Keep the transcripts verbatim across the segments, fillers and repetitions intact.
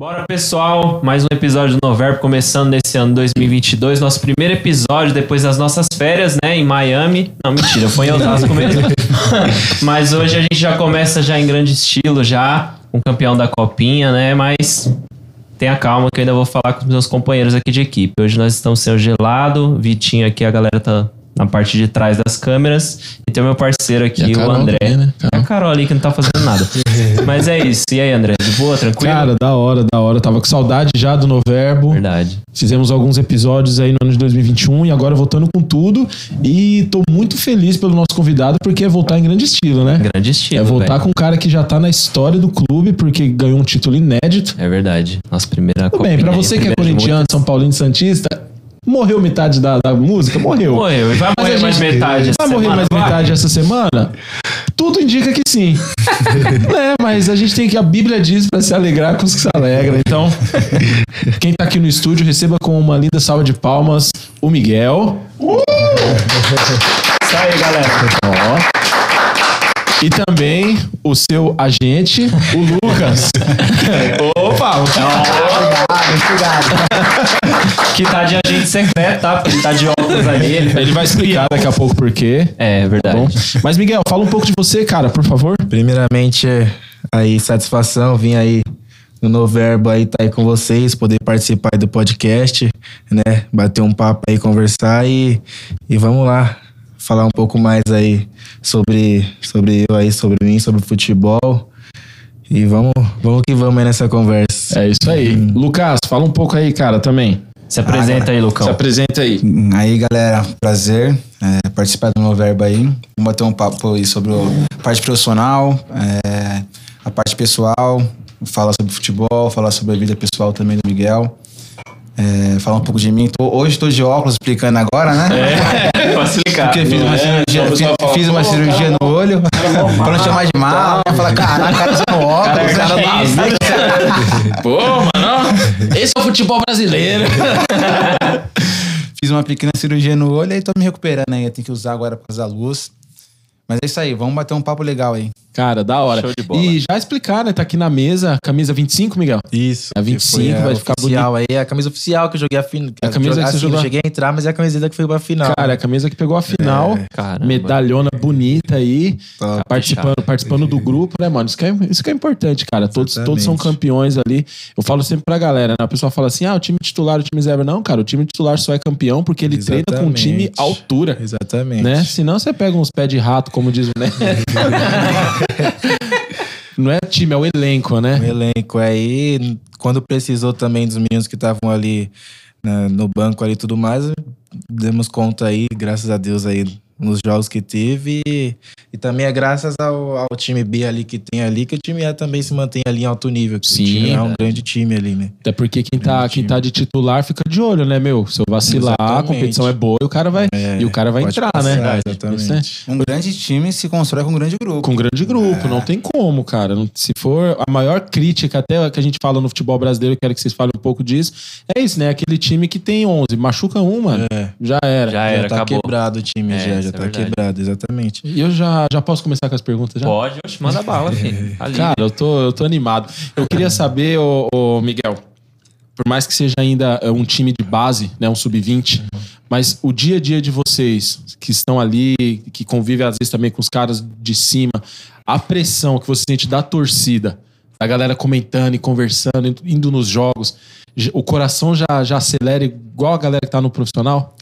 Bora, pessoal, mais um episódio do Noverbo começando nesse ano dois mil e vinte e dois, nosso primeiro episódio depois das nossas férias, né, em Miami. Não, mentira, foi em Osasco mesmo. Mas hoje a gente já começa já em grande estilo, já com o campeão da Copinha, né, mas tenha calma que eu ainda vou falar com os meus companheiros aqui de equipe. Hoje nós estamos sem o Gelado, Vitinho aqui, a galera tá na parte de trás das câmeras. E tem o meu parceiro aqui, o André. Também, né? É a Carol ali que não tá fazendo nada. Mas é isso. E aí, André? De boa, tranquilo? Cara, da hora, da hora. Eu tava com saudade já do Noverbo. Verdade. Fizemos alguns episódios aí no ano de dois mil e vinte e um e agora voltando com tudo. E tô muito feliz pelo nosso convidado porque é voltar em grande estilo, né? Grande estilo, É voltar véio. com um cara que já tá na história do clube porque ganhou um título inédito. É verdade. Nossa primeira Tudo Copinha. bem, pra você que é corintiano, São Paulino e Santista... Morreu metade da, da música? Morreu. Morreu. E vai morrer mais metade essa Vai semana? morrer mais vai? metade essa semana? Tudo indica que sim. É, mas a gente tem que... A Bíblia diz pra se alegrar com os que se alegram. Então, quem tá aqui no estúdio, receba com uma linda salva de palmas o Miguel. Uh! Isso aí, galera. Ó. E também o seu agente, o Lucas. Opa! Obrigado, obrigado. Que tá de agente secreto, tá? Porque ele tá de óculos ali. Ele, Ele vai explicar daqui a pouco por quê. É, verdade. Tá bom? Mas, Miguel, fala um pouco de você, cara, por favor. Primeiramente, aí, satisfação, vim aí no Noverbo aí, tá aí com vocês, poder participar aí do podcast, né? Bater um papo aí, conversar e, e vamos lá. Falar um pouco mais aí sobre, sobre eu aí, sobre mim, sobre futebol. E vamos, vamos que vamos aí nessa conversa. É isso aí. Hum. Lucas, fala um pouco aí, cara, também. Se apresenta ah, aí, Lucão. Se apresenta aí. Aí, galera, prazer é, participar do Noverbo aí. Vamos bater um papo aí sobre a parte profissional, é, a parte pessoal, falar sobre futebol, falar sobre a vida pessoal também do Miguel. É, falar um pouco de mim. Tô, hoje estou de óculos explicando agora, né? É, facilitar. Porque fiz uma é, cirurgia, então fiz, fala, fiz uma cirurgia no olho, pra não chamar de mal. Falar, caraca, cara, você no óculos. Cara, cara, né? isso. Pô, mano, esse é o futebol brasileiro. Fiz uma pequena cirurgia no olho e tô me recuperando aí. Tem que usar agora por causa da luz. Mas é isso aí, vamos bater um papo legal aí. Cara, da hora. Show de bola. E já explicar, né? Tá aqui na mesa, camisa vinte e cinco, Miguel? Isso. A vinte e cinco, que foi vai ficar oficial aí, a camisa oficial que eu joguei a final. A camisa que você assim, jogou. Eu cheguei a entrar, mas é a camiseta que foi pra final. Cara, a camisa que pegou a final, Caramba. medalhona bonita aí, Top, participando, participando do grupo, né, mano? Isso que é, isso que é importante, cara. Todos, todos são campeões ali. Eu falo sempre pra galera, né? O pessoal fala assim, ah, o time titular, o time reserva. Não, cara, o time titular só é campeão porque ele Exatamente. treina com um time altura. Exatamente. Né? Senão você pega uns pés de rato, como diz o né? Não é time, é o elenco, né? O elenco aí, quando precisou também dos meninos que estavam ali né, no banco ali e tudo mais, demos conta aí, graças a Deus aí, nos jogos que teve e, e também é graças ao, ao time B ali que tem ali, que o time A também se mantém ali em alto nível. Que Sim, o time é um verdade. grande time ali, né? Até porque quem tá, quem tá de titular fica de olho, né, meu? Se eu vacilar, a Exatamente. competição é boa e o cara vai, É, e o cara vai pode entrar, passar, né? exatamente. Isso, né? Um grande time se constrói com um grande grupo. Com um grande grupo, não tem como, cara. Não- Se for a maior crítica até que a gente fala no futebol brasileiro, eu quero que vocês falem um pouco disso, é isso, né? Aquele time que tem onze, machuca um, mano, É. já era. Já Já era, tá acabou. quebrado o time, É, já, isso já é tá verdade. quebrado, exatamente. E eu já, já posso começar com as perguntas já? Pode, oxe, manda bala, filho. Ali. Cara, eu tô, eu tô animado. Eu queria saber, ô, ô, Miguel, por mais que seja ainda é, um time de base, né, um sub vinte, mas o dia a dia de vocês que estão ali, que convivem às vezes também com os caras de cima, a pressão que você sente da torcida, a galera comentando e conversando, indo nos jogos, o coração já, já acelera igual a galera que tá no profissional?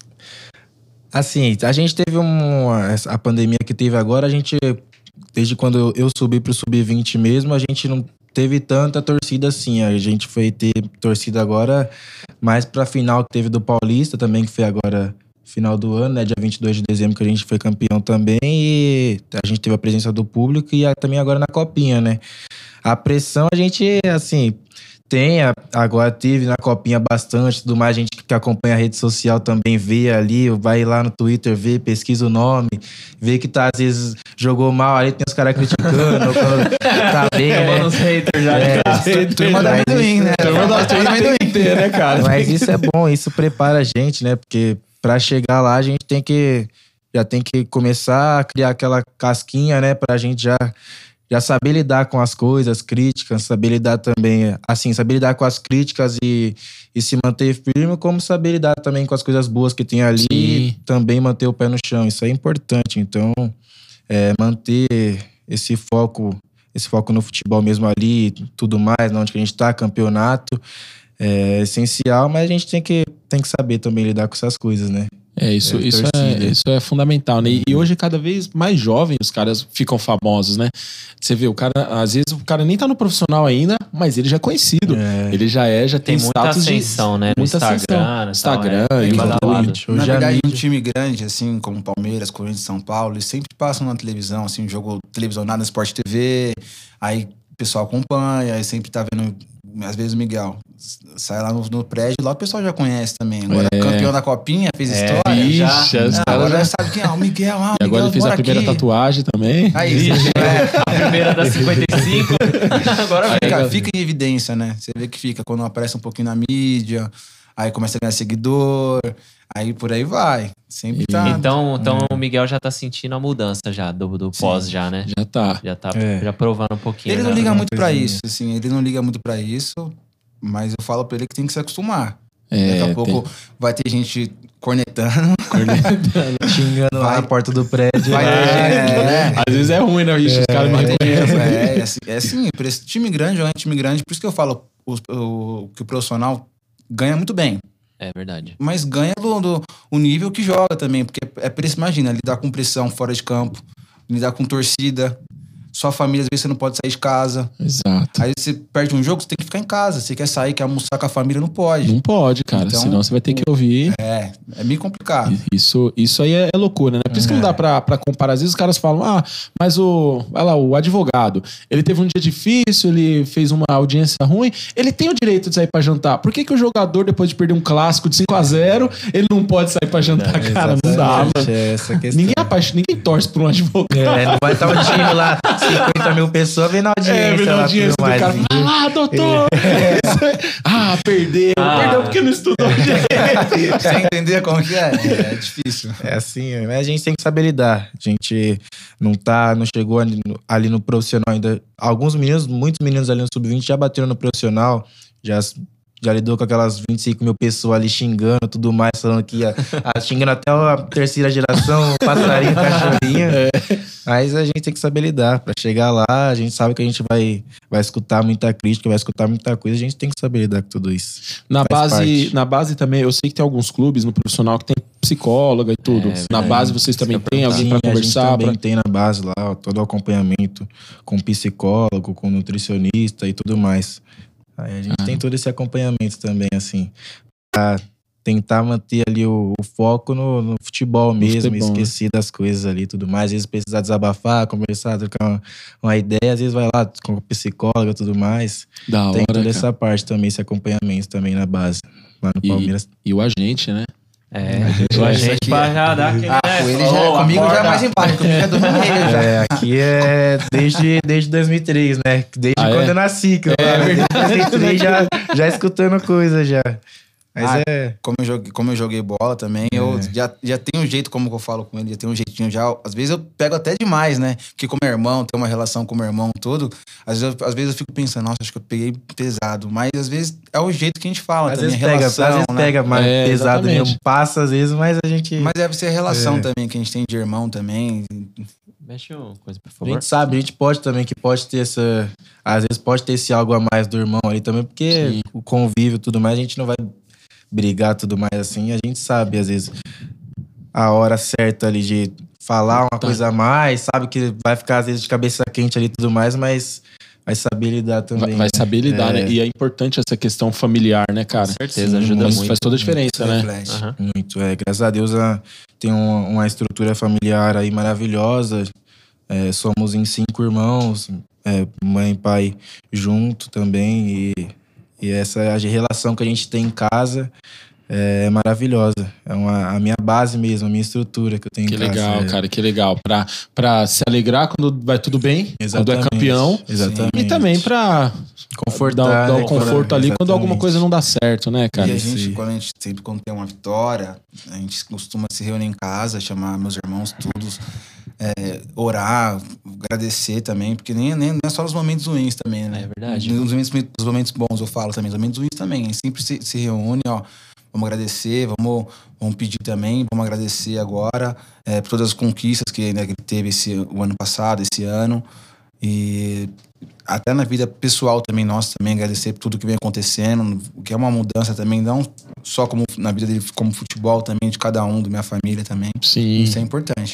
Assim, a gente teve um, a pandemia que teve agora, a gente, desde quando eu subi pro sub vinte mesmo, a gente não teve tanta torcida assim. A gente foi ter torcida agora mais pra final que teve do Paulista também, que foi agora final do ano, né? Dia vinte e dois de dezembro que a gente foi campeão também e a gente teve a presença do público e a, também agora na Copinha, né? A pressão a gente, assim... Tem, a- agora teve na Copinha bastante, tudo mais, a gente que acompanha a rede social também vê ali, vai lá no Twitter, vê, pesquisa o nome, vê que tá, às vezes, jogou mal, aí tem os caras criticando, ou quando tá bem, né? Os haters já. É, Turma da amendoim, né? Turma da turma da amendoim. ter, né, cara? Mas isso é bom, isso prepara a gente, né? Porque pra chegar lá, a gente tem que, já tem que começar a criar aquela casquinha, né? Pra gente já já saber lidar com as coisas, críticas, saber lidar também, assim, saber lidar com as críticas e, e se manter firme, como saber lidar também com as coisas boas que tem ali Sim. e também manter o pé no chão. Isso é importante. Então, é, manter esse foco, esse foco no futebol mesmo ali, tudo mais, onde que a gente tá, campeonato, é essencial, mas a gente tem que, tem que saber também lidar com essas coisas, né? É, isso, É, isso, é, torcida. isso é fundamental, né? E, e hoje, cada vez mais jovens, os caras ficam famosos, né? Você vê, o cara, às vezes, o cara nem tá no profissional ainda, mas ele já é conhecido. É. Ele já é, já tem, Tem muita status ascensão, de, né? No muita Instagram, ascensão. e Instagram, tal, é. YouTube. Badalado. Hoje Na a verdade, um mídia- time grande, assim, como Palmeiras, Corinthians, São Paulo, eles sempre passam na televisão, assim, jogo televisionado na Sport T V, aí o pessoal acompanha, aí sempre tá vendo, às vezes o Miguel sai lá no, no prédio, lá o pessoal já conhece também. Agora, É. campeão da Copinha, fez história, Vixe, já, os ah, caras agora já- já sabe quem é, o Miguel, ah, E o agora Miguel ele fez a mora primeira aqui. tatuagem também. Aí, é, A primeira da cinquenta e cinco. Agora vai. fica, fica em evidência, né? Você vê que fica quando aparece um pouquinho na mídia, aí começa a ganhar seguidor, aí por aí vai. Sempre tá. Então, então o Miguel já tá sentindo a mudança já, do, do pós já, né? Já tá. Já tá É. já provando um pouquinho. Ele não né? liga muito pra coisinha. isso, assim, ele não liga muito pra isso, mas eu falo pra ele que tem que se acostumar. É, Daqui a pouco vai ter gente cornetando, xingando lá Vai. na porta do prédio. vai ter lá. gente. É, Às vezes é ruim, né? Ixi, os caras me vai ter reconhecem. gente, é, é assim, é assim, por esse time grande, jogar em time grande, por isso que eu falo o, o- que o profissional ganha muito bem. É verdade. Mas ganha do, do o nível que joga também, porque é por isso, imagina, lidar com pressão fora de campo, lidar com torcida, sua família, às vezes você não pode sair de casa. Exato. Aí você perde um jogo, você tem que ficar em casa. Você quer sair, quer almoçar com a família, não pode. Não pode, cara. Então, Senão você vai ter que ouvir. É, é meio complicado. Isso, isso aí é, é loucura, né? Por isso que não dá pra, pra comparar. Às vezes os caras falam, ah, mas o, vai lá, o advogado, ele teve um dia difícil, ele fez uma audiência ruim, ele tem o direito de sair pra jantar. Por que que o jogador, depois de perder um clássico de cinco a zero, ele não pode sair pra jantar, cara? Não dá, mano. Exatamente, é essa questão. Ninguém, é apaixon- ninguém torce por um advogado. É, não vai estar um time lá, cinquenta mil pessoas vendo a audiência. É, vendo a lá, audiência tudo do mais. cara. Vai lá, doutor! Ah, perdeu. Ah. Perdeu porque não estudou direito. Você entender como que é? É difícil. É assim, mas a gente tem que saber lidar. A gente não tá, não chegou ali no, ali no profissional ainda. Alguns meninos, muitos meninos ali no sub vinte já bateram no profissional, já, já lidou com aquelas vinte e cinco mil pessoas ali xingando tudo mais, falando que ia, ah, xingando até a terceira geração, o passarinho, o cachorrinho. Mas a gente tem que saber lidar. Pra chegar lá, a gente sabe que a gente vai, vai escutar muita crítica, vai escutar muita coisa, a gente tem que saber lidar com tudo isso. Na Faz base, parte. na base também, eu sei que tem alguns clubes no profissional que tem psicóloga e tudo. É, na verdade. base vocês também têm alguém Sim, pra a gente conversar? também Pra... tem na base lá, ó, todo o acompanhamento com psicólogo, com nutricionista e tudo mais. Aí a gente Ah. tem todo esse acompanhamento também, assim, pra tentar manter ali o, o foco no, no futebol mesmo, futebol, né? esquecer das coisas ali e tudo mais. Às vezes precisar desabafar, conversar, trocar uma, uma ideia, às vezes vai lá com o psicólogo e tudo mais. Da hora, tem toda cara. essa parte também, esse acompanhamento também na base, lá no E, Palmeiras. e o agente, né? É, já- a isso gente aqui pra é- já dar aquele, Ah, né? com ele Falou, já, comigo já é acorda. mais embaixo, comigo é do meio já. É, aqui é desde, desde dois mil e três, né? Desde Ah, quando é? eu nasci, que eu É desde verdade. dois mil e três já, já escutando coisa já. Mas Ah, é. Como eu joguei, como eu joguei bola também, eu já, já tenho um jeito, como que eu falo com ele, já tenho um jeitinho já. Às vezes eu pego até demais, né? Porque como é irmão, tem uma relação com o meu irmão, tudo. Às vezes, eu, às vezes eu fico pensando, nossa, acho que eu peguei pesado. Mas às vezes é o jeito que a gente fala Às também, vezes a pega, relação, às vezes né? pega mais É, pesado exatamente. mesmo. Passa às vezes, mas a gente. Mas deve ser a relação É. também que a gente tem de irmão também. Mexe uma coisa, por a favor. gente sabe, a gente pode também, que pode ter essa. Às vezes pode ter esse algo a mais do irmão ali também, porque Sim. o convívio e tudo mais, a gente não vai brigar tudo mais assim. A gente sabe, às vezes, a hora certa ali de falar uma Tá. coisa a mais, sabe que vai ficar às vezes de cabeça quente ali e tudo mais, mas vai saber lidar também. Vai, vai né? saber lidar, É, né? E é importante essa questão familiar, né, cara? Com certeza, Sim, ajuda Isso muito. faz toda a diferença, né? Reflete. Aham. Muito, é. Graças a Deus a, tem uma, uma estrutura familiar aí maravilhosa. É, somos em cinco irmãos, é, mãe e pai junto também. E, e essa a relação que a gente tem em casa é maravilhosa. É uma, a minha base mesmo, a minha estrutura que eu tenho Que em casa. legal, é. cara, que legal. Pra, pra se alegrar quando vai tudo bem, quando é Exatamente, campeão. Exatamente. E também pra Confortar, dar, dar né, o conforto quando- ali quando exatamente. alguma coisa não dá certo, né, cara? E a gente, sim. quando a gente, sempre quando tem uma vitória, a gente costuma se reunir em casa, chamar meus irmãos todos, é, orar, agradecer também, porque nem, nem, não é só nos momentos ruins também, né? É verdade. Nos momentos, nos momentos bons eu falo também, nos momentos ruins também. A gente sempre se, se reúne, ó, vamos agradecer, vamos, vamos pedir também, vamos agradecer agora é, por todas as conquistas que, né, que ele teve esse, o ano passado, esse ano. E até na vida pessoal também, nós também agradecer por tudo que vem acontecendo, o que é uma mudança também, não só como na vida dele, como futebol também, de cada um, da minha família também. Sim. Isso é importante.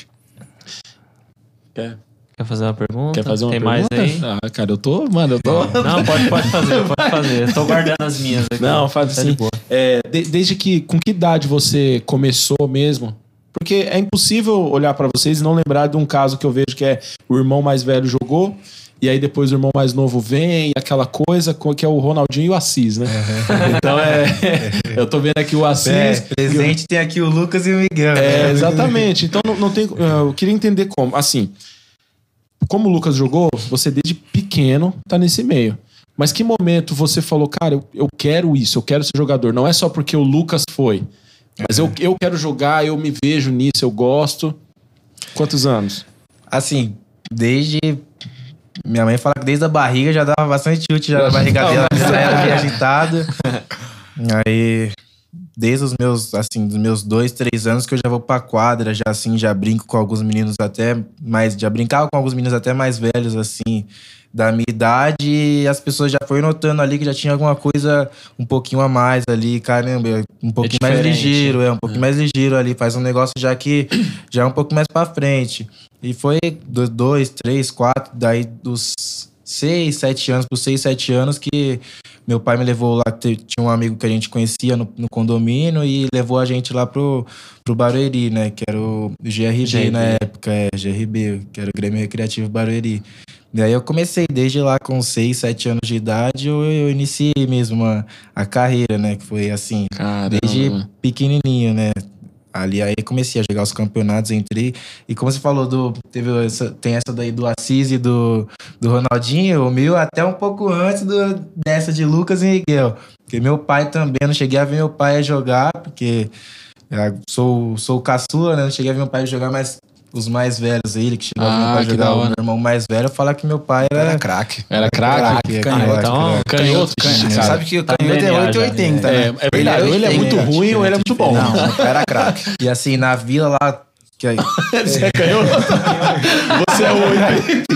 Quer, Quer fazer uma pergunta? quer fazer uma Tem pergunta? mais aí? Ah, cara, eu tô... Mano, eu tô... Não, pode, pode fazer, pode fazer. Tô guardando as minhas aqui. Não, faz Tá assim. de boa. É, de- desde que... Com que idade você começou mesmo? Porque é impossível olhar pra vocês e não lembrar de um caso que eu vejo que é o irmão mais velho jogou, e aí depois o irmão mais novo vem, e aquela coisa que é o Ronaldinho e o Assis, né? Então é... Eu tô vendo aqui o Assis... É, presente tem aqui o Lucas e o Miguel. É, exatamente. Então não, não tem. Eu queria entender como. Assim, como o Lucas jogou, você desde pequeno tá nesse meio. Mas que momento você falou, cara, eu, eu quero isso, eu quero ser jogador? Não é só porque o Lucas foi. Mas eu, eu quero jogar, eu me vejo nisso, eu gosto. Quantos anos? Assim, desde... Minha mãe fala que desde a barriga já dava bastante chute, já na barriga dela já era meio agitado. Aí, desde os meus, assim, dos meus dois, três anos que eu já vou pra quadra, já assim, já brinco com alguns meninos até mais... Já brincava com alguns meninos até mais velhos, assim, da minha idade, e as pessoas já foram notando ali que já tinha alguma coisa um pouquinho a mais ali, caramba, um pouquinho mais diferente. ligeiro, é, um pouquinho mais ligeiro ali, faz um negócio já que já é um pouco mais pra frente. E foi do- dois, três, quatro, daí dos seis, sete anos, por seis, sete anos que meu pai me levou lá, te- tinha um amigo que a gente conhecia no, no condomínio e levou a gente lá pro, pro Barueri, né, que era o G R B G R B. na época, é, G R B, que era o Grêmio Recreativo Barueri. Daí eu comecei desde lá com seis, sete anos de idade, eu, eu iniciei mesmo a, a carreira, né, que foi assim, Caramba. desde pequenininho, né. Ali aí comecei a jogar os campeonatos, entrei. E como você falou, do, teve essa, tem essa daí do Assis e do, do Ronaldinho, o meu até um pouco antes do, dessa de Lucas e Miguel. Porque meu pai também, eu não cheguei a ver meu pai jogar, porque eu sou, sou o caçula, né? Não cheguei a ver meu pai jogar, mas os mais velhos aí, ele que chegou a ver meu Ah, pai que jogar, da o hora. meu irmão mais velho, falar que meu pai era... Era craque. Era craque? craque, canhoto. canhoto. Então, Canhoto, Canhoto. cara. Sabe que o Tá canhoto no é D N A oito e oitenta, É, né? é verdade, ou ele é muito oitenta, ruim ou ele é muito bom. Não, meu pai era craque. E assim, na vila lá... Que aí, Você é canhoto? Você é oito.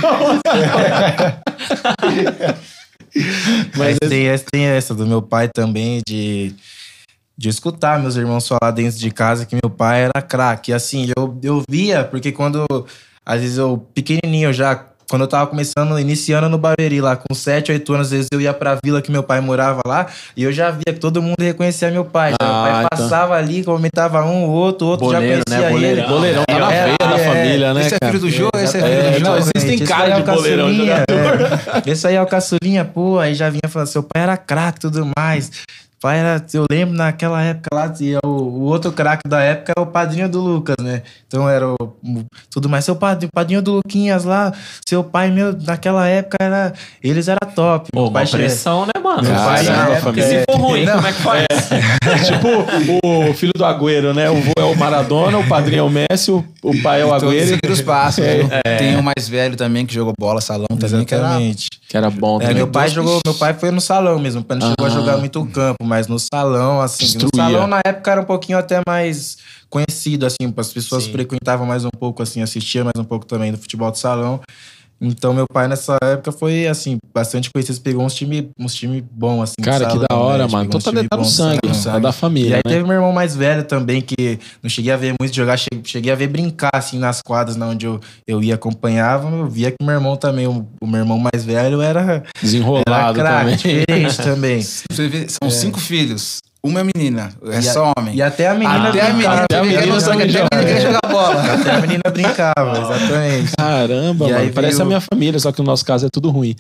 Mas tem, essa- tem essa do meu pai também, de, de escutar meus irmãos falar dentro de casa que meu pai era craque. E assim, eu, eu via, porque quando, às vezes eu, pequenininho já, quando eu tava começando, iniciando no Barueri lá, com sete, oito anos, às vezes eu ia pra vila que meu pai morava lá, e eu já via que todo mundo reconhecia meu pai. Já Ah, meu pai então. passava ali, comentava um, o outro, o outro Boleiro, já né? conhecia ele. Boleirão. Boleirão tá na É, veia da é, família, né, Esse é cara? filho do jogo, esse é filho É, do não, jogo. vocês têm Esse cara aí é de o boleirão, caçulinha, jogador. é. Esse aí é o caçulinha, pô, aí já vinha falando, seu pai era craque e tudo mais. Pai era, eu lembro naquela época lá, e o, o outro craque da época era o padrinho do Lucas, né? Então era o, o- tudo mais. Seu padrinho, padrinho do Luquinhas lá, seu pai meu, naquela época era. Eles eram top. Pô, Meu uma pai che- pressão, né, mano? Meu pai, Caramba, na época, família. Se é- for ruim, como é que faz? Tipo o filho do Agüero, né? O vô é o Maradona, o padrinho é o Messi, o, o pai é o Todos Agüero. seguiram os passos. viu? Tem um mais velho também que jogou bola, salão também, que era... Exatamente. Que era bom É, também. meu pai jogou, meu pai foi no salão mesmo, meu pai não chegou Ah. a jogar muito campo, mas no salão, assim, Destruía. no salão na época era um pouquinho até mais conhecido, assim, as pessoas Sim. frequentavam mais um pouco, assim, assistiam mais um pouco também do futebol de salão. Então meu pai nessa época foi, assim, bastante conhecido, pegou uns times uns time bons, assim, de Cara, que salão, da hora, né? mano. Pegou Então uns tá, time tá no bom de sangue, salão. tá da E família, aí né? teve meu irmão mais velho também, que não cheguei a ver muito jogar, che- cheguei a ver brincar, assim, nas quadras na onde eu, eu ia, acompanhava, eu via que meu irmão também, o, o meu irmão mais velho era, era Desenrolado craque, também. diferente também. Você vê, são cinco filhos. Uma é menina, é E a- só homem. E até a menina Até a menina, brincava. até a menina só que também até a menina joga. quer jogar bola. Até a menina brincava, exatamente. Caramba, E mano. aí Parece veio- a minha família, só que no nosso caso é tudo ruim.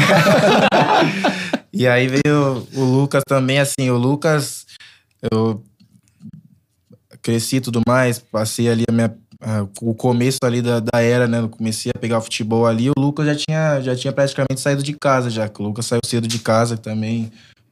E aí veio o Lucas também, assim, o Lucas, eu cresci e tudo mais, passei ali a minha, a- o começo ali da, da era, né, eu comecei a pegar o futebol ali, o Lucas já tinha, já tinha praticamente saído de casa já, que o Lucas saiu cedo de casa também,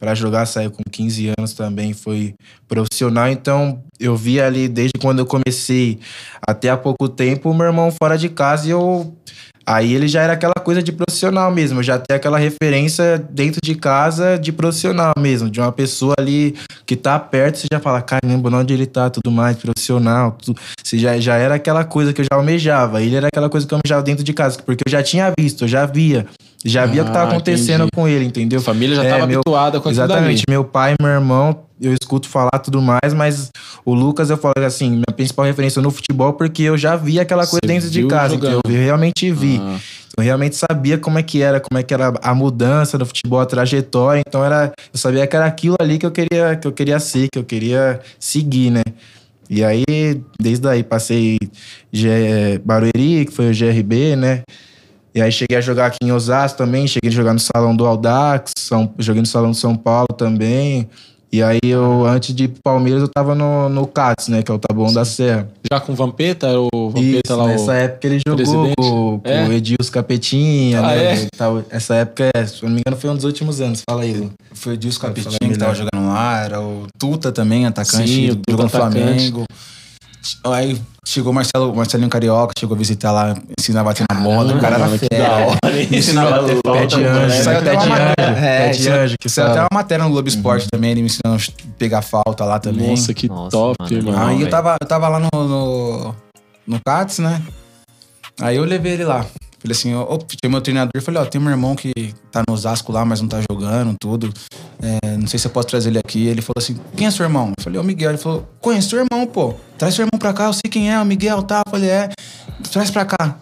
pra jogar, saiu com quinze anos também, foi profissional. Então, eu vi ali, desde quando eu comecei até há pouco tempo, o meu irmão fora de casa e eu... Aí ele já era aquela coisa de profissional mesmo, já tem aquela referência dentro de casa de profissional mesmo, de uma pessoa ali que tá perto, você já fala, caramba, onde ele tá, tudo mais, profissional, tudo. Você já, já era aquela coisa que eu já almejava, ele era aquela coisa que eu almejava dentro de casa, porque eu já tinha visto, eu já via, já via o Ah, que tava acontecendo entendi. com ele, entendeu? A família já É, tava meu- habituada com aquilo Exatamente, dali. meu pai, meu irmão, eu escuto falar tudo mais, mas o Lucas, eu falo assim, minha principal referência no futebol, porque eu já vi aquela coisa Você dentro de viu casa, jogando. então eu realmente vi. Ah. Eu realmente sabia como é que era, como é que era a mudança do futebol, a trajetória. Então era, eu sabia que era aquilo ali que eu queria, que eu queria ser, que eu queria seguir, né? E aí, desde aí, passei G- Barueri, que foi o G R B, né? E aí cheguei a jogar aqui em Osasco também, cheguei a jogar no Salão do Audax, São, joguei no Salão de São Paulo também. E aí eu, antes de ir pro Palmeiras, eu tava no, no C A T S, né? Que é o Taboão da Serra. Já com o Vampeta? Era o Vampeta Isso, lá, nessa o... época ele jogou presidente? com, com É? o Edilson Capetinha, Ah, né? é? e tal. Essa época, é, se eu não me engano, foi um dos últimos anos. Fala aí, Lu. Foi o Dilson Vai falar Capetinho que tava melhor. jogando lá, era o Tuta também, atacante, Sim, o Tuta jogou no atacante. Flamengo. Aí chegou o Marcelo, Marcelinho Carioca, chegou a visitar lá, ensinava a bater na bola, o cara era Mano, que da fera. hora. Ensinava a ter falta, Pé de né? anjo, Saiu até pé uma de matéria, anjo, é, pé de saiu- anjo que saiu até fala. uma matéria no Globo Esporte também, ele me ensinando a pegar falta lá também. Nossa, que Nossa, top, mano. mano. Aí eu velho. tava, eu tava lá no, no, no C A T S, né? Aí eu levei ele lá. Falei assim, ó, ó, tinha meu treinador, falei, ó, tem um irmão que tá no Osasco lá, mas não tá jogando, tudo. É, não sei se eu posso trazer ele aqui. Ele falou assim, quem é seu irmão? Eu falei, ó, o Miguel. Ele falou, conheço seu irmão, pô. Traz seu irmão pra cá, eu sei quem é, o Miguel, tá? Eu falei, é, traz pra cá.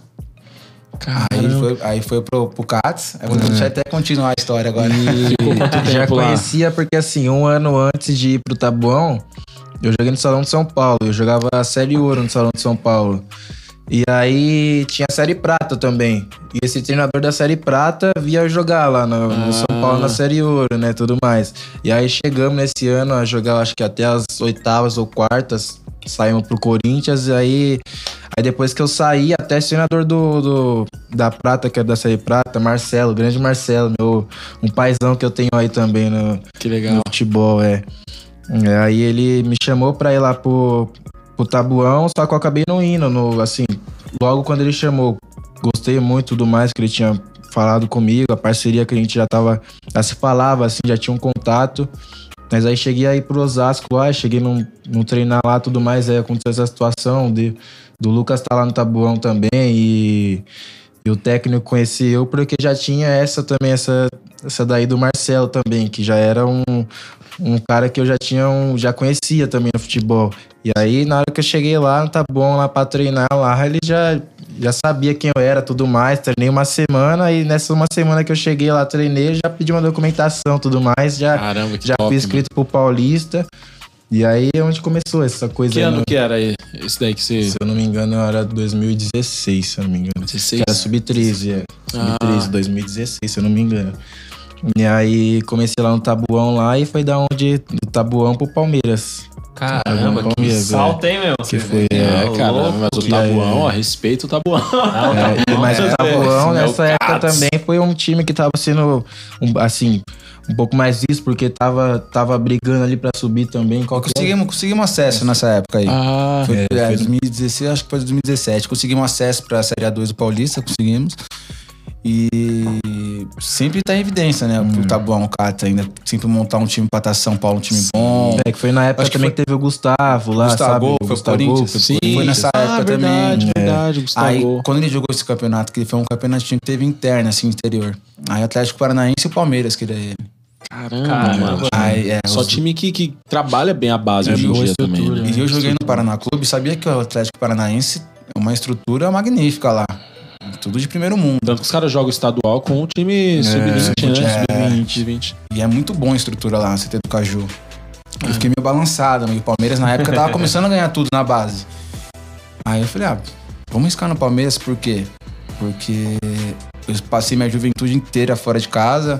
Aí foi, aí foi pro, pro C A T S. Aí eu vou deixar até continuar a história agora. Ficou quanto Já tempo lá? conhecia porque, assim, um ano antes de ir pro Tabuão, eu joguei no Salão de São Paulo. Eu jogava a Série Ouro no Salão de São Paulo. E aí tinha a Série Prata também. E esse treinador da Série Prata via eu jogar lá no, no Ah. São Paulo na Série Ouro, né? Tudo mais. E aí chegamos nesse ano a jogar, acho que até as oitavas ou quartas. Saímos pro Corinthians. E aí, aí depois que eu saí, até esse treinador do, do, da Prata, que é da Série Prata, Marcelo, grande Marcelo, meu, um paizão que eu tenho aí também no, Que legal. no futebol, é. É, aí ele me chamou pra ir lá pro, pro Tabuão, só que eu acabei não indo, no, assim, logo quando ele chamou, gostei muito do mais que ele tinha falado comigo, a parceria que a gente já tava, já se falava, assim, já tinha um contato, mas aí cheguei aí pro Osasco lá, cheguei num, num treinar lá tudo mais, aí aconteceu essa situação de, do Lucas tá lá no Tabuão também e, e o técnico conhecia eu porque já tinha essa também, essa, essa daí do Marcelo também, que já era um um cara que eu já tinha um, já conhecia também no futebol. E aí, na hora que eu cheguei lá, tá bom lá pra treinar lá, ele já, já sabia quem eu era, tudo mais. Treinei uma semana e nessa uma semana que eu cheguei lá, treinei, já pedi uma documentação, tudo mais. Já, Caramba, que já top, fui inscrito pro Paulista. E aí é onde começou essa coisa. Que aí, ano né? que era aí? Esse daí que você... Se eu não me engano, era dois mil e dezesseis, se eu não me engano. dezesseis? Que era sub treze, é. sub treze, Ah. dois mil e dezesseis, se eu não me engano. E aí comecei lá no Tabuão lá e foi da onde do Tabuão pro Palmeiras. Caramba, que Palmeiras, salto, hein, meu? Que foi, É, Tá cara, louco. mas o que Tabuão, é- ó, respeito o Tabuão. Não, É, tá bom, mas né? o Tabuão, é, nessa é o época Cats. também foi um time que tava sendo, um, assim, um pouco mais visto, porque tava, tava brigando ali pra subir também. Qual que é? Conseguimos, conseguimos acesso nessa época aí. Ah, Foi, é, é, foi- dois mil e dezesseis, acho que foi dois mil e dezessete. Conseguimos acesso pra Série A dois do Paulista, conseguimos. E sempre tá em evidência, né? Hum. O Tabuão, o Cata ainda sempre montar um time pra estar São Paulo, um time bom. É, que foi na época Acho que também foi- que teve o Gustavo lá, Gustavo, sabe? foi o o Gustavo, Corinthians. foi- sim. Foi nessa ah, época verdade, também. verdade, Gustavo. Aí, quando ele jogou esse campeonato, que foi um campeonato que teve interno, assim, interior. Aí, Atlético Paranaense e o Palmeiras queria ele. Caramba, Caramba. mano. Aí, é, Só os- time que, que trabalha bem a base É hoje em boa dia também, estrutura, né? E eu joguei no Paraná Clube, sabia que o Atlético Paranaense é uma estrutura magnífica lá. Tudo de primeiro mundo. Tanto que os caras jogam estadual com o time sub vinte, né? é. sub vinte, vinte. E é muito bom a estrutura lá, C T do Caju. Eu fiquei meio balançado, amigo. O Palmeiras na época tava começando a ganhar tudo na base. Aí eu falei, ah, vamos riscar no Palmeiras por quê? Porque eu passei minha juventude inteira fora de casa.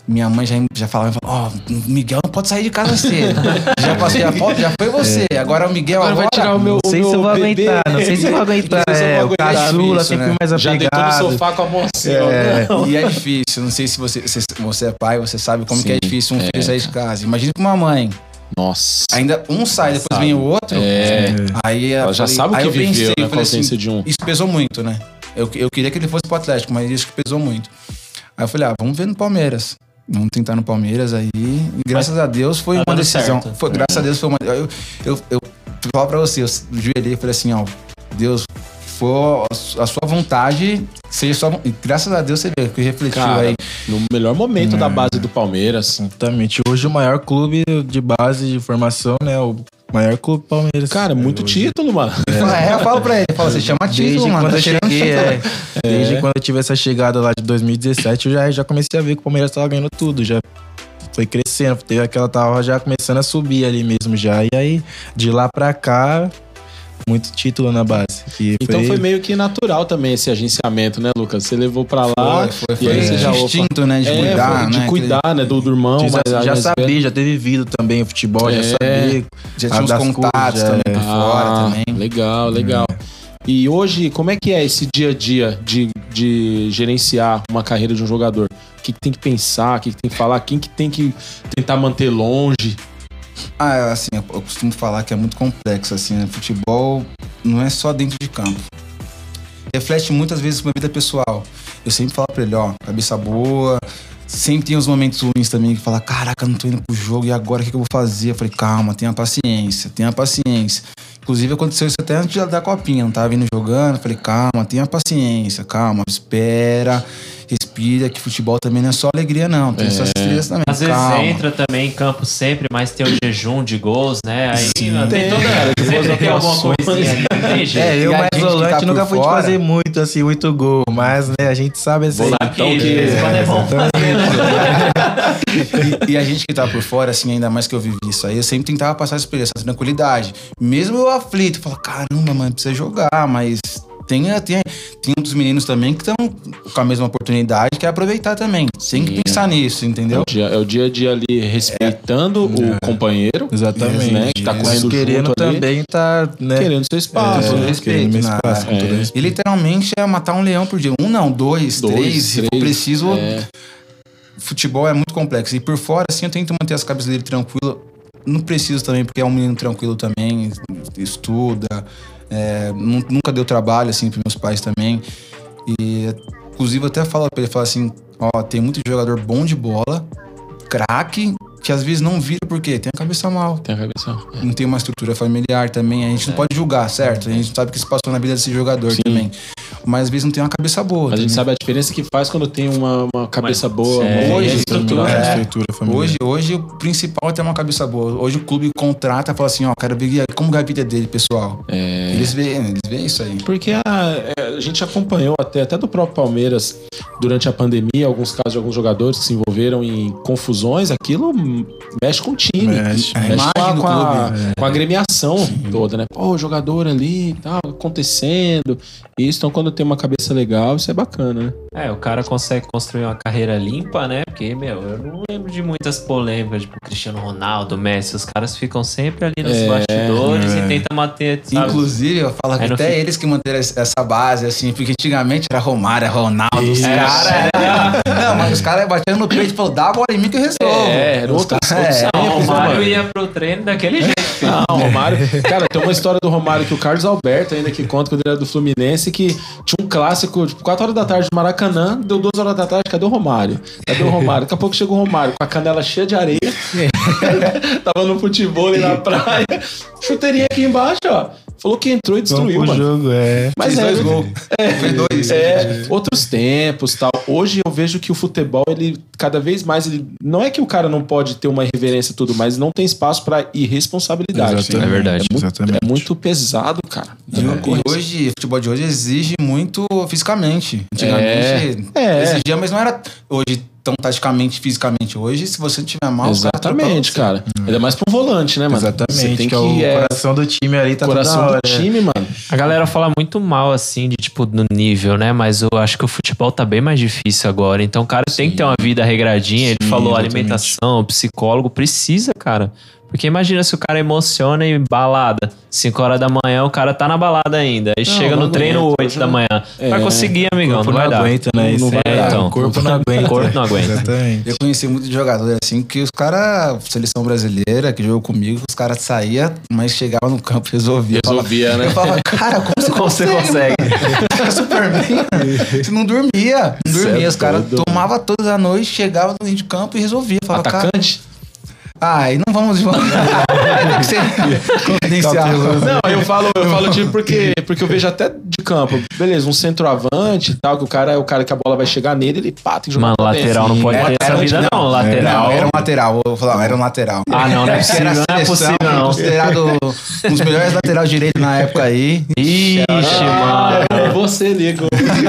minha mãe já, já falava, ó, oh, o Miguel não pode sair de casa cedo. Já passei a foto, já foi você. É. Agora o Miguel agora, agora vai tirar o meu Não sei o se eu vou aguentar, não sei se eu vou aguentar. É, o caçula isso, sempre né? mais apegado. Já deitou no sofá com a mão assim, é, ó. E é difícil, não sei se você, se você é pai, você sabe como Sim, que é difícil um é, filho sair de casa. Imagina com uma mãe. Nossa. Ainda um sai, depois sabe. vem o outro. É. Aí ela já falei, sabe o que eu viveu, pensei, né, eu falei consciência assim, de um. Isso pesou muito, né? Eu, eu queria que ele fosse pro Atlético, mas isso que pesou muito. Aí eu falei, ah, vamos ver no Palmeiras. Vamos tentar no Palmeiras aí. E graças mas, a Deus foi tá uma decisão. Foi, graças é. a Deus foi uma. Eu, eu, eu, eu falo pra você, eu joelhei e falei assim, ó, Deus, for a sua vontade, seja só. E graças a Deus você vê que refletiu Cara, aí. No melhor momento é. da base do Palmeiras. Exatamente. Hoje o maior clube de base de formação, né? O maior clube Palmeiras. Cara, muito hoje. título, mano. É. eu falo pra ele, eu falo, você chama título, Desde mano. Quando tá eu cheguei, é, é. Desde quando eu tive essa chegada lá de dois mil e dezessete, eu já, já comecei a ver que o Palmeiras tava ganhando tudo. Já foi crescendo, teve aquela tava já começando a subir ali mesmo já. E aí, de lá pra cá, muito título na base. E então foi... foi meio que natural também esse agenciamento, né, Lucas? Você levou pra lá. Foi, foi, e aí foi você já instinto, né? De é, cuidar, de né? cuidar, né? Do, do irmão. Já, mas, já mas sabia, velho. já teve vindo também o futebol, é. já sabia. Já tinha uns contatos também por ah, fora também. Legal, legal. É. E hoje, como é que é esse dia a dia de, de gerenciar uma carreira de um jogador? O que, que tem que pensar, o que, que tem que falar, quem que tem que tentar manter longe? Ah, assim, eu costumo falar que é muito complexo, assim, né? Futebol não é só dentro de campo. Reflete muitas vezes com a vida pessoal. Eu sempre falo pra ele, ó, cabeça boa. Sempre tem os momentos ruins também, que fala, caraca, não tô indo pro jogo, e agora o que, que eu vou fazer? Eu falei, calma, tenha paciência, tenha paciência. Inclusive aconteceu isso até antes da copinha, não tava vindo jogando. Eu falei, calma, tenha paciência, calma, espera, respira, que futebol também não é só alegria, não. Tem é. suas trilhas também. Às calma. vezes entra também em campo sempre, mas tem o jejum de gols, né? Aí Sim, não, tem, tem toda. Cara, sempre tem alguma coisinha ali, não tem jeito. É, eu mais volante tá nunca fui de fazer muito, assim, muito gol. Mas, né, a gente sabe assim. Sabe que, que é, é bom fazer, né? e, e a gente que tá por fora, assim, ainda mais que eu vivi isso aí, eu sempre tentava passar essa experiência, essa tranquilidade. Mesmo eu aflito, eu falo, caramba, mano, precisa jogar, mas tem, tem, tem outros meninos também que estão com a mesma oportunidade, que é aproveitar também. Tem que pensar nisso, entendeu? É o dia, é o dia a dia ali, respeitando é. o companheiro. Exatamente. Né, que tá correndo querendo junto ali, também tá, né? Querendo seu espaço. É, respeito, espaço, é. respeito. E literalmente é matar um leão por dia. Um não, dois, dois três, se for preciso. É. Futebol é muito complexo. E por fora, assim, eu tento manter as cabeças dele tranquilas. Não preciso também, porque é um menino tranquilo também, estuda, é, nunca deu trabalho, assim, pros meus pais também. E, inclusive, eu até falo pra ele, falo assim, ó, tem muito jogador bom de bola, craque, que às vezes não vira porque tem a cabeça mal. Tem a cabeça mal. É. Não tem uma estrutura familiar também, a gente é. não pode julgar, certo? A gente sabe o que se passou na vida desse jogador Sim. também. Mas às vezes não tem uma cabeça boa. Mas a gente sabe a diferença que faz quando tem uma, uma cabeça Mas, boa. É, hoje, estrutura, é, estrutura familiar. Hoje, hoje o principal é ter uma cabeça boa. Hoje o clube contrata e fala assim, ó, quero ver como é a vida dele, pessoal. É. Eles veem, eles veem isso aí. Porque a, a gente acompanhou até, até do próprio Palmeiras durante a pandemia, alguns casos de alguns jogadores que se envolveram em confusões, aquilo mexe com o time. Mexe, mexe com, a, com, a, é. com a agremiação Sim. toda, né? Pô, o jogador ali e tal, acontecendo. Isso, então quando tem uma cabeça legal, isso é bacana, né? É, o cara consegue construir uma carreira limpa, né? Porque, meu, eu não lembro de muitas polêmicas, tipo Cristiano Ronaldo, Messi, os caras ficam sempre ali nos é, bastidores é. e tentam manter, sabe? Inclusive, eu falo que até fica... eles que manteram essa base, assim, porque antigamente era Romário, Ronaldo, os é, caras... É. Não, mas os caras batiam no peito e falaram, dá a bola em mim que eu resolvo. É, era outro... É, não, o Romário ia pro treino daquele jeito. Não, o Romário... Cara, tem uma história do Romário que o Carlos Alberto ainda que conta quando ele era do Fluminense, que tinha um clássico, tipo, quatro horas da tarde no Maracanã, deu duas horas da tarde, cadê o Romário? Cadê o Romário? Daqui a pouco chegou o Romário com a canela cheia de areia. Tava no futebol ali na praia. Chuteirinha aqui embaixo, ó. Falou que entrou e destruiu, mano. Jogo, é. Mas é, dois gols. É, Foi dois. É, outros tempos, tal. Hoje eu vejo que o futebol, ele cada vez mais, ele, não é que o cara não pode ter uma irreverência e tudo, mas não tem espaço pra irresponsabilidade. Exatamente. É verdade. É muito, é muito pesado, cara. E, e hoje, o futebol de hoje exige muito fisicamente. Antigamente é. É. exigia, mas não era... Hoje tão taticamente, fisicamente. Hoje, se você tiver mal, exatamente, os caras cara. Ainda mais pro volante, né, mano? Exatamente, Você tem que, que, é o é, coração do time ali, tá coração toda hora, do né? time, mano. A galera fala muito mal, assim, de tipo, do nível, né? Mas eu acho que o futebol tá bem mais difícil agora. Então o cara tem que ter uma vida regradinha. Ele Sim, falou exatamente. alimentação, psicólogo, precisa, cara. Porque imagina se o cara emociona e balada. cinco horas da manhã, o cara tá na balada ainda. Aí Não, chega não no treino aguenta, oito já- da manhã. É. Vai conseguir, amigão. O corpo Não vai não dar. aguenta, né? Não Isso vai é, dar. o corpo não aguenta. O corpo não aguenta. Exatamente. Eu conheci muito de jogador assim, que os caras, seleção brasileira, que jogou comigo, os caras saíam, mas chegavam no campo e resolvia. Resolvia, né? Eu falava, cara, como você Como você consegue? consegue? Super bem, mano. Você não dormia. Não Cê dormia. é Os caras doido. tomavam todas as noites, chegavam no meio de campo e resolvia. Eu falava, cara, Atacante? ai, não vamos devagar. Tem que ser confidencial. Não, eu falo, eu falo tipo porque, porque eu vejo até de campo. Beleza, um centroavante e tal, que o cara é o cara que a bola vai chegar nele, ele pá, tem que jogar Mano, pra dentro. lateral não pode Era- ter essa era um- vida, não. não, Lateral. Não, era um lateral. Eu vou falar, era um lateral. Ah, não, não é possível. Era Não é seleção, possível, não. considerado um dos melhores laterais direitos na época aí. Ixi, mano. É, você, nego.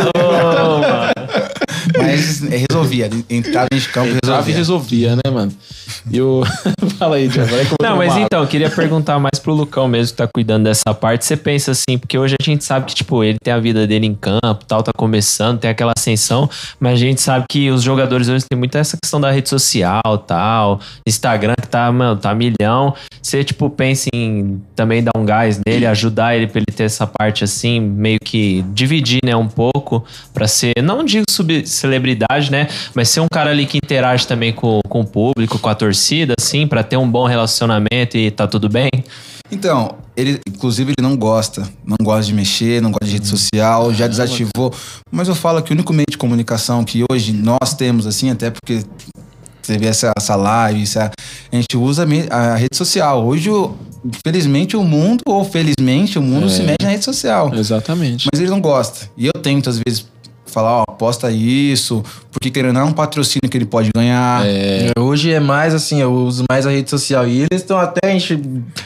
Ô, mano. Mas resolvia. Entrava em campo e Entrava e resolvia. resolvia, né, mano? E o... Fala aí, Diego. Vai que eu vou Não, mas tomar água. então, eu queria perguntar mais pro Lucão mesmo, que tá cuidando dessa parte. Você pensa assim, porque hoje a gente sabe que, tipo, ele tem a vida dele em campo, tal, tá começando, tem aquela ascensão, mas a gente sabe que os jogadores hoje tem muito essa questão da rede social, tal, Instagram, que tá, mano, tá milhão. Você, tipo, pensa em também dar um gás nele, ajudar ele pra ele ter essa parte, assim, meio que dividir, né, um pouco, pra ser, não digo subcelebridade, né, mas ser um cara ali que interage também com, com o público, com a torcida, assim, pra ter um bom relacionamento e tá tudo bem? Então, ele, inclusive, ele não gosta. Não gosta de mexer, não gosta de rede social, já desativou. Mas eu falo que o único meio de comunicação que hoje nós temos, assim, até porque teve essa, essa live, essa, a gente usa a, me- a rede social. Hoje, o- infelizmente, o mundo, ou felizmente, o mundo É. se mexe na rede social. Exatamente. Mas ele não gosta. E eu tenho muitas vezes falar, ó, posta isso, porque querendo ou não é um patrocínio que ele pode ganhar. É, Hoje é mais assim, eu uso mais a rede social. E eles estão até enche...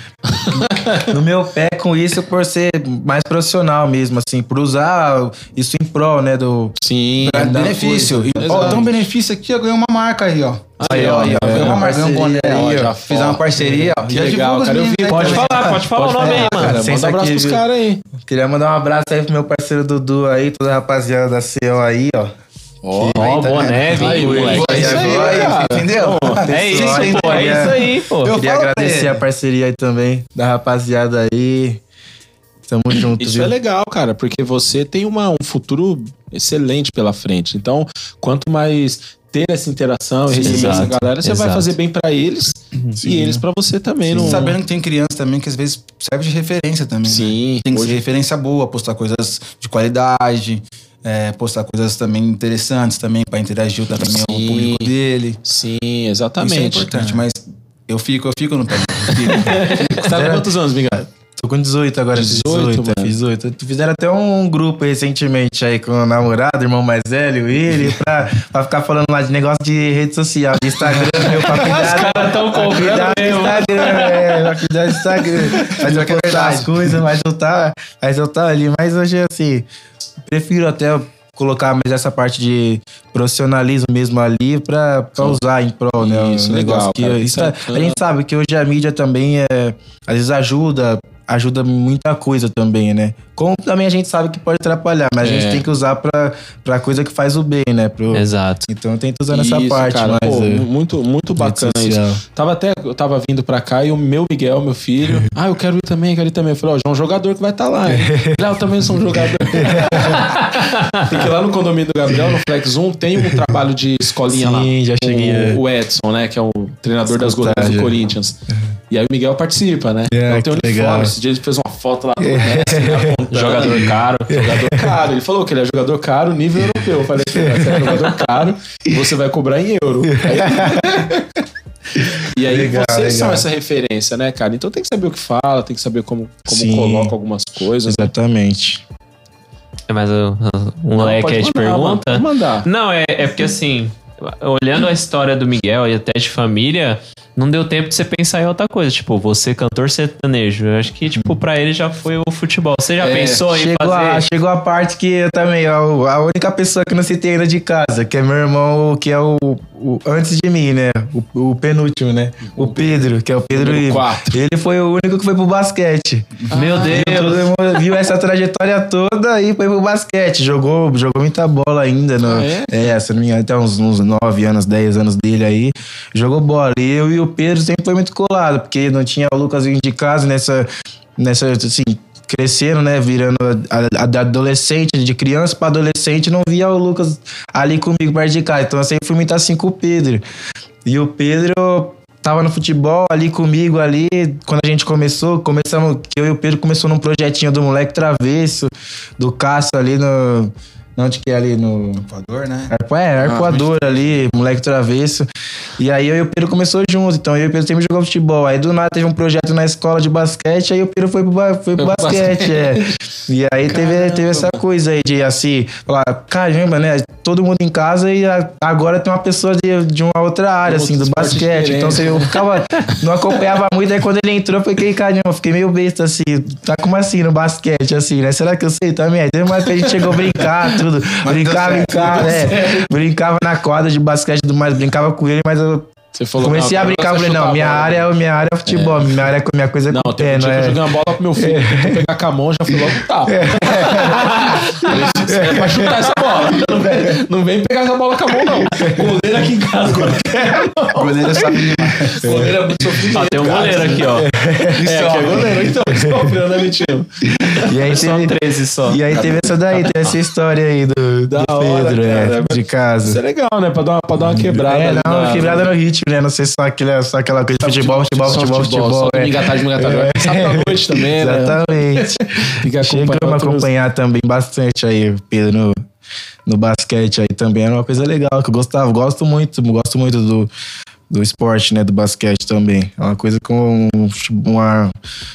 no meu pé com isso por ser mais profissional mesmo, assim, por usar isso em prol, né, do... sim. É da benefício. coisa. E, ó, Exato. tem um benefício aqui, eu ganhei uma marca aí, ó. Aí, ó, aí, ó. é, Ganhei uma uma marca, ganhei um boné parceria aí, aí, ó. já Fiz uma foda. parceria, ó. Que Já legal, divulga os cara. Eu vi- meninos aí Pode também. falar, pode falar o nome aí, mano. Cara, Sem manda um abraço saque, pros viu? caras aí. Queria mandar um abraço aí pro meu parceiro Dudu aí, toda a rapaziada da C O aí, ó. Ó, Ó, boné, Aí, vem, moleque. moleque. É isso aí, Agora, cara. Entendeu? É isso, Só pô, é queria- isso aí, pô. Eu Queria falo pra agradecer ele. a parceria aí também, da rapaziada aí. Tamo junto, Isso viu? é legal, cara, porque você tem uma, um futuro excelente pela frente. Então, quanto mais ter essa interação e Sim, receber essa exato, galera, você vai exato. fazer bem pra eles e eles pra você também. Não... Sabendo que tem criança também que às vezes serve de referência também. Né? Sim. Tem que Hoje- ser referência boa, postar coisas de qualidade, é, postar coisas também interessantes também pra interagir também com o Sim. público dele. Sim, Isso exatamente. é importante, mas eu fico, eu fico no pé. Eu fico. Você tá com quantos anos, Miguel? Tô com dezoito agora, fiz dezoito, dezoito, mano. é, fiz dezoito. Fizeram até um grupo recentemente aí com o namorado, irmão mais velho, ele, pra, pra ficar falando lá de negócio de rede social, de Instagram, meu, pra cuidar. Os caras tão pra cobrando cuidar do mesmo. Instagram, é, pra cuidar do Instagram. Mas eu quero postar as coisas, mas eu tá, mas eu tá ali. Mas hoje, assim, prefiro até colocar mais essa parte de profissionalismo mesmo ali pra, pra usar em prol, né? Isso, um legal, negócio que cara, isso isso é tá- a gente sabe que hoje a mídia também é, às vezes ajuda, ajuda muita coisa também, né? Como também a gente sabe que pode atrapalhar, mas a É. gente tem que usar pra, pra coisa que faz o bem, né? Pro, Exato. então eu tento usar nessa Isso, parte, cara, mas pô, é, muito, muito bacana rede isso. social. Tava até, eu tava vindo pra cá e o meu Miguel, meu filho, ah, eu quero ir também, quero ir também. Eu falei, ó, já é um jogador que vai estar lá. hein? Ele, ah, eu também sou um jogador. Porque lá no condomínio do Gabriel, no Flex um, tem um trabalho de escolinha lá. Sim, já cheguei, é. O, o Edson, né, que é o treinador das goleiras do Escutagem. Corinthians. E aí o Miguel participa, né? É, Então tem um que uniforme. legal. Esse dia ele fez uma foto lá do Messi, né, apontando. Jogador caro. Jogador caro. Ele falou que ele é jogador caro nível europeu. Eu falei assim, você é jogador caro e você vai cobrar em euro. Aí- E aí Legal, vocês são legal. essa referência, né, cara? Então tem que saber o que fala, tem que saber como, como Sim. coloca algumas coisas. né? Exatamente. Mas o um Não, moleque pode aí te mandar, mano, pergunta. pode mandar. Não, é, é porque assim, olhando a história do Miguel e até de família, não deu tempo de você pensar em outra coisa. Tipo, você cantor sertanejo. Eu acho que, tipo, pra ele já foi o futebol. Você já É, pensou em chegou fazer? A, chegou a parte que eu também, a, a única pessoa que não citei ainda de casa, que é meu irmão, que é o, o antes de mim, né? O, o penúltimo, né? O Pedro, que é o Pedro Número Ivo. quatro. Ele foi o único que foi pro basquete. Meu Deus. Todo mundo viu essa trajetória toda e foi pro basquete. Jogou, jogou muita bola ainda. No, Ah, é? é, se não me engano, até uns, uns nove anos, dez anos dele aí. Jogou bola. E eu e o Pedro sempre foi muito colado, porque não tinha o Lucas vindo de casa nessa, nessa assim, crescendo, né? Virando a, a, a adolescente, de criança pra adolescente, não via o Lucas ali comigo perto de casa. Então eu sempre fui muito assim com o Pedro. E o Pedro tava no futebol ali comigo ali, quando a gente começou, começamos, eu e o Pedro começou num projetinho do Moleque Travesso, do Cássio ali no... Onde que é ali no... Arpoador, né? Arpo, é, Arpoador ali, Moleque Travesso. E aí eu e o Pedro começou junto, então eu e o Pedro sempre jogou futebol. Aí do nada teve um projeto na escola de basquete, aí o Pedro foi pro, ba- foi pro Foi pro basquete, é. E aí teve, teve essa coisa aí de assim, falar, caramba, né? Todo mundo em casa e a- agora tem uma pessoa de, de uma outra área, Um assim, outro do esporte basquete. diferente. Então assim, eu ficava, não acompanhava muito, aí quando ele entrou, eu fiquei, caramba, eu fiquei meio besta, assim, tá como assim no basquete, assim, né? Será que eu sei também? Aí teve uma que a gente chegou a brincar, tudo, brincava em casa, é, brincava na quadra de basquete e tudo mais, brincava com ele, mas eu Você falou, comecei não, a brincar, você falei, chuta não, a minha bola. área, minha área é futebol, minha área, minha coisa é Não, com o tem pé, um dia não que eu é? joguei uma bola pro meu filho. Tentou pegar com a mão, já fui logo pro tapa. É pra chutar essa bola. Não vem, não vem pegar essa bola com a mão, não. Goleiro aqui em casa, goleiro. O goleiro sabe demais. Goleiro é muito sofrido. Ó, tem um goleiro aqui, ó. É, aqui é goleiro, então. Sofreu, né, mentira? E aí São teve, treze só. e aí teve essa daí, teve essa história aí do, Da do hora, Pedro, cara. é, de Isso casa. é legal, né? Pra dar uma, pra dar uma quebrada. É, ali não, na- quebrada no ritmo, né? Não sei só, aquele, só aquela coisa de futebol, futebol, só futebol, futebol. Só é. domingo à tarde, domingo à tarde. É. Sábado à noite também, né? Exatamente. Fica Chegamos a outros- acompanhar também bastante aí, Pedro, no, no basquete aí também. Era uma coisa legal, que eu gostava, gosto muito, gosto muito do, do esporte, né? Do basquete também. É uma coisa com uma...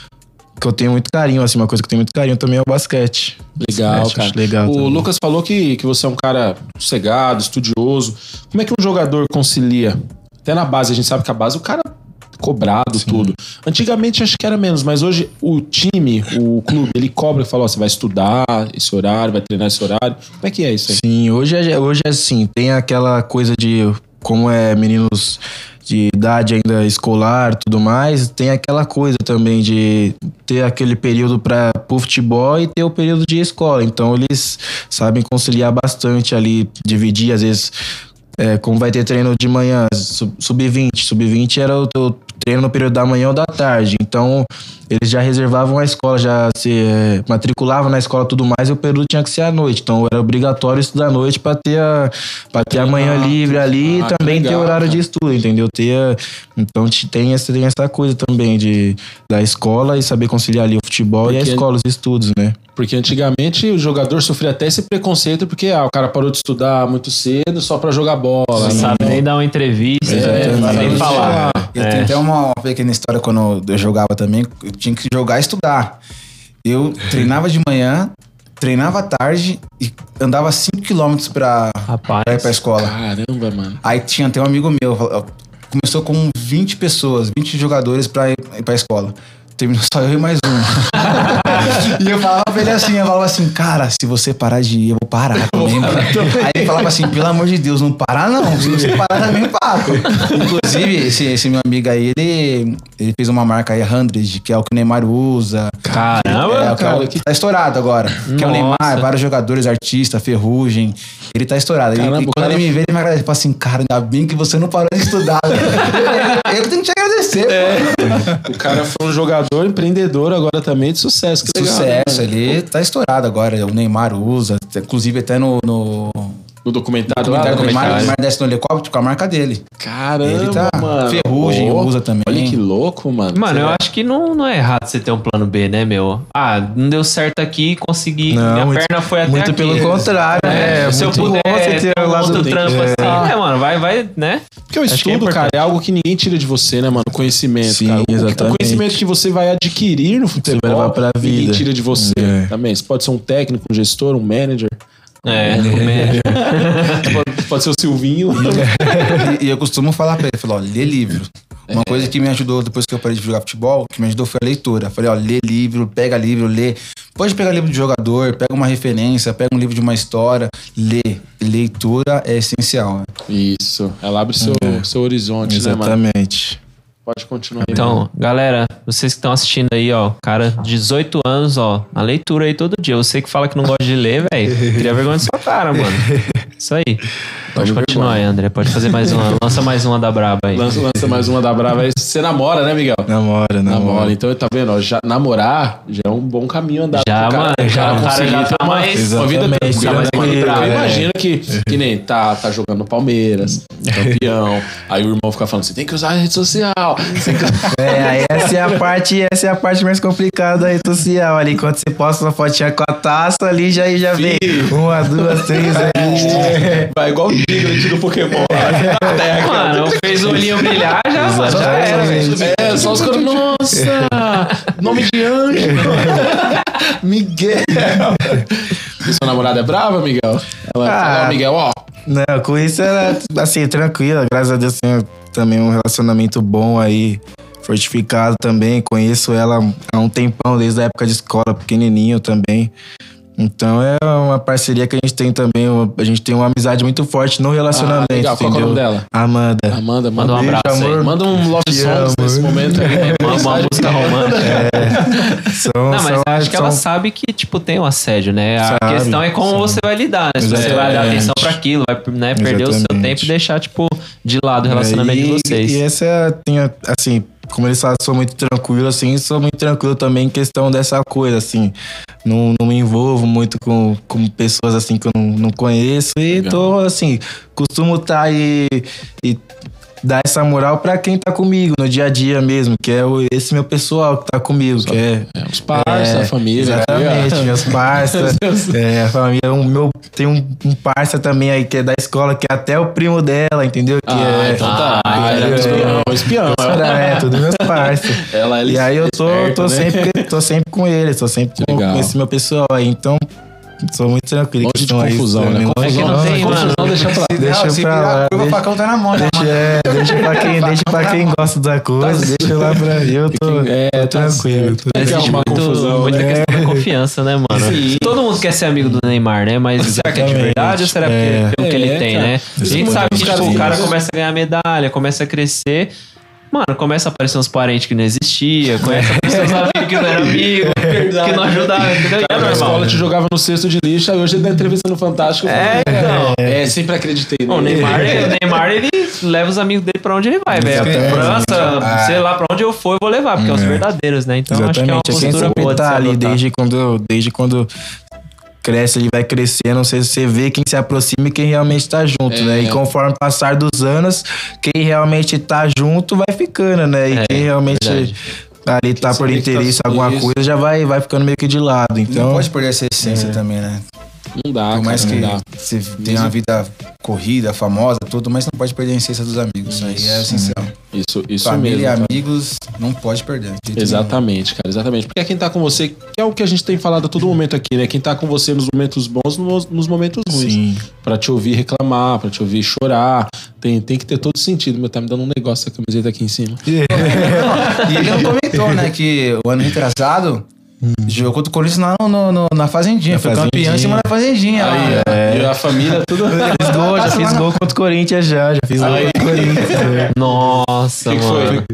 que eu tenho muito carinho, assim, uma coisa que eu tenho muito carinho também é o basquete. Legal, Basquete, cara. acho legal o também. Lucas falou que, que você é um cara sossegado, estudioso. Como é que um jogador concilia? Até na base, a gente sabe que a base, o cara é cobrado, tudo. Antigamente acho que era menos, mas hoje o time, o clube, ele cobra e fala, ó, você vai estudar esse horário, vai treinar esse horário. Como é que é isso aí? Sim, hoje é, hoje é assim, tem aquela coisa de como é meninos de idade ainda escolar tudo mais, tem aquela coisa também de ter aquele período para o futebol e ter o período de escola. Então eles sabem conciliar bastante ali, dividir às vezes. É, como vai ter treino de manhã, sub vinte. sub vinte era o teu treino no período da manhã ou da tarde. Então, eles já reservavam a escola, já se é, matriculavam na escola e tudo mais, e o período tinha que ser à noite. Então, era obrigatório estudar à noite para ter a, pra ter a manhã livre ali Ah, e também que ter legal, horário cara. de estudo, entendeu? Ter, a- então, te- tem essa, tem essa coisa também de, da escola e saber conciliar ali o futebol e a Porque- escola, os estudos, né? Porque antigamente o jogador sofria até esse preconceito porque ah, o cara parou de estudar muito cedo só pra jogar bola. Não né? sabe nem dar uma entrevista, É, não sabe nem exatamente. falar. Eu É. tenho até uma, uma pequena história quando eu jogava também. Eu tinha que jogar e estudar. Eu treinava de manhã, treinava à tarde e andava cinco quilômetros pra, Rapaz. pra ir pra escola. Caramba, mano. Aí tinha até um amigo meu, começou com vinte pessoas, vinte jogadores pra ir, ir pra escola. Terminou só eu e mais um. E eu falava pra ele assim, eu falava assim, cara, se você parar de ir, eu vou parar também. mano. Aí ele falava assim, pelo amor de Deus, não para não. Se você parar também, eu paro. Inclusive, esse, esse meu amigo aí, ele, ele fez uma marca aí, hundred, que é o que o Neymar usa. Caramba, É, o que é o cara, que tá estourado agora. Que é o Nossa. Neymar, vários jogadores, artistas, Ferrugem. Ele tá estourado. Ele- Caramba, e o quando cara- ele me vê, ele me agradece. Ele fala assim, cara, ainda bem que você não parou de estudar. eu, eu tenho que te agradecer, pô. O cara foi um jogador empreendedor agora também de sucesso. Que legal, né, Sucesso, mano? ele tá estourado agora. O Neymar usa, inclusive até no, no No documentário lá. documentário do né? Neymar, o Neymar desce no helicóptero com a marca dele. Caramba, Ele tá- mano. Ferrugem Pô, usa também. Olha que louco, mano. Mano, eu Será? acho que não, não é errado você ter um plano B, né, meu? Ah, não deu certo aqui, consegui. Não, minha muito- perna foi até Muito aqui. pelo contrário, É, é. se eu muito puder bom você ter ter o um lado outro do- trampo é. assim, né, mano? Vai, vai, né? Porque o Acho que é estudo, cara, importante. é algo que ninguém tira de você, né, mano? Conhecimento, Sim, cara. O- O exatamente. conhecimento que você vai adquirir no futebol, vai levar pra ninguém vida. tira de você É. também. Você pode ser um técnico, um gestor, um manager. É, no médio. pode, pode ser o Silvinho. E, e eu costumo falar pra ele, eu falo, ó, lê livro. Uma É. coisa que me ajudou depois que eu parei de jogar futebol, que me ajudou foi a leitura. Falei, ó, lê livro, pega livro, lê. Pode pegar livro de jogador, pega uma referência, pega um livro de uma história, lê. Leitura é essencial. Né? Isso. Ela abre seu, seu horizonte, né, mano? Exatamente. Pode continuar aí. Então, galera, vocês que estão assistindo aí, ó, cara, dezoito anos, ó, na leitura aí todo dia. Você que fala que não gosta de ler, velho, queria vergonha de sua cara, mano. Isso aí. Pode Tome continuar aí, vergonha. André. Pode fazer mais uma. Lança mais uma da Braba aí. Lança, lança mais uma da Brava. Aí você namora, né, Miguel? Namora, namora. Namora. Então, tá vendo? Ó, já, namorar já é um bom caminho andar. Já, pro mano, já, o cara já tá mais- uma vida Exatamente, tranquila. Mas, mano, tranquila, eu né? imagino que, que nem tá, tá jogando no Palmeiras, campeão. Aí o irmão fica falando, você tem que usar a rede social. Você tem que... É, aí essa é a parte, essa é a parte mais complicada da rede social ali. Quando você posta uma fotinha com a taça ali, já, já vem uma, duas, três aí. Vai igual o Diglett do Pokémon lá. Mano, fez o olhinho brilhar, já, já era, velho. É, só os caras, nossa, nome de anjo. Miguel. E sua namorada é brava, Miguel? Ela Ah. fala, ó, Miguel, ó. Não, com isso era, assim, tranquila. Graças a Deus tenho também um relacionamento bom aí, fortificado também. Conheço ela há um tempão, desde a época de escola, pequenininho também. Então é uma parceria que a gente tem também. A gente tem uma amizade muito forte no relacionamento, Ah, legal. Qual que é o entendeu? nome dela? Amanda. Amanda, Manda um manda, abraço beijo, aí. amor. manda um love Te songs amo. nesse momento aí. Uma, uma música romântica. São, Não, mas são, acho que são, ela sabe que, tipo, tem um assédio, né? A Sabe, questão é como sabe. você vai lidar, né? Se você vai dar Exatamente. atenção pra aquilo, vai, né, perder o seu Exatamente. tempo e deixar, tipo, de lado o relacionamento e, de vocês. E essa é, tem, assim, como eles falam, sou muito tranquilo, assim, sou muito tranquilo também em questão dessa coisa, assim. Não, não me envolvo muito com, com pessoas, assim, que eu não, não conheço. E Legal. tô, assim, costumo estar aí e dar essa moral pra quem tá comigo no dia a dia mesmo, que é o, esse meu pessoal que tá comigo, que é... É, os parça, a família. Exatamente, né? meus parceiros. É, a família. Um, meu, tem um, um parça também aí que é da escola, que é até o primo dela, entendeu? Que Ah, é. então tá. Ah, Ah, é. espião, espião. É, tudo meus parceiros. Ela, ela E aí eu tô, esperta, tô, né? sempre, tô sempre com eles, tô sempre com, Legal. com esse meu pessoal aí. Então, sou muito tranquilo. Longe de questão aí, confusão, né? também. É que não Longe tem, de mano. Confusão, deixa pra lá. Deixa se pra virar lá, a curva, o deixa- facão tá na mão, né? Deixa, é, deixa pra quem, deixa pra quem gosta da coisa, deixa lá pra eu tô, É, tô tá tranquilo. tô Tem que Existe arrumar muito, confusão, muita né? questão da confiança, né, mano? Sim. Todo mundo quer ser amigo do Neymar, né? Mas será que é de Exatamente. verdade ou será que É. é pelo que ele É, tem, cara. né? A gente Os sabe que, caras tipo, o cara vivem- começa a ganhar medalha, começa a crescer. Mano, começa a aparecer uns parentes que não existia, começa a aparecer uns amigos que não eram amigos, que não ajudavam, entendeu? E é Cara, na normal. escola te jogava no cesto de lixo, aí hoje ele dá entrevista no Fantástico. É, eu falei, então. É, sempre acreditei Bom, o nele. Neymar, o Neymar, ele leva os amigos dele pra onde ele vai, velho. Exatamente. França, Ah. sei lá, pra onde eu for, eu vou levar, porque é os É. verdadeiros, né? Então acho que é uma Exatamente, a gente postura sempre boa de se tá ali adotar. desde quando, desde quando cresce, ele vai crescendo, você, você vê quem se aproxima e quem realmente tá junto, É. né? E conforme passar dos anos, quem realmente tá junto vai ficando, né? E É, quem realmente verdade. ali tá Você por vê que tá- interesse em alguma isso. coisa já vai, vai ficando meio que de lado. Então, Não pode perder essa essência também, né? Não dá, Por mais cara, que não dá. você tenha uma vida corrida, famosa, tudo, mas não pode perder a essência dos amigos. Isso aí é essencial. Isso, isso Família mesmo. e cara. amigos não pode perder. de jeito Exatamente, cara, exatamente. Porque é quem tá com você, que é o que a gente tem falado a todo momento aqui, né? Quem tá com você nos momentos bons, nos, nos momentos ruins. sim. Pra te ouvir reclamar, pra te ouvir chorar. Tem, tem que ter todo sentido. Meu, tá me dando um negócio essa camiseta aqui em cima. nenhum. E ele não comentou, né, que o ano retrasado jogou contra o Corinthians lá no, no- no- na Fazendinha. Na Foi campeão em Fazendinha. cima da Fazendinha. lá. Aí, e a família, tudo. Fiz gol, já fiz gol contra o Corinthians já, já fiz gol Aí. contra o Corinthians. é. Nossa, Que que mano.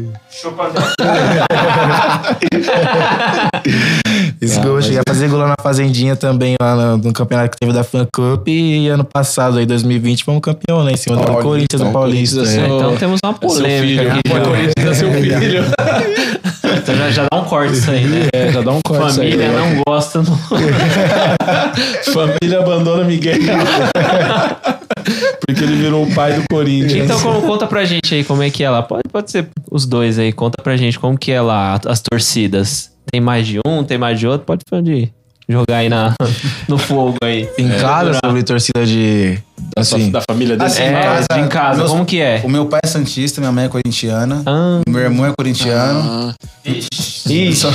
Fiz Ah, gol, mas cheguei a fazer gol lá na Fazendinha também, lá no, no campeonato que teve da Fan Cup. E ano passado, aí, dois mil e vinte, fomos campeão, né? Em cima do Paulista, Corinthians, do o Paulista. Corinthians é é. seu- Então temos uma É seu polêmica filho. aqui. Pô, já. Corinthians é seu filho. Então já, já dá um corte isso aí, né? É, já dá um corte isso aí, Família né? não gosta. Não... Família abandona Miguel. Porque ele virou o pai do Corinthians. Então como, conta pra gente aí como é que é lá. Pode, pode ser os dois aí. Conta pra gente como que é lá as torcidas. Tem mais de um, tem mais de outro. Pode, pode jogar aí na, no fogo aí. Em casa, sobre torcida de, Da, sua, Assim, da família dele? assim, É, casa, de em casa, meus- como que é? O meu pai é santista, minha mãe é corintiana. Ah, Meu irmão é corintiano. Ah, ixi. Só-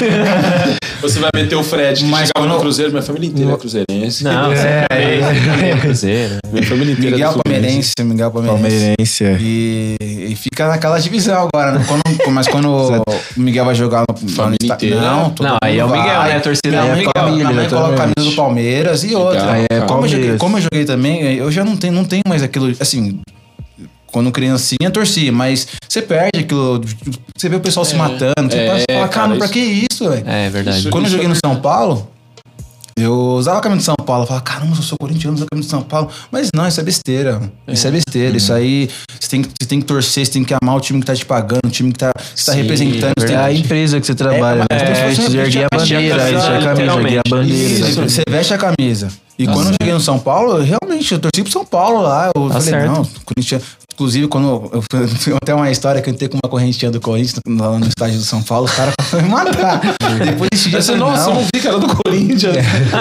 você vai meter o Fred, que Mas chegava no quando- Cruzeiro, minha família inteira é cruzeirense. Não, você É, é, é, Cruzeiro. Minha família inteira Miguel é do Fluminense. Palmeirense, Miguel Palmeirense. palmeirense, é. E, e fica naquela divisão agora, né? Quando- mas quando o Miguel vai jogar no Família no- inteira. Não, todo Não, aí é o mundo Miguel, vai. né? A torcida Não, é o Miguel, família, minha mãe coloca a exatamente. camisa do Palmeiras e outra. Legal, Aí é cara. como, eu joguei, Palmeiras. como eu joguei também, eu já não tenho, não tenho mais aquilo, assim... Quando criancinha, torcia, mas você perde aquilo. Você vê o pessoal se matando. Você é, fala, cara, cara, pra isso- que isso, velho? É verdade. Isso- Quando eu joguei no São Paulo, eu usava a camisa de São Paulo. Eu falava, caramba, eu sou corintiano, uso a camisa de São Paulo. Mas não, isso é besteira. Isso é besteira. Isso aí, você tem, que- você tem que torcer, você tem que amar o time que tá te pagando, o time que tá, que tá Sim, representando. é você tem É a que- empresa que você trabalha, É, né? é, Você é, precisa erguer a vestir a bandeira, camisa, vestir a camisa, erguer a literalmente. bandeira. Isso, exatamente. você veste a camisa. E quando eu cheguei no São Paulo, eu realmente, eu torci pro São Paulo lá. Eu Tá falei, certo. não, Corinthians. Inclusive, quando eu eu- tem até uma história que eu entrei com uma correntinha do Corinthians lá no estádio do São Paulo, os caras foram me matar. Depois desse dia, eu Você, falei, nossa, eu não. não vi, cara, do Corinthians.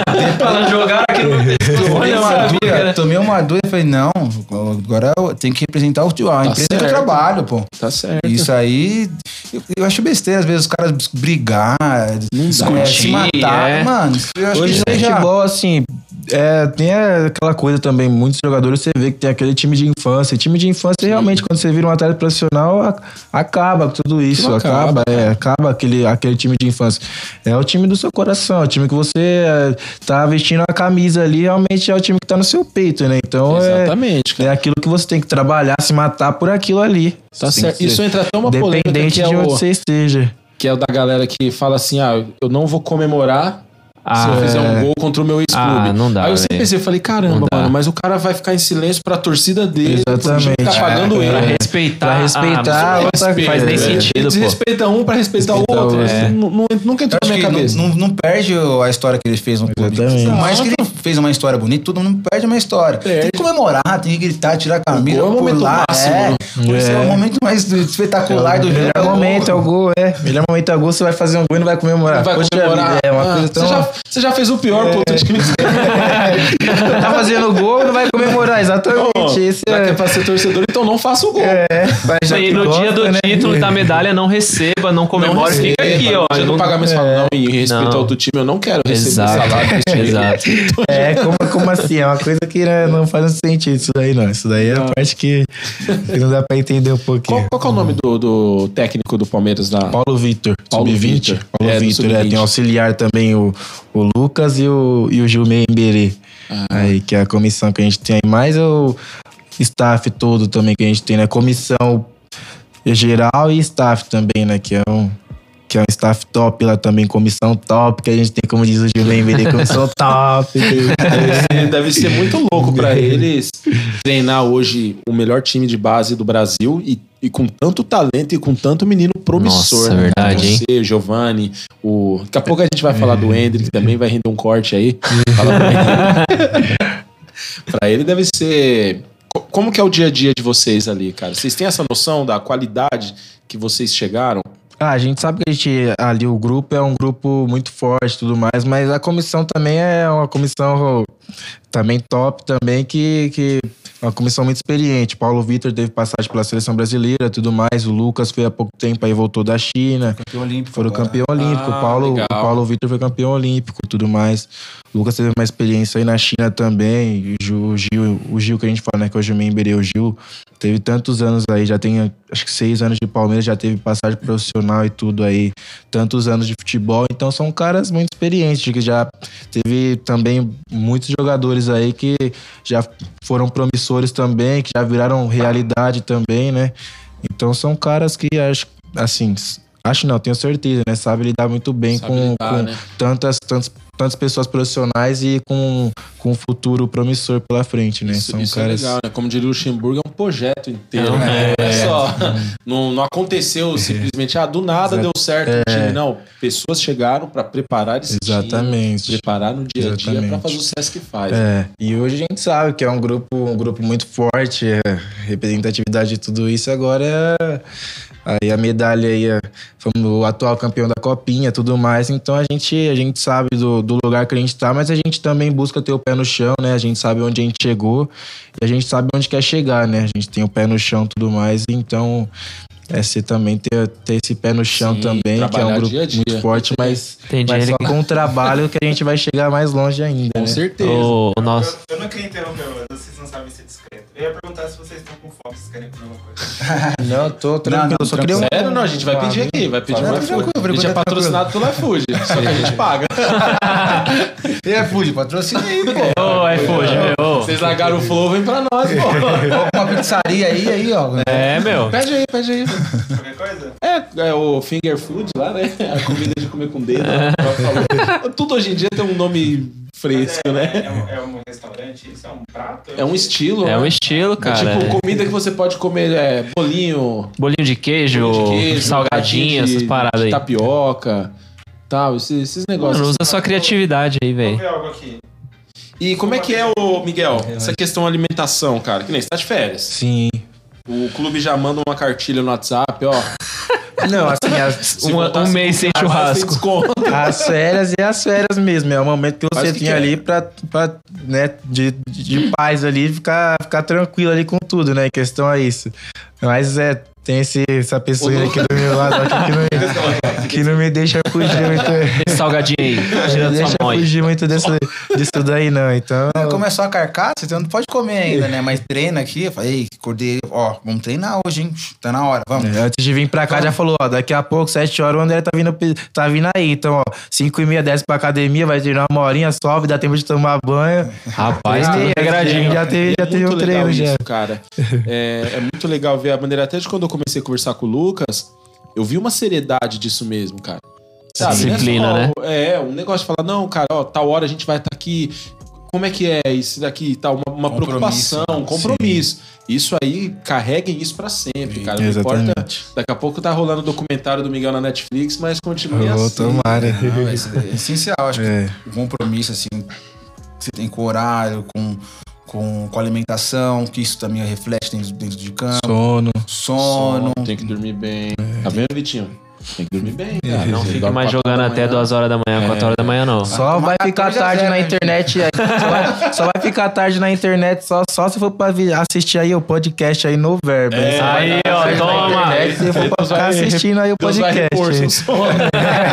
Ela jogar aqui no Tomei Olha, uma sabia, dura, né? tomei uma dura e falei, não, agora eu tenho que representar o futebol, a Tá empresa que eu certo. trabalho, pô. Tá certo. Isso aí, eu, eu acho besteira, às vezes os caras brigar, é, se Discutir, matar, é. mano. Eu acho Hoje que no isso aí já... futebol, assim, é, tem aquela coisa também, muitos jogadores você vê que tem aquele time de infância. E time de infância, realmente, quando você vira um atleta profissional, a- acaba tudo isso. Aquilo Acaba, acaba, é, acaba aquele, aquele time de infância. É o time do seu coração, é o time que você é, tá vestindo a camisa ali, realmente é o time que tá no seu peito, né? Então é, Exatamente, cara. é aquilo que você tem que trabalhar, se matar por aquilo ali. Tá Você tem certo. que Isso ser entra até uma polêmica Independente que é, de onde o, você esteja. que é o da galera que fala assim, ah, eu não vou comemorar se Ah, eu fizer um gol contra o meu ex-clube. Ah, não dá, Aí eu sempre velho. pensei, eu falei, Não caramba, dá. mano, mas o cara vai ficar em silêncio pra torcida dele, pro time que tá Exatamente. pagando É, ele. Pra é. respeitar. Pra respeitar ah, outra não faz nem coisa, é. sentido, pô. Desrespeita um pra respeitar o Respeitar o outro. outro. Isso É. não- não- nunca entrou na Acho minha que cabeça. não, não, não perde a história que ele fez no clube. Exatamente. Por mais que ele fez uma história bonita, todo mundo perde uma história. Perde. Tem que comemorar, tem que gritar, tirar a camisa, gol é o momento pular. máximo, É, né? por isso é É. o momento mais espetacular do jogo. Melhor momento é o gol, é. Melhor momento é o gol, você vai fazer um gol e não vai comemorar. Não vai Poxa comemorar. vida, é uma Ah, coisa você, tão... já, você já fez o pior pro outro time. Tá fazendo gol e não vai comemorar, exatamente. Não, Esse já que é é... pra ser torcedor, então não faça o gol. É, mas já E que no gosta, dia do né? título da medalha, não receba, não comemore, Não fica receba, aqui, ó. no dia Eu do não- pagamento, você fala, não, em respeito Não. ao outro time, eu não quero receber Exato. salário desse time. Exato. É, como, como assim? É uma coisa que né, não faz sentido isso daí, não. Isso daí é a parte que, que não dá pra entender um pouquinho. Qual, qual que é o nome do, do técnico do Palmeiras lá? Paulo Vitor, Paulo sub vinte. Vitor. Paulo É, do Vitor, sub é, vinte. tem auxiliar também o, o Lucas e o, e o Gil Memberê. Aí, que é a comissão que a gente tem aí, mais o staff todo também que a gente tem, né? Comissão geral e staff também, né? Que é um, que é um staff top lá também, comissão top, que a gente tem, como diz o Gil Memberê, comissão top. Deve ser, deve ser muito louco pra eles treinar hoje o melhor time de base do Brasil e, e com tanto talento e com tanto menino promissor. Nossa, né? verdade, hein? Você, Giovanni, o... daqui a pouco a gente vai falar do Hendrick, que também vai render um corte aí. Fala pra ele. Pra ele deve ser... Co- Como que é o dia a dia de vocês ali, cara? Vocês têm essa noção da qualidade que vocês chegaram? Ah, a gente sabe que a gente, ali o grupo é um grupo muito forte e tudo mais, mas a comissão também é uma comissão também top também, que, que é uma comissão muito experiente. Paulo Vitor teve passagem pela seleção brasileira e tudo mais, o Lucas foi há pouco tempo aí, voltou da China. Campeão olímpico. Foram agora. campeão olímpico. Ah, o Paulo, legal. o Paulo Vitor foi campeão olímpico e tudo mais. O Lucas teve uma experiência aí na China também. O Gil, o Gil, o Gil que a gente fala, né? Que é o Gil Memberê, o Gil teve tantos anos aí, já tem acho que seis anos de Palmeiras, já teve passagem profissional e tudo aí. Tantos anos de futebol. Então são caras muito experientes, que já teve também muitos jogadores aí que já foram promissores também, que já viraram realidade também, né? Então são caras que acho, assim, acho não, tenho certeza, né? Sabe lidar muito bem Sabe com, lidar, com né? tantas, tantas, tantas pessoas profissionais e com, com um futuro promissor pela frente, né? Isso, são isso caras... é legal, né? Como diria o Luxemburgo, é um projeto inteiro. Não, né? é. Não é só. Não, não aconteceu simplesmente, ah, do nada deu certo o time. Não, pessoas chegaram para preparar esse time, Exatamente. preparar no dia a dia para Exatamente. fazer o sucesso que faz. É, e hoje a gente sabe que é um grupo, um grupo muito forte, é, representatividade de tudo isso agora é, Aí a medalha aí, é, fomos o atual campeão da Copinha, tudo mais. Então a gente, a gente sabe do, do lugar que a gente tá, mas a gente também busca ter o pé no chão, né? A gente sabe onde a gente chegou e a gente sabe onde quer chegar, né? A gente tem o pé no chão e tudo mais, então... É você também ter, ter esse pé no chão. Sim, também, que é um grupo dia a dia. Muito forte, mas, mas só com o trabalho que a gente vai chegar mais longe ainda. Com né? certeza. O, o nosso... eu, eu não queria interromper, mas vocês não sabem ser discreto. Eu ia perguntar se vocês estão com fome, se querem comer alguma coisa. Não, eu tô tranquilo. Não, não, só queria um... Sério? Não, a gente vai pedir aqui. Vai pedir um iFood. A gente é patrocinado pelo iFood. Só que a gente paga. E iFood, patrocina aí, pô. Ô, iFood, meu. Vocês largaram o flow, vem pra nós, pô. Uma pizzaria aí, aí, ó. É, meu. Pede aí, pede aí. Qualquer coisa? É, é o finger food lá, né? A comida de comer com dedo. Né? Falou. Tudo hoje em dia tem um nome fresco, é, né? É um, é um restaurante? Isso é um prato? É um estilo. É um né? estilo, cara. É tipo comida que você pode comer, é, bolinho, bolinho de queijo, bolinho de queijo salgadinho, de, essas paradas de aí. Tapioca, tal, esses, esses negócios. Mano, usa sua criatividade aí, Vamos velho. ver algo aqui. E como é que é, o Miguel, essa questão de alimentação, cara? Que nem você tá de férias. Sim. O clube já manda uma cartilha no WhatsApp, ó. Não, assim, as, Um, um mês sem churrasco. as férias e as férias mesmo. É o momento que você Faz o que tem quer. ali pra, pra né, de, de paz ali, ficar, ficar tranquilo ali com tudo, né? Em questão a isso. Mas é, tem esse, essa pessoa aqui do meu lado aqui que, não, que não me deixa fugir muito. Esse salgadinho aí, Não tirando me sua deixa mão aí. fugir muito desse, disso daí, não. Então. Como é só a carcaça, então não pode comer ainda, né? Mas treina aqui, eu falei, ei, cordeiro, ó, vamos treinar hoje, hein? Tá na hora, vamos. É, antes de vir pra cá, já falou, ó, daqui a pouco, sete horas, o André tá vindo, tá vindo aí. Então, ó, cinco e meia desce pra academia, vai treinar uma horinha, sobe, dá tempo de tomar banho. Rapaz, Ah, tudo regradinho. Já teve, já É teve muito um treino, legal já. isso, cara. É, é muito legal ver a bandeira. Até de quando eu comecei a conversar com o Lucas, eu vi uma seriedade disso mesmo, cara. Sabe? Disciplina, Não é né? só, É, um negócio de falar, não, cara, ó, tal hora a gente vai estar aqui. Como é que é isso daqui e tal? Uma, uma Compromisso. preocupação, um compromisso. Isso aí, carreguem isso pra sempre, cara. Não importa. Exatamente. Daqui a pouco tá rolando o documentário do Miguel na Netflix, mas continue Oh, assim. tomara. Não, é, é essencial, acho É. que o compromisso, assim, que você tem com o horário, com, com, com a alimentação, que isso também reflete dentro, dentro de campo, Sono. sono. Tem que dormir bem. Tá vendo, Vitinho? Tem que dormir bem, cara. Não Você fica dorme mais quatro jogando horas da até manhã. duas horas da manhã, quatro horas da manhã, não. Só tomar vai ficar catorze a tarde zero, na né, internet aí. Só vai, só vai ficar tarde na internet só, só se for pra vi- assistir aí o podcast aí no Verbo. É, Você vai aí, ficar ó, tarde na toma. internet Se for pra Deus ficar vai- assistindo aí o Deus vai repor seu podcast. sono.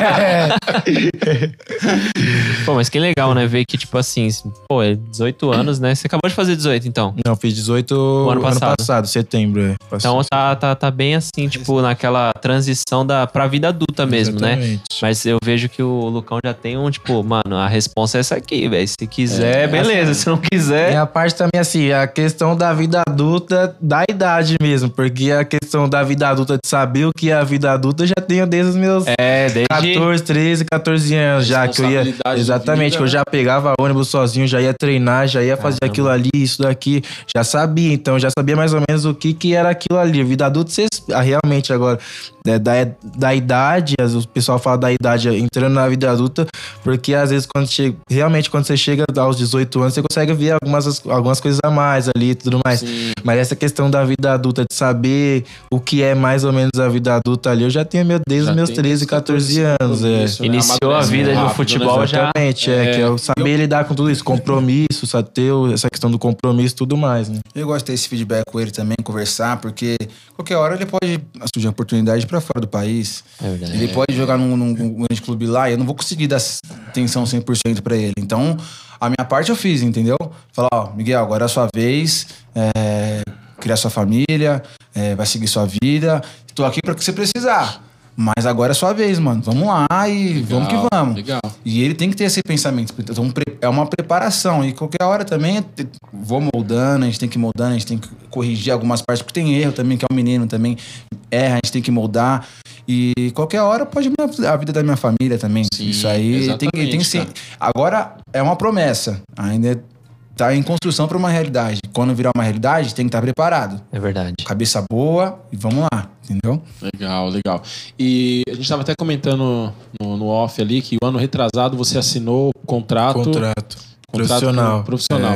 Pô, mas que legal, né? Ver que, tipo assim, pô, é dezoito anos, né? Você acabou de fazer dezoito, então. Não, fiz dezoito O ano ano passado. passado, setembro. É. Então tá, tá, tá bem assim, tipo, naquela transição da, pra vida adulta mesmo, né? Exatamente. Mas eu vejo que o Lucão já tem um, tipo, mano, a responsa é essa aqui, velho. Se quiser, É, beleza. assim, Se não quiser. E a parte também, assim, a questão da vida adulta, da idade mesmo. Porque a questão da vida adulta, de saber o que é a vida adulta, eu já tenho desde os meus É, desde. catorze, treze, catorze anos já. Que eu ia, Responsabilidade de exatamente, vida, que eu né? já pegava ônibus sozinho, já ia treinar, já ia fazer Caramba. aquilo ali, isso daqui. Já sabia, então, já sabia mais ou menos o que, que era aquilo ali. Vida adulta, você, ah, realmente agora, é, da, da idade, as- o pessoal fala da idade entrando na vida adulta, porque às vezes quando chega, realmente quando você chega aos dezoito anos, você consegue ver algumas, algumas coisas a mais ali e tudo mais. Sim. Mas essa questão da vida adulta, de saber o que é mais ou menos a vida adulta ali, eu já tenho meu, desde Já os meus tem treze, catorze anos. É. compromisso, né? Iniciou a Amadurece vida muito no rápido, futebol né? já. Exatamente, é, É, que eu saber lidar com tudo isso, compromisso, sabe, ter o- essa questão do compromisso e tudo mais, né? Eu gosto de ter esse feedback com ele também, conversar, porque qualquer hora ele pode surgir uma oportunidade pra fora do país. É verdade. Ele pode jogar num, num grande clube lá e eu não vou conseguir dar atenção cem por cento pra ele. Então, a minha parte eu fiz, entendeu? Falar, ó, Miguel, agora é a sua vez, é, criar sua família, é, vai seguir sua vida. Tô aqui pra que você precisar. Mas agora é sua vez, mano. Vamos lá e Legal, vamos que vamos. legal. E ele tem que ter esse pensamento. Então, pre- é uma preparação. E qualquer hora também te- vou moldando, a gente tem que ir moldando, a gente tem que corrigir algumas partes, porque tem erro também, que é um menino também. Erra, a gente tem que moldar. E qualquer hora pode mudar a vida da minha família também. Sim, Isso aí tem, que- tem que ser. exatamente, Agora é uma promessa. Ainda tá em construção para uma realidade. Quando virar uma realidade, tem que estar preparado. É verdade. Cabeça boa e vamos lá, entendeu? Legal, legal. E a gente estava até comentando no, no off ali que o ano retrasado você assinou o contrato, Contrato. contrato Profissional. com- profissional. É.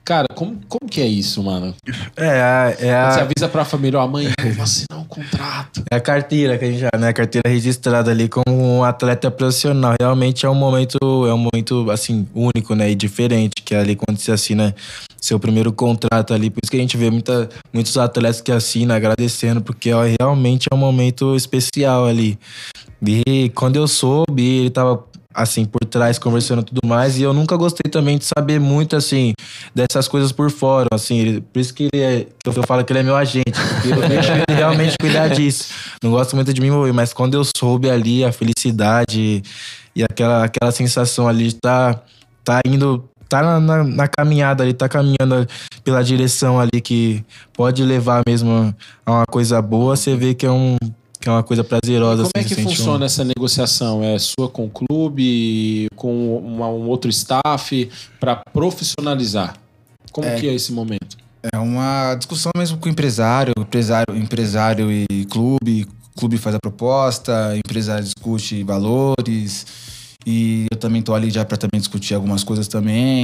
Cara, como, como que é isso, mano? É, a- é a... Você avisa pra família, ó, amanhã eu vou assinar um contrato. É a carteira que a gente já, né? A carteira registrada ali como um atleta profissional. Realmente é um momento, é um momento, assim, único, né? E diferente, que é ali quando você assina seu primeiro contrato ali. Por isso que a gente vê muita, muitos atletas que assinam agradecendo, porque ó, realmente é um momento especial ali. E quando eu soube, ele tava assim, por trás, conversando e tudo mais, e eu nunca gostei também de saber muito, assim, dessas coisas por fora, assim, ele, por isso que ele é, que eu falo que ele é meu agente, porque eu deixo ele realmente cuidar disso. Não gosto muito de me envolver, mas quando eu soube ali a felicidade e aquela, aquela sensação ali de tá, tá indo, tá na, na, na caminhada ali, tá caminhando pela direção ali que pode levar mesmo a uma coisa boa, você vê que é um que é uma coisa prazerosa. Como assim, é que você sente funciona um... essa negociação? É sua com o clube, com uma- um outro staff, para profissionalizar? Como É. que é esse momento? É uma discussão mesmo com o empresário, empresário, empresário e clube. O clube faz a proposta, o empresário discute valores. E eu também tô ali já para também discutir algumas coisas também.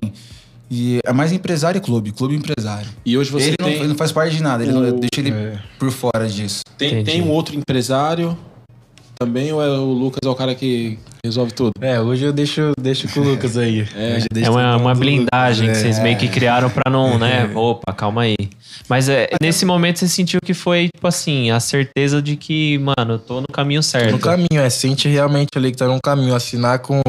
E é mais empresário e clube, clube e empresário. E hoje você Ele não, tem, ele não faz parte de nada, ele não, o- deixa ele é. por fora disso. tem, Entendi. tem um outro empresário também, ou é o Lucas é o cara que resolve tudo? É, hoje eu deixo, deixo com o Lucas aí. É. Hoje eu É deixo uma, tudo uma com o blindagem Lucas, que vocês é. meio que criaram pra não, né? Opa, calma aí. Mas é, nesse momento você sentiu que foi, tipo assim, a certeza de que, mano, eu tô no caminho certo. No caminho, é, sente realmente ali que tá no caminho. Assinar com.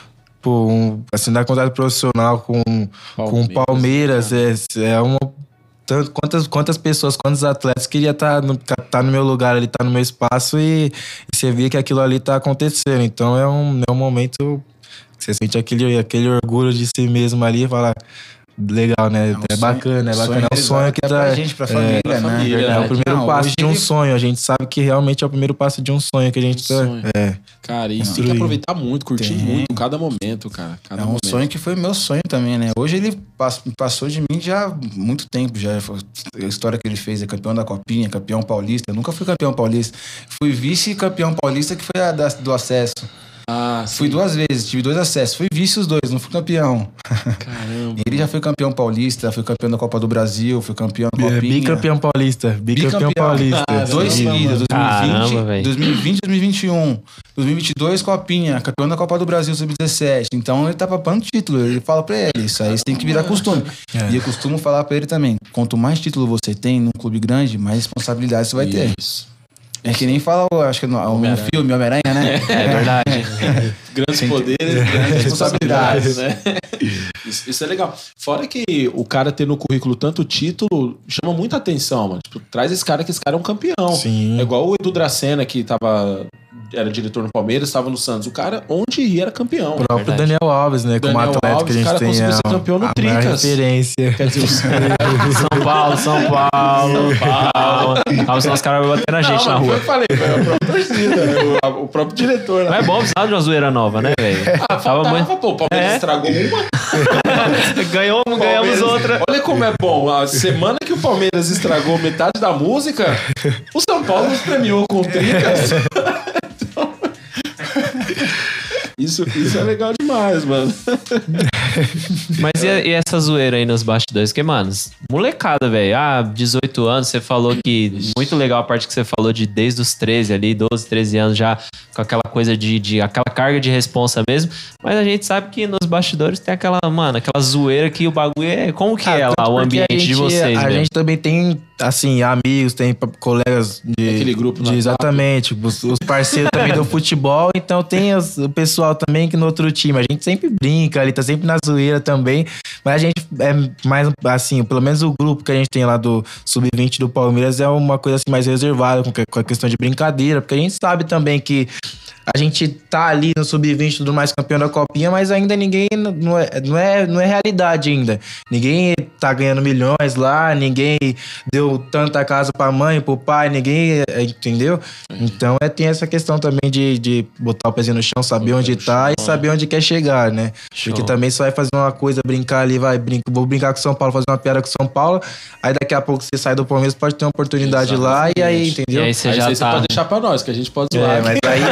Pô, um, assinar contrato profissional com com o Palmeiras é, é uma. Tanto, quantas, quantas pessoas, quantos atletas queria estar no, tá no meu lugar ali, tá no meu espaço e, e você via que aquilo ali tá acontecendo. Então é um, é um momento que você sente aquele, aquele orgulho de si mesmo ali e fala. Legal, né? É um É, sonho- bacana, é bacana. É um sonho que até tá. pra gente, pra família, pra né? família, É, né? o primeiro Não, passo hoje de um ele- sonho. A gente sabe que realmente é o primeiro passo de um sonho que a gente Um tá. sonho. É. Cara, isso tem que Construir. aproveitar muito, curtir Tem. muito cada momento, cara. Cada É um momento. sonho que foi meu sonho também, né? Hoje ele pass- passou de mim já há muito tempo. Já a história que ele fez é campeão da Copinha, campeão paulista. Eu nunca fui campeão paulista. Fui vice-campeão paulista, que foi a da- do acesso. Ah, Fui sim. duas vezes, tive dois acessos. Fui vice os dois, não fui campeão. Caramba. E ele já foi campeão paulista, foi campeão da Copa do Brasil, foi campeão da Copinha. Bicampeão paulista. Bicampeão Bicampeão. paulista. Ah, Dois Sim. seguidos, Caramba, véi. dois mil e vinte, dois mil e vinte e um. dois mil e vinte e dois, Copinha, campeão da Copa do Brasil, sub dezessete. Então ele tá papando título. Ele fala pra ele, isso aí você tem que virar costume. É. E eu costumo falar pra ele também, quanto mais título você tem num clube grande, mais responsabilidade você vai ter. Isso. É que nem fala, eu acho que no, no Homem-Aranha. filme Homem-Aranha, né? É verdade. Grandes Sim. poderes, grandes responsabilidades, né? Isso, isso é legal. Fora que o cara ter no currículo tanto título chama muita atenção, mano. Tipo, traz esse cara que esse cara é um campeão. Sim. É igual o Edu Dracena, que tava, era diretor no Palmeiras, estava no Santos. O cara, onde ia, era campeão. O próprio Verdade. Daniel Alves, né? Como Daniel atleta Alves, que a o gente cara tem. conseguiu é ser campeão no a maior Tricas. referência. Quer dizer, os São Paulo, São Paulo, São Paulo. Ah, senão os caras vão bater na gente não, na mano, foi o rua. que eu falei, foi a própria torcida, o, o próprio diretor. Mas Né? é bom precisar de uma zoeira nova, né, velho? Ah, Tava faltava, muito- pô, o Palmeiras É. estragou uma. Ganhou uma, ganhamos Palmeiras- outra. Olha como é bom. A semana que o Palmeiras estragou metade da música, o São Paulo nos premiou com tricas. Então, Isso, isso é legal demais, mano. Mas e, e essa zoeira aí nos bastidores? Que, mano, molecada, velho. Ah, dezoito anos, você falou que... Muito legal a parte que você falou de desde os treze ali, doze, treze anos já, com aquela coisa de... de aquela carga de responsa mesmo. Mas a gente sabe que nos bastidores tem aquela, mano, aquela zoeira que o bagulho é... Como que Ah, é lá tanto o porque ambiente a gente, de vocês, A mesmo? gente também tem, assim, amigos, tem pa- colegas de... Aquele grupo no de, WhatsApp. Exatamente. Os, os parceiros também do futebol. Então tem os- o pessoal também que no outro time. A gente sempre brinca ali, tá sempre na zoeira também. Mas a gente é mais, assim, pelo menos o grupo que a gente tem lá do sub vinte do Palmeiras é uma coisa assim mais reservada com que- com a questão de brincadeira. Porque a gente sabe também que a gente tá ali no sub vinte e tudo mais, campeão da Copinha, mas ainda ninguém, não é, não é, não é realidade ainda. Ninguém tá ganhando milhões lá, ninguém deu tanta casa pra mãe, pro pai, ninguém, é, entendeu? Então é, tem essa questão também de, de botar o pezinho no chão, saber Botar onde no tá chão, e saber onde quer chegar, né? Show. Porque também você vai fazer uma coisa, brincar ali, vai, brinca, vou brincar com São Paulo, fazer uma piada com São Paulo, aí daqui a pouco você sai do Palmeiras, pode ter uma oportunidade lá e aí, Exatamente. entendeu? E aí você Aí já você tá... pode deixar pra nós, que a gente pode zoar. É, mas aí é,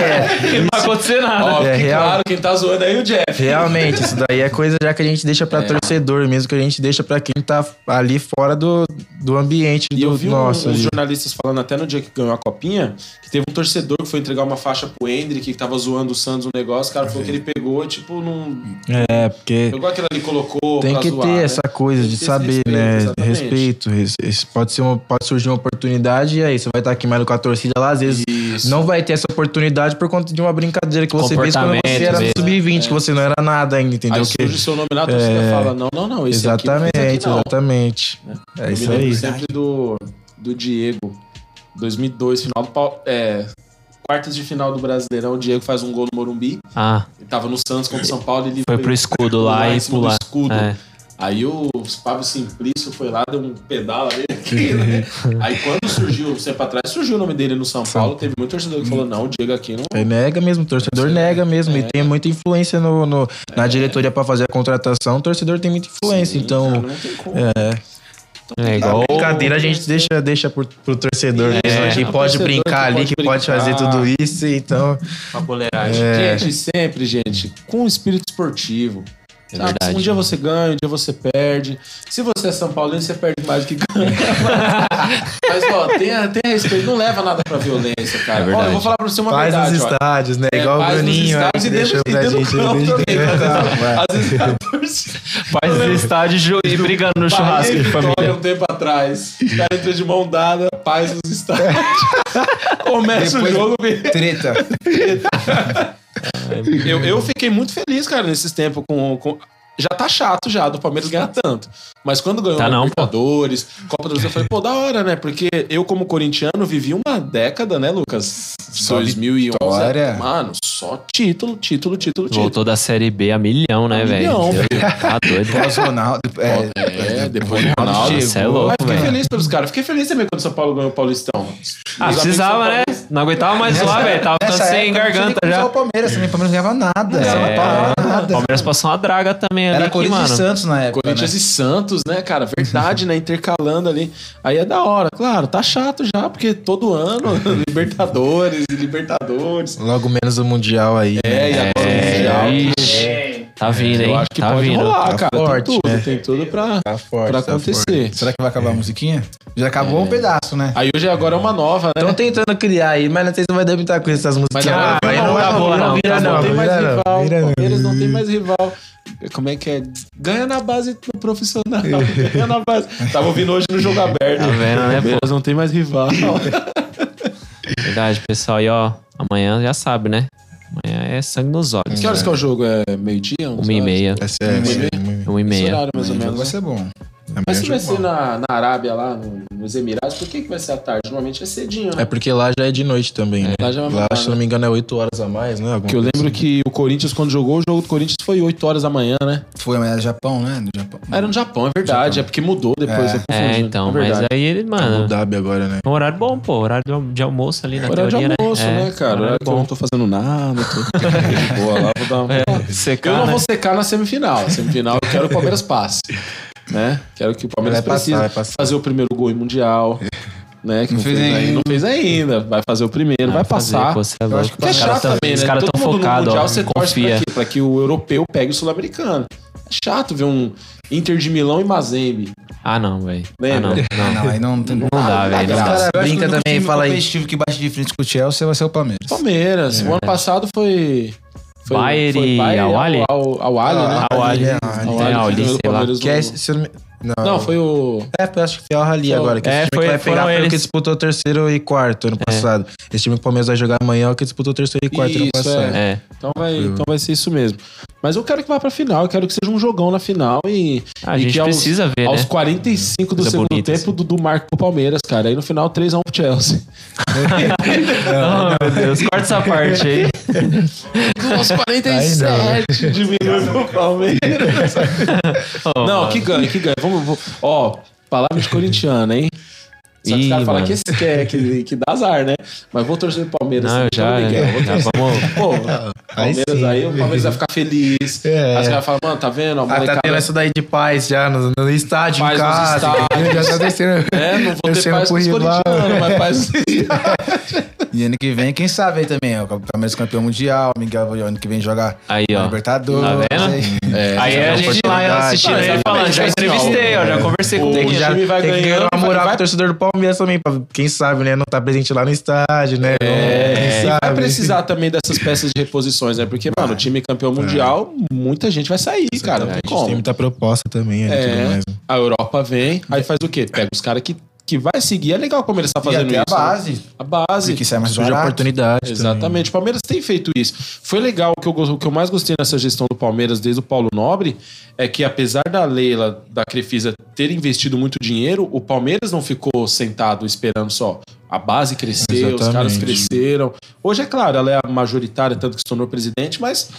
não vai acontecer nada. Ó, É que real. claro, quem tá zoando aí é o Jeff. Realmente, isso daí é coisa já que a gente deixa pra torcedor, mesmo que a gente deixa pra quem tá ali fora do, do ambiente E eu do vi um- nosso. uns ali. jornalistas falando até no dia que ganhou a copinha, que teve um torcedor que foi entregar uma faixa pro Hendrick, que tava zoando o Santos um negócio, o cara falou que ele pegou, tipo, não... É, porque Pegou aquilo ali e colocou tem pra que zoar, ter né? essa coisa Tem de que ter saber, esse né? respeito, exatamente. Respeito. res- esse pode, ser uma, pode surgir uma oportunidade e aí você vai estar aqui mais com a torcida lá, às vezes Isso. não vai ter essa oportunidade por conta de uma brincadeira que você fez quando você Comportamento era no mesmo. sub vinte, que você não era nada ainda, entendeu? Aí Que- surge seu nome lá, a torcida É. fala, não, não, não, esse exatamente, aqui não fez aqui, não. exatamente. É Eu isso me lembro aí. sempre do, do Diego, dois mil e dois, final do... Pau- É, quartas de final do Brasileirão, o Diego faz um gol no Morumbi, Ah, ele tava no Santos contra o São Paulo, ele foi pro escudo lá em e cima do pular. escudo. É. Aí o Fábio Simplício foi lá, deu um pedala nele aqui, né? Aí quando surgiu, um tempo atrás, surgiu o nome dele no São Paulo, teve muito torcedor que falou, não, o Diego aqui não... É, nega mesmo, o torcedor nega mesmo. E tem muita influência no, no- na diretoria pra fazer a contratação. O torcedor tem muita influência, Sim, então. cara, não tem como. É. É A igual. brincadeira a gente deixa, deixa pro, pro torcedor É, mesmo. Que o pode torcedor brincar que ali, pode que pode brincar. fazer tudo isso. Então, Uma boleiragem. É. Gente, sempre, gente, com espírito esportivo. É Sabe? verdade. Um dia você ganha, um dia você perde. Se você é São Paulino, você perde mais do que ganha. Mas, ó, tenha, tenha respeito. Não leva nada pra violência, cara. É ó, verdade. eu vou falar pra você uma faz verdade, nos ó. estádios, né? É, Igual o faz nos Bruninho, ó, estádios que e dentro- deixou e pra dentro do gente. campo desde- também. Às vezes a torcida Faz no estádio ju- e brigando no churrasco de Vitória família. um tempo atrás. O cara entra de mão dada, paz nos estádios. Começa Depois- o jogo, vem. Treta. Eu, eu fiquei muito feliz, cara, nesses tempos com, com- já tá chato já do Palmeiras ganhar tanto. Mas quando ganhou Tá a não, Libertadores, Copa do Brasil, eu falei, pô, da hora, né? Porque eu, como corintiano, vivi uma década, né, Lucas? Só dois mil e onze. vitória. Mano, só título, título, título, título. Voltou da Série B a milhão, né, A velho? milhão, Deus, Tá doido. Pós Ronaldo. É, É, depois do Ronaldo. Ronaldo, cê é louco, Mas fiquei velho. feliz pelos caras. Fiquei feliz também quando o São Paulo ganhou o Paulistão. Ah, Os precisava, amigos né? São Paulo- Não aguentava mais lá, velho. Tava ficando Nessa sem época, não tinha nem garganta como usar já. o Palmeiras também. O Palmeiras não ganhava nada. É, São Paulo o nada. Palmeiras passou uma draga também ali, Era aqui, Corinthians mano. e Santos na época. Corinthians né? e Santos, né, cara? Verdade, né? Intercalando ali. Aí é da hora. Claro, tá chato já, porque todo ano, Libertadores e Libertadores. logo menos o Mundial aí. É, né? e agora o É, Mundial. ixi. Tá vindo, hein? Eu acho que Tá pode vindo. rolar, Tá cara. forte, tem tudo, né? tem tudo pra, Tá forte, pra tá acontecer. Será que vai acabar a musiquinha? Já acabou um pedaço, né? Aí hoje agora é uma nova, né? Estão tentando criar aí, mas não sei se vai dar muita coisa essas músicas. Mas agora Ah, aí não não tá vai boa, não, vira tá não, boa. tem mais vira não, rival. vira O não. Palmeiras não tem mais rival. Como é que é? Ganha na base do profissional. Ganha na base. Tava ouvindo hoje no jogo aberto. Tá vendo, né, pô? Palmeiras não tem mais rival. Verdade, pessoal. E ó, amanhã já sabe, né? Amanhã é sangue nos olhos. Que horas que é o jogo? É meio-dia? Uma e meia. É sério, Uma e é meia? sério. Uma e Esse meia. horário, mais ou Amanhã o menos. jogo vai né? ser bom. Mas se Amanhã vai ser na, na Arábia, lá, no- nos Emirados, por que, que vai ser à tarde? Normalmente é cedinho, né? É porque lá já é de noite também, né? Lá já vai Lá, mudar, se não né? me engano, é oito horas a mais, né? Alguma Porque eu coisa lembro assim. que o Corinthians, quando jogou, o jogo do Corinthians foi oito horas da manhã, né? Foi, mas era Japão, né? No Japão. Era no Japão, é verdade. Japão. É porque mudou depois. É. eu É, confundi, então, é mas verdade. aí ele, Abu mano. Dhabi agora, né? Um horário bom, pô. Horário de, de almoço ali na Horário de teoria, almoço, né? né, cara? horário Horário que eu bom. não tô fazendo nada. Tô... Boa, lá vou dar uma... É, Eu secar, não né? vou secar na semifinal. A semifinal eu quero que o Palmeiras passe. Né? Quero que o Palmeiras Vai passar, precise vai passar. fazer o primeiro gol em Mundial. Né? Que não, Não fez fez ainda. ainda. Não fez ainda. Vai fazer o primeiro, vai fazer, passar. pô, cê é Eu louco. acho que Porque é Os caras chato tão- também, Os né? caras Todo tão mundo no focados, Mundial ó. você torce pra Confia. quê? Pra que o europeu pegue o sul-americano. É chato ver um Inter de Milão e Mazembe. Ah, não, velho. Ah, Lembra? não. Não, não, aí não tem. Não dá, velho. Não Os dá. caras Eu acho que o brincam único também, time fala aí. competitivo que bate de frente com o Chelsea vai ser o Palmeiras. Palmeiras. O ano passado foi... foi Bayern foi e Bayern Al-Ahly? Al- Al- Al-Ahly, né? Al Ahly, Al-Ahly é, É, que Al-Ahly, ganhou do sei lá. Palmeiras Que é, no- se eu não, me... não, Não, foi o... É, eu acho que foi o Rally Foi- agora. Que é, esse time foi- que vai pegar foram foi o que eles. disputou terceiro e quarto ano passado. Esse time que o Palmeiras vai jogar amanhã é o que disputou terceiro e quarto ano Isso, passado. É. Então vai, então vai ser isso mesmo. Mas eu quero que vá pra final. Eu quero que seja um jogão na final e... A e gente que aos- precisa ver, Aos né? quarenta e cinco do Coisa segundo bonita, tempo, o Dudu marca pro Palmeiras, cara. Aí no final, três a um pro Chelsea. Oh, meu Deus, corta essa parte aí. Aos quarenta e sete, diminui pro Palmeiras. Oh, Não, mano. que ganha, que ganha. Vamos, vamos. Ó, palavra de corintiana, hein? Só que os Ih, caras falam mano. que, esse- que, é- que, que dá azar, né? Mas vou torcer pro Palmeiras. Não, eu assim, já, pelo Miguel. Vou já torcer. vamos... Pô, Aí Palmeiras sim. aí, o Palmeiras vai ficar feliz. É. Aí os caras falam, mano, tá vendo? A Ah, tá molecada- tendo essa daí de paz já no, no estádio, Paz em nos casa. estádios. Já tá descendo. É, não vou ter Torcendo paz com pro os rival. corintianos, mas paz... E ano que vem, quem sabe aí também, ó, o Palmeiras campeão mundial, o Miguel ano que vem joga Aí, ó. Libertadores. Tá vendo? Aí. É, Aí é a gente lá assistindo Mas, ele falando, já exatamente, entrevistei, ó, já assim, conversei com o o Tem que, time já, vai tem que ganhando, ganhar uma moral vai- pro torcedor do Palmeiras também, pra quem sabe, né? Não tá presente lá no estádio, né? É, Quem e vai sabe. precisar também dessas peças de reposições, né? Porque, mano, o time campeão mundial, muita gente vai sair, cara. Não É, tem a gente como. tem muita proposta também, né? Tudo É, mais. a Europa vem, aí faz o quê? Pega os caras que, que vai seguir. É legal o Palmeiras tá E fazendo até isso. a base. Né? A base. Que sai mais Surge barato. oportunidade. Exatamente. O Palmeiras tem feito isso. Foi legal, o que, eu, o que eu mais gostei nessa gestão do Palmeiras desde o Paulo Nobre é que, apesar da Leila, da Crefisa, ter investido muito dinheiro, o Palmeiras não ficou sentado esperando só. A base cresceu, os caras Exatamente. cresceram. Hoje, é claro, ela é a majoritária, tanto que se tornou presidente, mas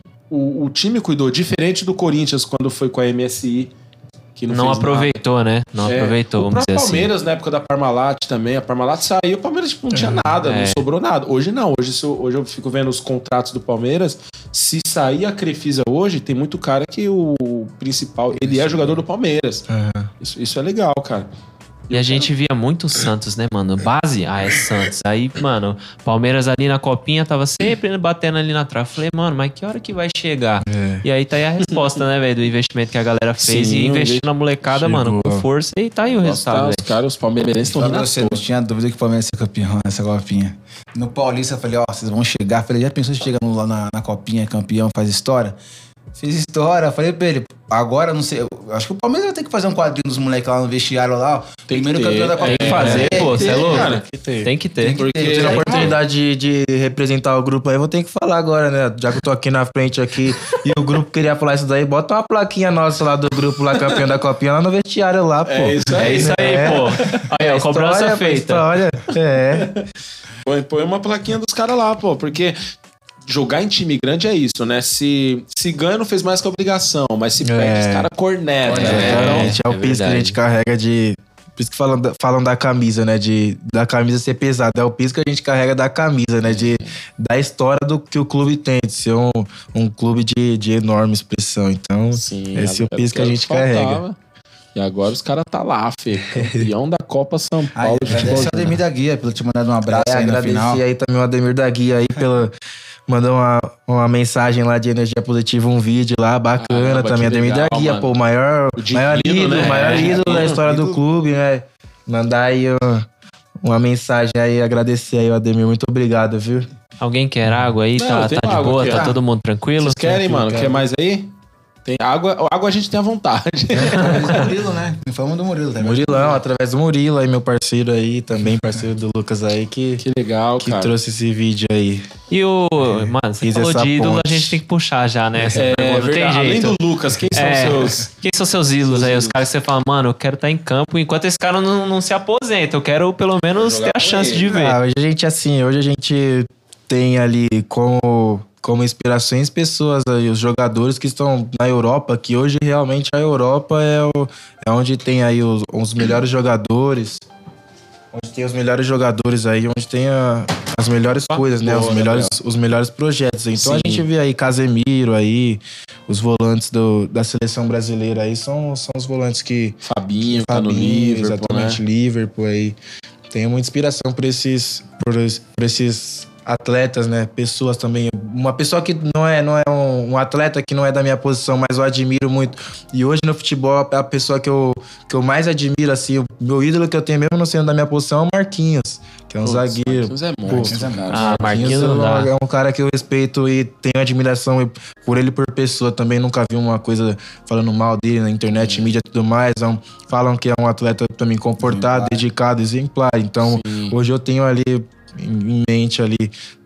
o, o time cuidou, diferente do Corinthians quando foi com a M S I. Que Não fez nada. aproveitou, né? Não É, aproveitou, o vamos próprio dizer assim. Palmeiras, na época da Parmalat também, a Parmalat saiu, o Palmeiras tipo, não tinha nada, É. não sobrou nada. Hoje não, hoje, se eu- hoje eu fico vendo os contratos do Palmeiras. Se sair a Crefisa hoje, tem muito cara que o principal, ele é jogador do Palmeiras. Isso, isso é legal, cara. E a gente via muito Santos, né, mano? Base, ah, é Santos. Aí, mano, Palmeiras ali na copinha tava sempre batendo ali na trave. Falei, mano, mas que hora que vai chegar? É. E aí tá aí a resposta, né, velho, do investimento que a galera fez Sim, e o investiu investi- na molecada, Chegou. mano, com força. E tá aí o Nossa, resultado, tá, velho. os caras, os palmeirenses estão Fala rindo pra à você, toa. não tinha dúvida que o Palmeiras ia ser campeão nessa copinha. No Paulista, eu falei, ó, vocês vão chegar. Eu falei, já pensou se chega no- lá na, na copinha, campeão, faz história? Fiz história. Eu falei pra ele, agora, não sei, eu acho que o Palmeiras vai ter que fazer um quadrinho dos moleques lá no vestiário lá, ó. Tem que Primeiro ter, campeão da é, copinha. Tem que fazer, pô, você é louco? Cara, Tem que ter. Tem que Porque- ter. Tendo a Aí, oportunidade de, de representar o grupo aí, vou ter que falar agora, né? Já que eu tô aqui na frente aqui e o grupo queria falar isso daí, bota uma plaquinha nossa lá do grupo lá, campeão da copinha, lá no vestiário lá, pô. É isso aí. É isso aí, É. pô. Aí, ó, cobrança História, feita. História. É. Põe, põe uma plaquinha dos caras lá, pô, porque jogar em time grande é isso, né? Se, se ganha, não fez mais que obrigação, mas se perde, É. os caras cornetam. né? Exatamente. É, é o peso que a verdade. gente carrega de. Por isso que falam da, falam da camisa, né? De, da camisa ser pesada. É o peso que a gente carrega da camisa, né? De, da história do que o clube tem, de ser um, um clube de, de enorme expressão. Então, Sim, esse é o era peso que a era gente o faltava. carrega. E agora os caras tá lá, Fê. Campeão da Copa São Ai, Paulo de futebol. agradece ao Ademir da Guia pelo te mandado um abraço É, aí na agradecer final. aí também o Ademir da Guia aí pela. Mandou uma, uma mensagem lá de energia positiva, um vídeo lá, bacana Caramba, também. que Ademir legal, da Guia, mano. pô, o maior, O divino, maior ídolo, né? maior É, ídolo da divino, história do ídolo. clube, né? Mandar aí ó, uma mensagem aí, agradecer aí o Ademir, muito obrigado, viu? Alguém quer água aí? Não, tá eu tenho tá de água boa? aqui, Tá ó. todo mundo tranquilo? Vocês querem, mano? cara. Quer mais aí? Tem água. Água a gente tem à vontade. Falamos do Murilo, né? Falamos do Murilo também. Murilão, através do Murilo aí, meu parceiro aí, também parceiro do Lucas aí, que, Que legal, que cara. trouxe esse vídeo aí. E o. Mano, você Fiz falou essa de ídolo, ponte. a gente tem que puxar já, né? Essa É, pergunta, não tem verdade. Além jeito. do Lucas, quem são É, seus... Quem são seus ídolos aí? Os caras que você fala, mano, eu quero estar em campo enquanto esse cara não, não se aposenta. Eu quero pelo menos Jogar ter a com chance ele. de ver. Ah, hoje a gente, assim, hoje a gente tem ali como, como inspirações pessoas aí, os jogadores que estão na Europa, que hoje realmente a Europa é, o, é onde tem aí os, os melhores jogadores, onde tem os melhores jogadores aí, onde tem a- as melhores coisas, né? Os boa, melhores, os melhores projetos. Então a Sim. gente vê aí Casemiro aí, os volantes do, da seleção brasileira aí, são, são os volantes que Fabinho, tá no Fabinho, Liverpool, exatamente, né? Liverpool aí. Tenho muita inspiração por esses, por, es- por esses atletas, né? Pessoas também. Uma pessoa que não é, não é um, um atleta que não é da minha posição, mas eu admiro muito. E hoje no futebol, a pessoa que eu, que eu mais admiro, assim, o meu ídolo que eu tenho mesmo não sendo da minha posição é o Marquinhos, que é um Putz, zagueiro. Marquinhos é monstro, Pô, cara. Ah, Marquinhos não dá. é um cara que eu respeito e tenho admiração por ele por pessoa. Também nunca vi uma coisa falando mal dele na internet, mídia e tudo mais. É um- falam que é um atleta também comportado, dedicado, exemplar. Então, Sim. hoje eu tenho ali em em mente ali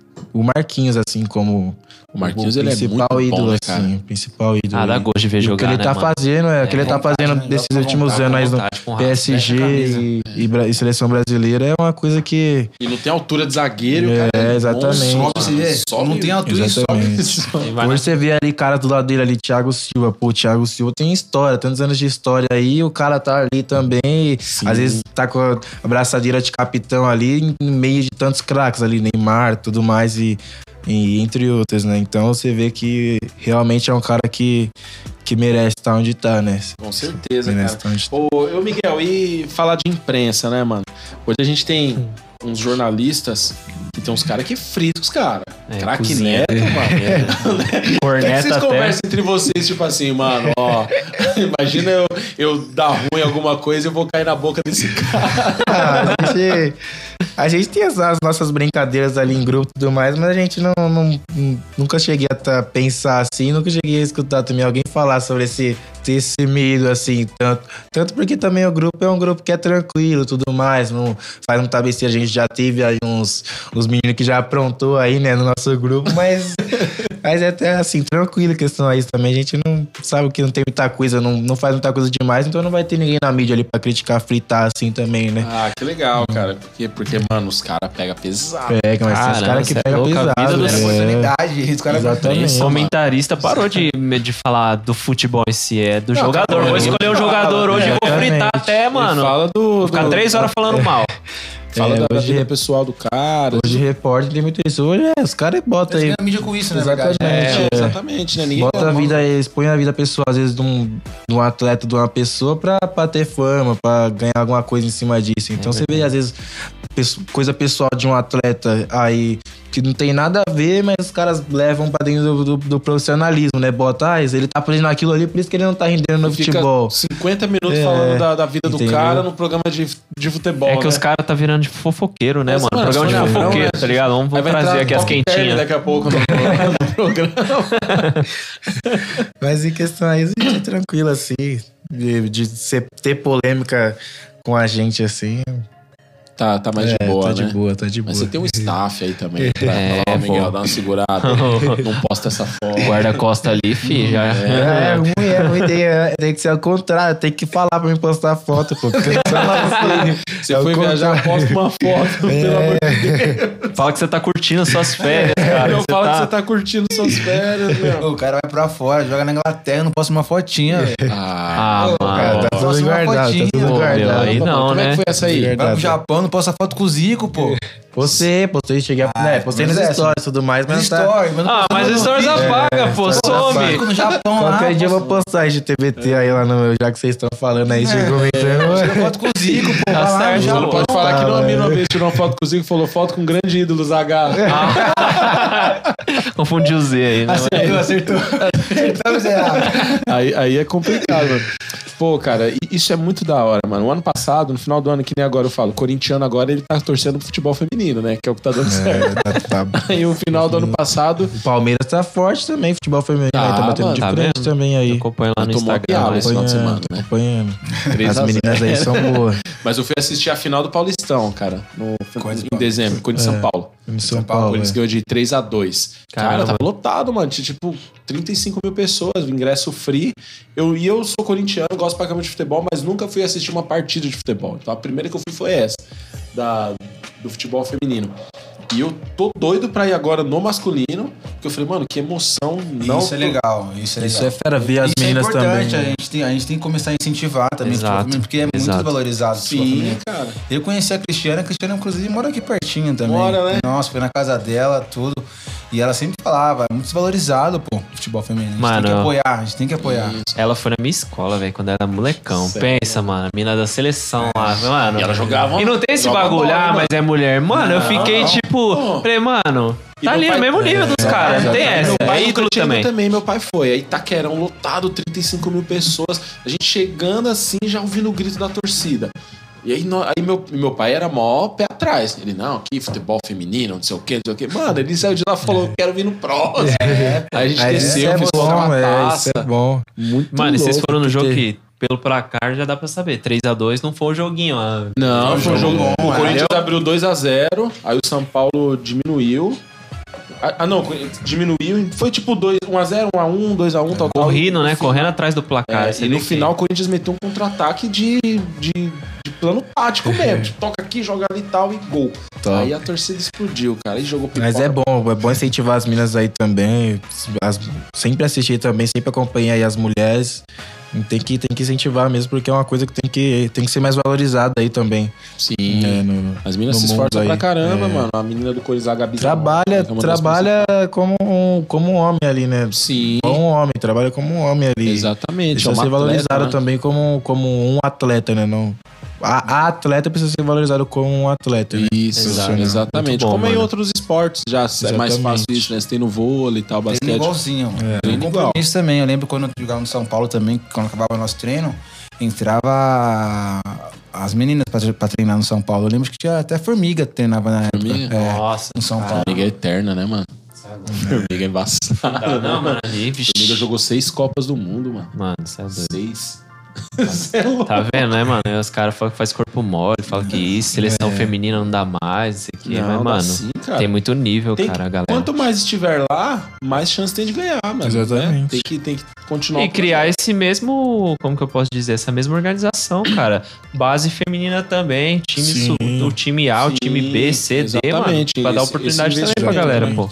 o Marquinhos, assim, como O Marquinhos, ele é principal muito ídolo, bom, né, cara? assim, principal ídolo. Ah, dá E- gosto de ver e jogar, o que ele né, tá mano? fazendo, é, o que ele tá vontade, fazendo né? desses Dá com últimos vontade, anos aí com no vontade, com P S G Veste a camisa. e, e Bra- e seleção brasileira é uma coisa que E não tem altura de zagueiro, É, cara. É exatamente. monstro, Você mano. vê, Sobe- não tem altura e sobe. Exatamente. E vai na- Hoje você vê ali cara do lado dele ali, Thiago Silva. Pô, o Thiago Silva tem história, tantos anos de história aí, o cara tá ali também. Às vezes tá com a abraçadeira de capitão ali, em meio de tantos craques ali, Neymar, tudo mais, e, e entre outros, né? Então você vê que realmente é um cara que, que merece estar onde tá, né? Com certeza, Merece cara. estar onde tá. Ô, eu, Miguel, e falar de imprensa, né, mano? Hoje a gente tem uns jornalistas que tem uns caras que fritam os caras. É, Craque cozinha. Neto, mano. Como é que Corneta vocês até. conversam entre vocês, tipo assim, mano, ó. Imagina eu, eu dar ruim em alguma coisa e eu vou cair na boca desse cara. Ah, a, gente, a gente tem as, as nossas brincadeiras ali em grupo e tudo mais, mas a gente não, não- nunca cheguei a tá- pensar assim, nunca cheguei a escutar também alguém falar sobre esse, ter esse medo assim, tanto, tanto porque também o grupo é um grupo que é tranquilo e tudo mais, não faz muita besteira, a gente já teve aí uns, uns meninos que já aprontou aí, né, no nosso grupo, mas, mas é até assim, tranquilo a questão a isso também, a gente não sabe que não tem muita coisa, não, não faz muita coisa demais, então não vai ter ninguém na mídia ali pra criticar, fritar assim também, né. Ah, que legal, cara. Porque, porque mano, os caras pegam pesado. Pega, mas tem os Caramba, caras que cê é pegam louco, a vida pesado. dos- Era é. oportunidade. Os caras Exatamente. Esse comentarista parou de, de falar do futebol em si, é do Não, jogador. cara, Vou ele escolher o fala, jogador hoje e vou exatamente. fritar até, Ele mano. fala do. Vou ficar do- três horas falando mal. Fala É, da hoje- vida pessoal do cara. Hoje repórter tem muito isso. Hoje é, os caras botam aí. ganham mídia com isso, né? Exatamente. Verdade. É, exatamente, né? Ninguém Bota a reclama. vida, expõe a vida pessoal, às vezes, de um, de um atleta, de uma pessoa, pra, pra ter fama, pra ganhar alguma coisa em cima disso. Então você vê, às vezes, pesso- coisa pessoal de um atleta aí que não tem nada a ver, mas os caras levam pra dentro do, do, do profissionalismo, né? Bota, ah, ele tá fazendo aquilo ali, por isso que ele não tá rendendo no Fica futebol. cinquenta minutos É, falando da, da vida entendeu? do cara no programa de, de futebol. É que né? os caras tá virando de fofoqueiro, né, Mas, mano? mano, Programa de Sônia Abrão, fofoqueiro, né? tá ligado? Vamos, Aí vamos vai trazer entrar aqui as Top Term quentinhas. daqui a pouco no, no programa. Mas em questão aí, a gente é tranquilo, assim, de, de ser- ter polêmica com a gente, assim. Tá, tá mais é, de boa, tá né? de boa, tá de boa. Mas você tem um staff aí também pra É, falar, ó, Miguel, pô. dá uma segurada. Não posta essa foto. O guarda-costa ali, fi, já. É, é ruim, é ruim. Tem, é, tem que ser ao contrário. Tem que falar pra mim postar foto, pô. Porque não assim. Você É o foi viajar, contrário. posta uma foto, pelo amor de Deus. Fala que você tá curtindo as suas férias, cara. Eu Você falo tá... que você tá curtindo suas férias, meu. O cara vai pra fora, joga na Inglaterra, não posta uma fotinha, velho. Ah, Ah, Ô, mano. Cara, tá Posta tudo uma guardado, tá fotinho, tudo pô, guardado. meu, aí não, como é né? que foi essa aí? Verdade. Vai pro Japão, não posta foto com o Zico, pô. Postei, postei, cheguei a. Ah, né, postei mas nas é, stories e tudo mais, mas Mas não tá. story, mas não Ah, posta mas no stories vídeo. apaga, pô, stories some. apaga. Zico no Japão lá. Qualquer dia eu vou posta- postar I G T V T aí lá no meu, já que vocês estão falando aí, chegou Tira comentando. foto com o Zico, pô. Tá vai lá certo, no Você Japão. não pode falar que tá, não, a velho. mina uma vez tirou uma foto com o Zico e falou foto com um grande ídolo, Zagallo. Confundi o Z aí, né? Acertou, acertou. Acertamos errado. Aí, aí é complicado, mano. Pô, cara, i- isso é muito da hora, mano. O ano passado, no final do ano, que nem agora eu falo, o corintiano agora ele tá torcendo pro futebol feminino, né? Que é o que tá dando certo. É, tá, tá. Aí o final do ano passado, O Palmeiras tá forte também, futebol feminino Tá, aí, tá batendo mano, de tá frente vendo? também aí. Acompanha lá no Tomou a Instagram. piada né? esse final de semana, né? Acompanhando. três As a zero. meninas aí são boas. Mas eu fui assistir a final do Paulistão, cara, no, Corinthians em dezembro, Corinthians e São Paulo. Em São O Paulo. Corinthians é. ganhou de três a dois. Cara, Caramba. tava lotado, mano. Tinha tipo trinta e cinco mil pessoas, ingresso free. Eu, e eu sou corintiano, gosto pra caramba de futebol, mas nunca fui assistir uma partida de futebol. Então a primeira que eu fui foi essa, da, do futebol feminino. E eu tô doido pra ir agora no masculino, porque eu falei, mano, que emoção. Não Isso é legal, isso é legal. Isso é fera, ver as Isso meninas é importante, também. a gente, tem, a gente tem que começar a incentivar também o Exato, futebol feminino, porque é muito exato. desvalorizado o futebol Sim, feminino. cara. Eu conheci a Cristiana, a Cristiana inclusive mora aqui pertinho também. Mora, né? Nossa, foi na casa dela, tudo. E ela sempre falava, é muito desvalorizado, pô, o futebol feminino. A gente Mano, tem que apoiar, a gente tem que apoiar. Ela foi na minha escola, velho, quando era molecão. Sério? Pensa, mano, a mina da seleção lá, mano. E ela jogava- E não tem esse joga bagulho, bola, ah, né, mas é mulher. Mano, eu fiquei tipo. Pô. Falei, mano, E tá meu ali pai- no mesmo nível dos caras, não tem essa. Meu pai É nunca ídolo tinha ido também. também, meu pai foi. Aí Itaquerão lotado, trinta e cinco mil pessoas. A gente chegando assim, já ouvindo o grito da torcida. E aí, nó- aí meu, meu pai era mó pé atrás. Ele, não, aqui futebol feminino, não sei o quê, não sei o quê. Mano, ele saiu de lá e falou, quero vir no próximo. Aí a gente Mas isso desceu, é fez bom, uma é, taça. isso é bom. Muito Mano, e vocês louco. foram no jogo que que, pelo placar, já dá pra saber. três a dois não foi o joguinho, ó. Não, foi um jogo bom. O é. Corinthians abriu dois a zero, aí o São Paulo diminuiu. Ah, ah, não, diminuiu. Foi tipo dois, um a zero, um a um, dois a um, tal, tal. Correndo, né? No final- Correndo atrás do placar. É, Você e vê no que- final o Corinthians meteu um contra-ataque de, de, de plano tático mesmo. Tipo, toca aqui, joga ali e tal e gol. Top. Aí a torcida explodiu, cara. E jogou pipoca. Mas é bom, é bom incentivar as minas aí também. As- sempre assistir também, sempre acompanhar aí as mulheres. Tem que, tem que incentivar mesmo, porque é uma coisa que tem que, tem que ser mais valorizada aí também. Sim. né, no- As meninas no se mundo esforçam aí. pra caramba, É. mano. A menina do Corinthians, a Gabi Trabalha, Zamora, que é uma das trabalha como, um, como um homem ali, né? principais. Sim. Como um homem, trabalha como um homem ali. Exatamente. Precisa é uma ser valorizado atleta, né? também como, como um atleta, né? Não, A, a atleta precisa ser valorizado como um atleta. Né? Isso, Exato. exatamente. Muito bom, Como em mano. outros esportes já é mais fácil isso, né? Você tem no vôlei e tal, Treino basquete. igualzinho. É. Treino compromisso também. Eu lembro quando eu jogava no São Paulo também, quando acabava o nosso treino, entrava as meninas pra, pra treinar no São Paulo. Eu lembro que tinha até formiga que treinava na época. Formiga? É, Nossa, no São Paulo. Formiga é eterna, né, mano? Formiga é embaçada. Não, mano, ali, vixe. Formiga jogou seis Copas do Mundo, mano. Mano, você é doido. Seis. Cê é louco. Tá vendo, né, mano? Aí os caras falam que faz corpo mole, falam que isso, seleção feminina não dá mais, isso aqui. Não, Mas, dá mano, sim, cara. tem muito nível, Tem cara, que- galera. Quanto mais estiver lá, mais chance tem de ganhar, mano. Exatamente. Né? Tem, que, tem que continuar. E criar esse mesmo, como que eu posso dizer, essa mesma organização, cara. Base feminina também, time Sim. su- o time A, o Sim, time B, C, D, mano. exatamente. Pra dar Esse- oportunidade esse também pra investimento, galera, pô.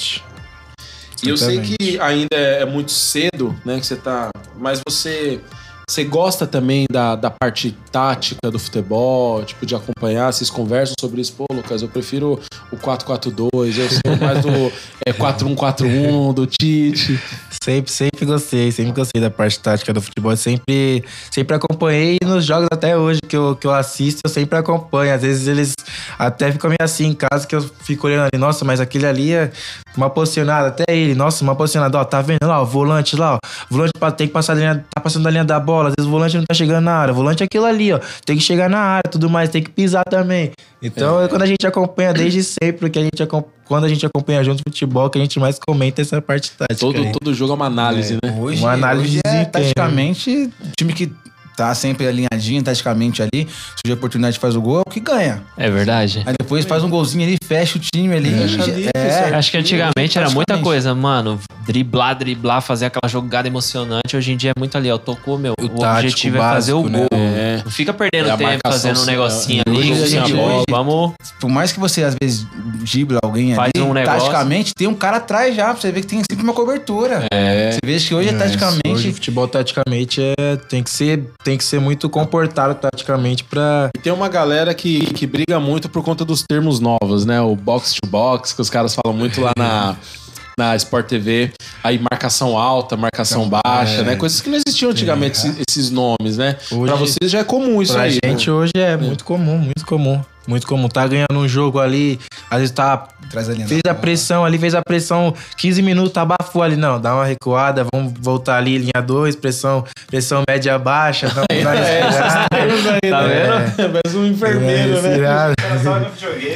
E eu sei Exatamente. que ainda é muito cedo, né, que você tá... Mas você... Você gosta também da, da parte tática do futebol, tipo, de acompanhar? Vocês conversam sobre isso? Pô, Lucas, eu prefiro o quatro quatro dois, eu sou mais do é, quatro um quatro um, do Tite. Sempre, sempre gostei, sempre gostei da parte tática do futebol. Sempre, sempre acompanhei nos jogos até hoje que eu, que eu assisto, eu sempre acompanho. Às vezes eles até ficam meio assim em casa que eu fico olhando ali, nossa, mas aquele ali é uma posicionada, até ele, nossa, uma posicionada, ó, tá vendo lá, o volante lá, ó, o volante tem que passar da linha, tá passando da linha da bola, às vezes o volante não tá chegando na área, o volante é aquilo ali, ó, tem que chegar na área, tudo mais, tem que pisar também. Então, é. quando a gente acompanha desde sempre, que a gente acompanha, quando a gente acompanha junto futebol, que a gente mais comenta essa parte tática. Todo, aí. todo jogo é uma análise, né? Hoje, Uma análise hoje de é, desempenho. taticamente, o time que tá sempre alinhadinho, taticamente ali, surge a oportunidade, faz o gol, é o que ganha. É verdade. Aí depois faz um golzinho ali, fecha o time ali. Fecha ali, é, Acho que antigamente era muita taticamente. coisa, mano. Driblar, driblar, fazer aquela jogada emocionante. Hoje em dia é muito ali, ó. Tocou, meu. O, O tático objetivo é fazer o básico, gol. né? É. Não fica perdendo É a tempo marcação fazendo um sem- negocinho é, ali. hoje a sem a gente- bola. hoje- Vamos. Por mais que você, às vezes, dribla alguém Faz ali, um negócio. taticamente, tem um cara atrás já, pra você ver que tem sempre uma cobertura. É. Você vê que hoje, É, taticamente, hoje o futebol taticamente é, tem, que ser, tem que ser muito comportado taticamente pra. E tem uma galera que, que briga muito por conta dos termos novos, né? O box to box, que os caras falam muito lá na, na Sport T V. Aí marcação alta, marcação baixa, é. né? Coisas que não existiam antigamente, esses, esses nomes, né? Hoje- Pra vocês já é comum isso Pra aí. gente né? hoje é muito comum, muito comum. Muito comum. Tá ganhando um jogo ali, às vezes tá. traz a linha Fez da a bola. pressão ali, fez a pressão quinze minutos, abafou ali. Não, dá uma recuada, vamos voltar ali, linha dois, pressão, pressão média baixa. Não, não É, esses é, termos aí, Tá né? Parece um enfermeiro, né? virado. O cara só no videogame.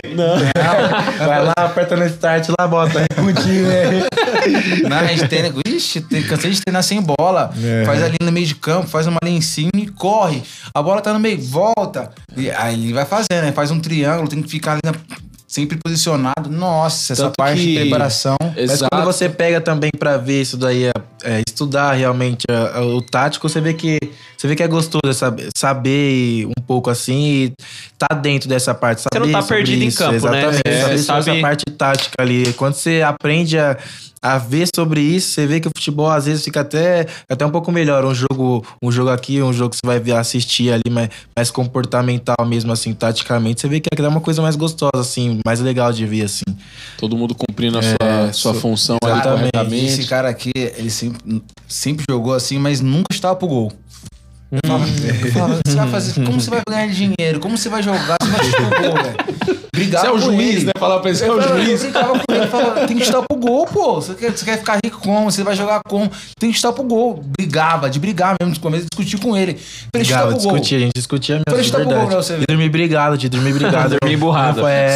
Vai lá, aperta no start lá, bota recutinho, né? Não, a gente treina. Ixi, tem, cansei de treinar sem bola. É. Faz ali no meio de campo, faz uma linha em cima e corre. A bola tá no meio, volta. E aí ele vai fazendo, né? Faz um triângulo, tem que ficar ali na- sempre posicionado. Nossa, essa Tanto parte que- de preparação. Mas Exato. quando você pega também pra ver isso daí, é, é, estudar realmente é, é, o tático, você vê que você vê que é gostoso é saber, saber um pouco assim e tá dentro dessa parte. Saber não tá sobre perdido em isso, campo, né? exatamente, É, saber sobre sabe- essa parte tática ali. Quando você aprende a, a ver sobre isso, você vê que o futebol às vezes fica até, até um pouco melhor. Um jogo, um jogo aqui, um jogo que você vai ver, assistir ali, mais, mais comportamental mesmo, assim, taticamente. Você vê que é uma coisa mais gostosa, assim, mais legal de ver, assim. Todo mundo cumprindo a É, sua, sua so- função ali exatamente. corretamente. Esse cara aqui, ele sempre, sempre jogou assim, mas nunca estava pro gol. Fala, fala, você vai fazer, como você vai ganhar dinheiro? Como você vai jogar? Você vai chutar o gol, velho. Brigava Você é o com juiz, ele. né? Falar pra ele, você é o Eu juiz. brincava com ele, falava, tem que chutar pro gol, pô. Você quer, você quer ficar rico como? Você vai jogar como? Tem que chutar pro gol. Brigava, de brigar mesmo, de começo, discutir com ele. Pra ele chutar Brigava, pro gol. discutia, a gente discutia mesmo, Foi de chutar pro gol verdade. pra você ver. De dormir brigado, de dormir brigado. Dormir emburrado. É,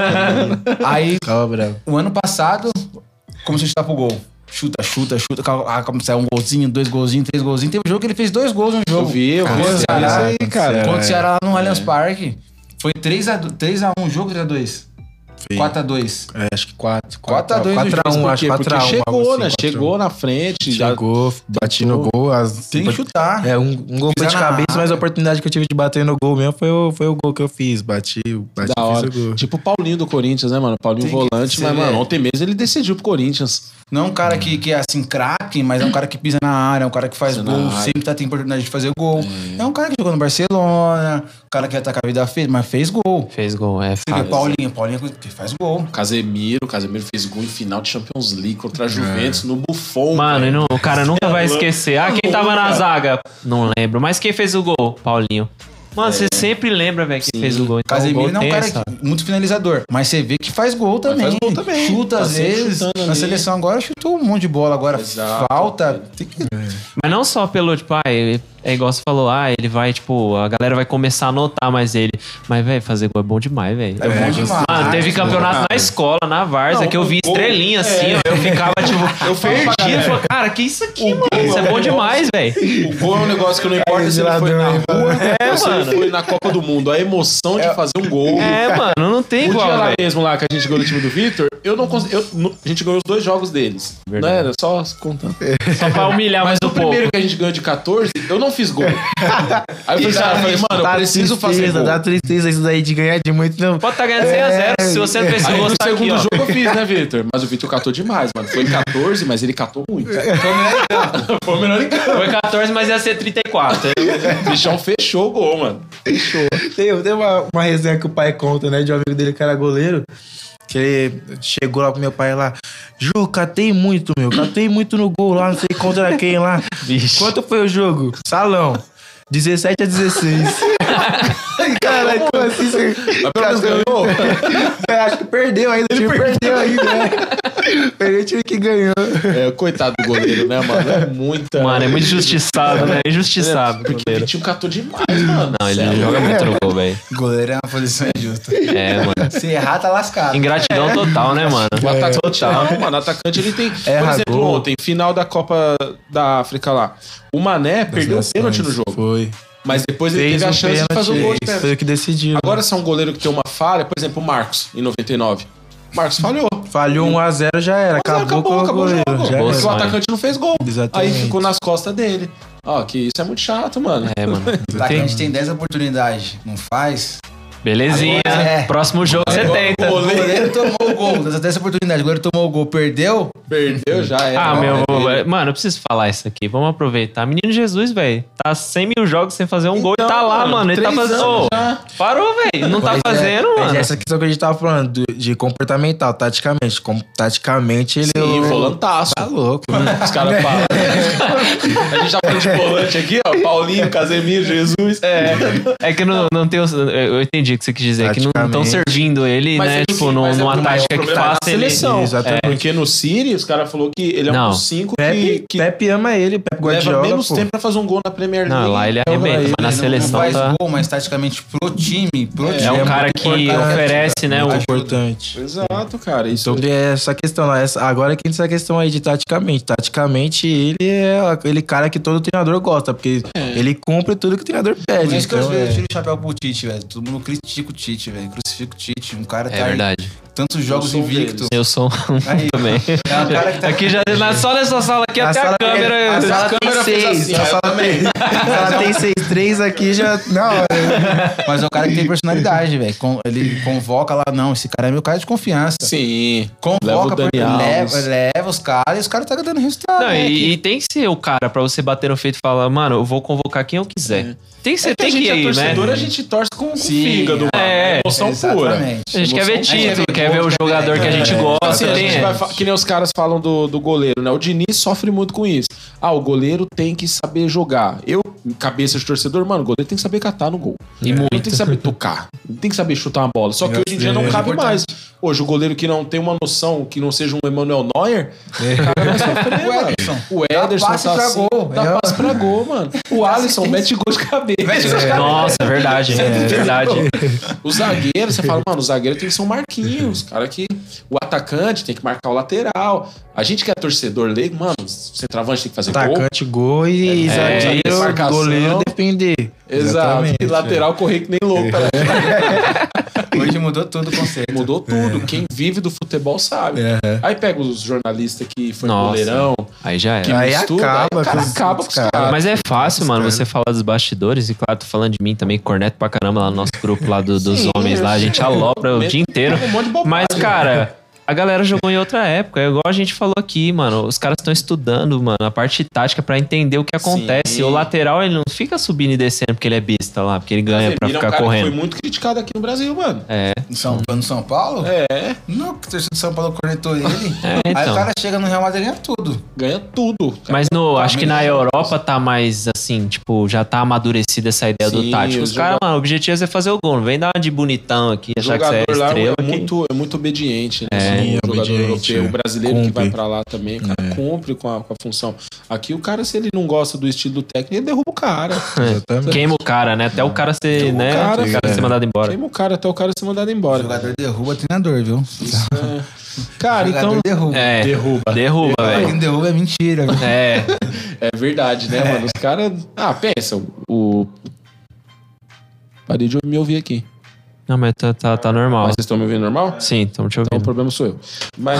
Aí, ficava bravo. o ano passado, começou a chutar pro gol. Chuta, chuta, chuta. Ah, como saiu um golzinho, dois golzinhos, três golzinhos. Teve um jogo que ele fez dois gols no jogo. Eu vi, eu vi Contra o isso Ceará. aí, cara. Contra o Ceará lá no É. Allianz Parque. Foi três a um o jogo, três a dois. Foi. quatro a dois. É, acho que quatro. quatro a dois quatro a no um, jogo. acho que Porque, quatro a um. chegou, algo assim, né? quatro a um. Chegou na frente. já- Chegou, bati no gol. As, Tem que chutar. É, um, um gol foi Pisar de na cabeça, mas área. a oportunidade que eu tive de bater no gol mesmo foi o, foi o gol que eu fiz. Bati, bati Da hora. fiz o gol. Tipo o Paulinho do Corinthians, né, mano? Paulinho Tem que volante, ser, mas, mano, é. ontem mesmo ele decidiu pro Corinthians. Não é um cara que, que é assim, craque, mas é um cara que pisa na área, é um cara que faz Pisa na gol, área. sempre tá tendo oportunidade de fazer gol. É. um cara que jogou no Barcelona, um cara que ataca a vida fez, mas fez gol. Fez gol, é Você vê fácil. Paulinho, Paulinho que faz gol. Casemiro, Casemiro fez gol em final de Champions League contra a Juventus no Buffon. Mano, e velho. não- o cara nunca vai louco. esquecer. Ah, quem tava na zaga? Não lembro. Mas quem fez o gol? Paulinho. Mano, você sempre lembra, velho, que Sim. fez o gol. Então, Casemiro o gol não é um tem cara essa- que- muito finalizador, mas você vê que faz gol também. faz gol também. Chuta Tá às sempre vezes. chutando Na ali. seleção agora chutou um monte de bola. Agora Exato. falta. Tem que... Mas não só pelo, tipo, ah, ele- é igual você falou, ah, ele vai, tipo, a galera vai começar a notar mais ele. Mas, velho, fazer gol é bom demais, velho. É bom demais. Mano, teve campeonato na escola, na Várzea, Não, que eu o vi gol- estrelinha assim, é. ó. Eu ficava, tipo, eu falo pra perdido. galera. Falei, cara, que isso aqui, mano? gol Isso é é um bom negócio- demais, velho. O gol é um negócio que não importa se ele foi na rua É, ou se mano. ele foi na Copa do Mundo. A emoção de fazer um gol. É, mano, não tem O dia igual, lá velho. mesmo lá que a gente ganhou no time do Victor, eu não consegui. eu não- A gente ganhou os dois jogos deles. Verdade. Não era só contando. Só pra humilhar Mas mais o um pouco. primeiro que a gente ganhou de catorze, eu não fiz gol. Aí eu falei, cara, eu falei, mano, eu Dá preciso fazer tristeza, gol. Dá tristeza isso daí de ganhar de muito. Não. Pode estar ganhando cem a zero. Se você não fez esse Aí gol, no você tá aqui, segundo ó. jogo eu fiz, né, Victor? Mas o Victor catou demais, mano. Foi catorze, mas ele catou muito. Foi o melhor em campo. Foi catorze, mas ia ser trinta e quatro. O bichão fechou o gol, mano. Tem, tem uma, uma resenha que o pai conta, né? De um amigo dele que era goleiro. Que ele chegou lá pro meu pai lá. Ju, catei muito, meu. Catei muito no gol lá, não sei contra quem lá. Vixe. Quanto foi o jogo? Salão. dezessete a dezesseis. Caralho, como assim você... Mas pelo menos ganhou. Eu acho que perdeu ainda. O time perdeu ainda, né? Perdeu o time que ganhou. É, coitado do goleiro, né, mano? É muita. Mano, é muito injustiçado, né? Injustiçado. Porque o goleiro. Vitinho catou demais, mano. Não, ele Sério. joga muito no gol, velho. Goleiro é uma posição injusta. É, mano. Se errar, tá lascado. Ingratidão total, né, mano? O atacante, não, mano, o atacante ele tem. Por Erra exemplo, gol. ontem, final da Copa da África lá. O Mané perdeu o pênalti no jogo. Foi. Mas depois ele Fez teve a um chance de fazer o gol de pênalti. Foi pênalti. o que decidiu. Agora, se é um goleiro que tem uma falha, por exemplo, o Marcos, em noventa e nove. O Marcos falhou. Falhou um a zero, já era. Acabou, acabou, com o acabou o goleiro. jogo. Já Acabou, Porque era. o atacante não fez gol. Exatamente. Aí ficou nas costas dele. Ó, que isso é muito chato, mano. É, mano. O atacante tem dez oportunidades, não faz. Belezinha. Agora, é. Próximo jogo você tenta. O goleiro tomou o gol. Das dez oportunidades, o goleiro tomou o gol, perdeu. Perdeu, já era. Ah, meu. Ele- Mano, eu preciso falar isso aqui. Vamos aproveitar. Menino Jesus, velho. Tá cem mil jogos sem fazer um gol e Então, tá lá, mano, mano. Ele tá três fazendo. anos Ô, já. parou, velho. Não tá Mas é- fazendo, mas mano. essa questão que a gente tava falando, do- de comportamental, taticamente. Com, taticamente, ele... Sim, volantaço. Tá louco. Os caras falam. A gente tá falando de volante aqui, ó. Paulinho, Casemiro, Jesus. É, é que não, não tem. os- Eu entendi o que você quis dizer. Que não estão Taticamente. servindo ele, Mas né? é Tipo, porque- num- mas é numa porque o tática que problema é na faça ele. seleção. Exatamente. É, porque no City, os caras falaram que ele é Não. um dos cinco Pepe, que, que Pepe ama ele, Pepe leva Guardiola, menos pô. tempo pra fazer um gol na Premier League. Não, lá ele arrebenta, ele mas na Ele seleção não faz tá. gol, mas taticamente pro time, pro É time. um cara muito que importante, oferece, né? Muito o- importante. Exato, cara. Isso Sobre essa questão, lá, essa- agora que essa questão aí de taticamente. Taticamente, ele é aquele cara que todo treinador gosta, porque ele cumpre tudo que o treinador Por pede. isso que eu Então, é- tiro o chapéu pro Tite, velho. Todo mundo critica o Tite, velho. Crucifica o Tite. Um cara É tá aí verdade. tantos jogos sou um invictos. Eu sou um Aí, também. é um cara que tá... Aqui já, na- só nessa sala aqui, A até sala a câmera. tem- a sala tem câmera fez seis. assim, a eu sala tem, a sala tem seis, três aqui já. Não, Mas é o cara que tem personalidade, velho. Com- Ele convoca lá, não, esse cara é meu cara de confiança. Sim. Leva Convoca, o Dani porque Alves. leva, leva os caras e os caras tá dando resultado. Não, né? e, e tem que ser o cara pra você bater no feito e falar, mano, eu vou convocar quem eu quiser. Tem que ser, É que tem a gente que é ir, né? torcedor, a gente torce com, com o Sim, fígado, mano. é, É emoção pura. Exatamente. A gente quer ver Emoção- título, É, quer ver o gol, jogador que a gente é, gosta. Assim, a tem, gente é. vai fa- que nem os caras falam do, do goleiro, né? O Diniz sofre muito com isso. Ah, o goleiro tem que saber jogar. Eu, cabeça de torcedor, mano, o goleiro tem que saber catar no gol. E Não muito. tem que saber tocar. Não tem que saber chutar uma bola. Só que hoje em dia não cabe mais. Hoje, o goleiro que não tem uma noção, que não seja um Emmanuel Neuer, o cara vai sofrer, O mano. Ederson. O Ederson Dá passe tá pra assim, gol. dá É. passe pra gol, mano. O Alisson mete gol de cabeça. Mete gol de cabeça. Nossa, é verdade. É verdade. O zagueiro, você fala, mano, o zagueiro tem que ser um Marquinhos, cara que... O atacante tem que marcar o lateral. A gente que é torcedor leigo, mano, o centroavante tem que fazer gol. atacante, gol e É, zagueiro, marcação. goleiro defender. Exato. E lateral correr que nem louco. Pra... Hoje mudou tudo o conceito. Mudou tudo. Quem vive do futebol sabe. Aí pega os jornalistas que foi Nossa. goleirão, Aí já que era. Aí mistura, acaba aí o cara com os- acaba com os os caras. caras. Mas é fácil, mano, cara. você falar dos bastidores. E claro, tô falando de mim também, corneto pra caramba lá no nosso grupo lá do- dos Sim, homens lá. A gente alopra o Mesmo- dia inteiro. um monte de bobagem. Mas, cara, A galera jogou em outra época, é igual a gente falou aqui, mano. Os caras estão estudando, mano, a parte tática pra entender o que acontece. Sim. O lateral, ele não fica subindo e descendo porque ele é besta lá, porque ele ganha pra Casemiro ficar é um cara correndo. que foi muito criticado aqui no Brasil, mano. É. Em São, no São Paulo? É, Não, que o torcedor de São Paulo cornetou ele. É, Aí então. o cara chega no Real Madrid e ganha tudo. ganha tudo. cara. Mas no, Tá acho que na melhor. Europa tá mais assim, tipo, já tá amadurecida essa ideia Sim, do tático. os Os caras, joga- mano, o objetivo é você fazer o gol. Não vem dar uma de bonitão aqui, O achar que você é jogador lá estrela. é que- muito, é muito obediente, né? É, Assim, o jogador obediente, europeu, é. o brasileiro que Cumpre. vai pra lá também, o cara cumpre com a, com a função. Aqui o cara, se ele não gosta do estilo do técnico, ele derruba o cara. Exatamente. Queima o cara, né? Até o cara ser, Queima o né? cara, o cara é. ser mandado embora. Queima o cara até o cara ser mandado O embora. jogador derruba treinador, viu? É. Cara, O jogador então... derruba. É, Derruba. derruba, velho. Quem derruba é mentira, viu? É, É verdade, né, mano? Os caras... Ah, pensa, o... Parei de me ouvir aqui. não, mas tá, tá, tá normal. Mas vocês estão me ouvindo normal? Sim, então te Então o ouvindo. problema sou eu. Mas.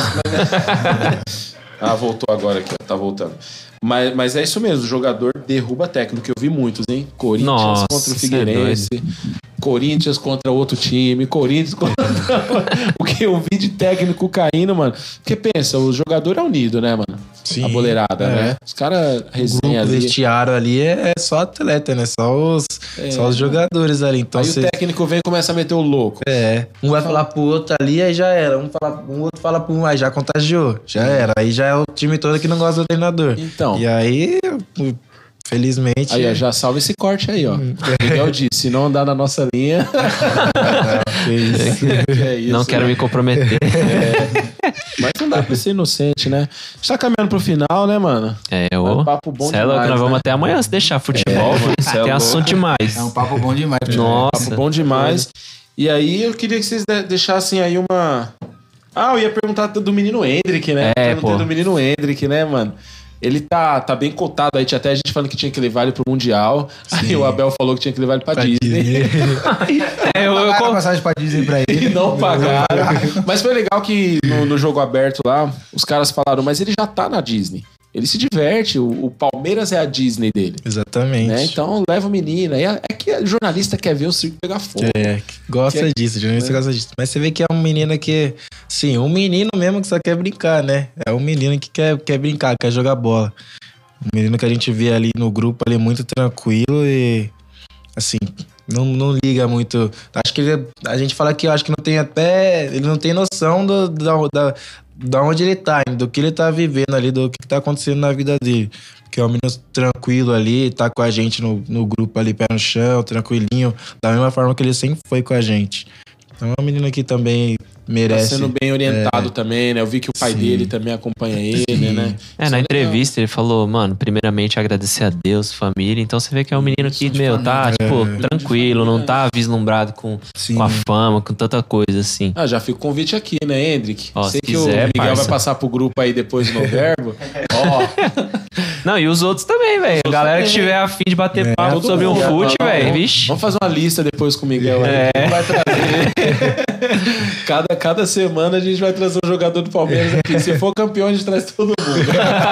mas- ah, voltou agora aqui, ó, tá voltando. Mas, mas é isso mesmo, o jogador derruba técnico. Eu vi muitos, hein? Corinthians Nossa, contra o cê é Figueirense, Corinthians contra outro time, Corinthians contra. O que eu vi de técnico caindo, mano. Porque pensa, o jogador é unido, né, mano? Sim, A boleirada, é. né? Os caras O resenham grupo ali. vestiário ali é é só atleta, né? Só os, É. só os jogadores ali. Então Aí você. o técnico vem e começa a meter o louco. É, um vai falar pro outro ali, aí já era. Um, fala, um outro fala pro um, aí já contagiou. Já era. Aí já é o time todo que não gosta do treinador. Então. E aí, felizmente. Aí, ó, já salva esse corte aí, ó. O Miguel disse, se não andar na nossa linha. que isso. é isso. Não quero me comprometer. Mas não dá pra ser inocente, né? A gente tá caminhando pro final, né, mano? É, É ô. um papo bom Cê é louco, demais, nós vamos né? até amanhã se deixar futebol. cê é tem louco. assunto demais. É um papo bom demais. pra Nossa. Papo bom demais. E aí eu queria que vocês de- deixassem aí uma... Ah, eu ia perguntar do menino Hendrick, né? É, Perguntei pô. do menino Hendrick, né, mano? Ele tá, tá bem cotado aí. Tinha até a gente falando que tinha que levar ele pro Mundial. Aí o Abel falou que tinha que levar ele pra, Pra Disney. Disney. É, eu, eu, Pagaram a co- passagem pra Disney pra E ele. não pagaram. Mas foi legal que no, no jogo aberto lá, os caras falaram, mas ele já tá na Disney. Ele se diverte, o, o Palmeiras é a Disney dele. Exatamente. Né? Então leva o menino. Aí É, é que o jornalista quer ver o circo pegar fogo. É, que gosta Que é- disso, o jornalista gosta disso. Mas você vê que é um menino que, sim, um menino mesmo que só quer brincar, né? É um menino que quer, quer brincar, quer jogar bola. Um menino que a gente vê ali no grupo, ali muito tranquilo e, assim, não, não liga muito. Acho que ele, a gente fala que eu acho que não tem até, ele não tem noção do, da, da, da onde ele tá, do que ele tá vivendo ali, do que tá acontecendo na vida dele. Porque é um menino tranquilo ali, tá com a gente no, no grupo ali, pé no chão, tranquilinho, da mesma forma que ele sempre foi com a gente. Então é um menino que também Tá merece. sendo bem orientado também, né? Eu vi que o pai Sim. dele também acompanha ele, né? É, Isso na legal. entrevista ele falou, mano, primeiramente agradecer a Deus, família. Então você vê que é um menino que, de meu, tá, família. tipo, tranquilo, não tá vislumbrado com, Sim. com a fama, com tanta coisa assim. Ah, já fica o convite aqui, né, Hendrick? Ó, Sei se que o quiser, Miguel parça. vai passar pro grupo aí depois no verbo. Ó, Não, e os outros também, velho. A galera que tiver afim de bater papo todo sobre um mundo. fute, Vamos- velho, vamos- vixe. Vamos fazer uma lista depois com o Miguel aí. É. Ele vai trazer. cada, cada semana a gente vai trazer um jogador do Palmeiras aqui. Se for campeão, a gente traz todo mundo.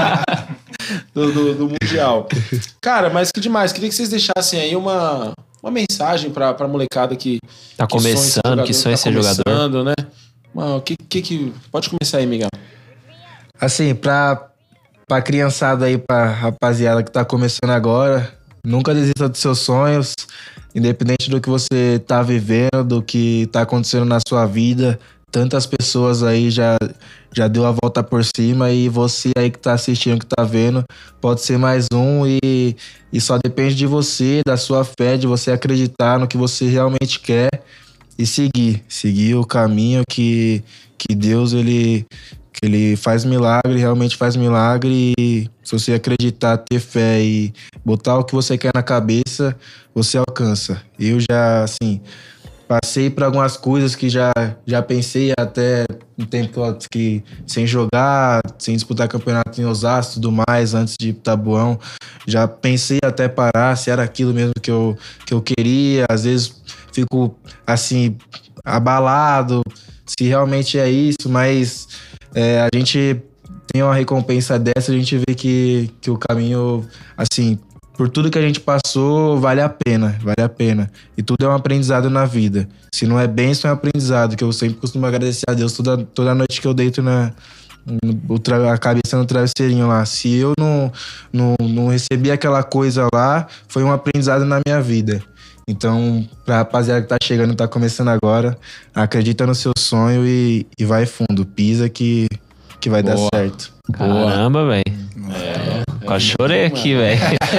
do, do, do Mundial. Cara, mas que demais. Queria que vocês deixassem aí uma, uma mensagem pra, pra molecada que. Tá que sonha em ser começando, que sonha em tá ser jogador. começando, né? Mano, que, que, que... Pode começar aí, Miguel. Assim, pra, pra criançada aí, pra rapaziada que tá começando agora, nunca desista dos seus sonhos, independente do que você tá vivendo, do que tá acontecendo na sua vida. Tantas pessoas aí já, já deu a volta por cima e você aí que tá assistindo, que tá vendo, pode ser mais um e, e só depende de você, da sua fé, de você acreditar no que você realmente quer e seguir. Seguir o caminho que, que Deus, ele... que ele faz milagre, realmente faz milagre e se você acreditar, ter fé e botar o que você quer na cabeça, você alcança. Eu já, assim, passei por algumas coisas que já, já pensei até um tempo que, eu- que sem jogar, sem disputar campeonato em Osasco e tudo mais, antes de ir pro Tabuão, já pensei até parar, se era aquilo mesmo que eu, que eu queria, às vezes fico, assim, abalado, se realmente é isso, mas... É, a gente tem uma recompensa dessa, a gente vê que, que o caminho, assim, por tudo que a gente passou, vale a pena, vale a pena. E tudo é um aprendizado na vida. Se não é bênção, é um aprendizado, que eu sempre costumo agradecer a Deus toda, toda noite que eu deito na, no, tra- a cabeça no travesseirinho lá. Se eu não, não, não recebi aquela coisa lá, foi um aprendizado na minha vida. Então, pra rapaziada que tá chegando, tá começando agora, acredita no seu sonho e, e vai fundo. Pisa que, que vai Boa. dar certo. Caramba, velho. É, Quase chorei aqui, velho.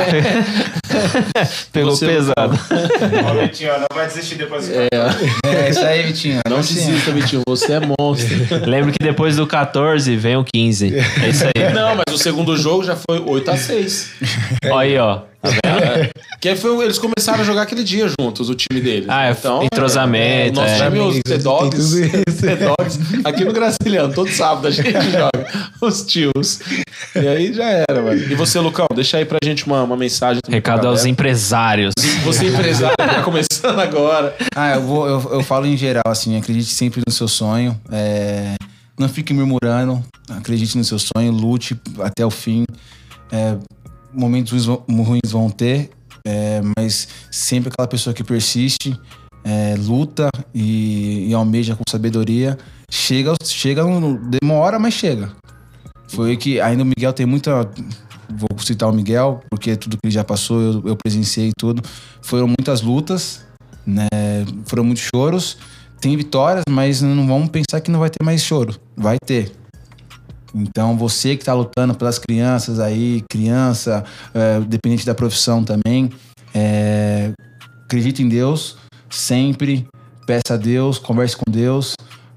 Pegou Você, pesado. Ó, Vitinho, não vai desistir depois do É isso aí, Vitinho. Não Assim, desista, Vitinho. Você é monstro. Lembro que depois do catorze vem o quinze. É isso aí. Não, mas o segundo jogo já foi oito a seis. Olha aí, ó. Tá vendo? É. Que aí foi, eles começaram a jogar aquele dia juntos, o time deles. Ah, é entrosamento, É, o nosso é. time, os Tem T-Dogs, tudo isso. T-Dogs, aqui no Graciliano, todo sábado a gente joga. Os tios. E aí já era, mano. E você, Lucão, deixa aí pra gente uma, uma mensagem. também pra Recado aos galera. empresários. Você empresário, tá começando agora. Ah, eu, vou, eu, eu falo em geral, assim, acredite sempre no seu sonho. É, não fique murmurando, acredite no seu sonho, lute até o fim. É, momentos ruins vão- ruins vão ter, é, mas sempre aquela pessoa que persiste, é, luta e, e almeja com sabedoria. Chega, chega, no- demora, mas chega. Foi que ainda o Miguel tem muita... Vou citar o Miguel, porque tudo que ele já passou, eu, eu presenciei tudo. Foram muitas lutas, né? Foram muitos choros. Tem vitórias, mas não vamos pensar que não vai ter mais choro. Vai ter. Então, você que está lutando pelas crianças aí, criança, é, dependente da profissão também, é, acredite em Deus, sempre, peça a Deus, converse com Deus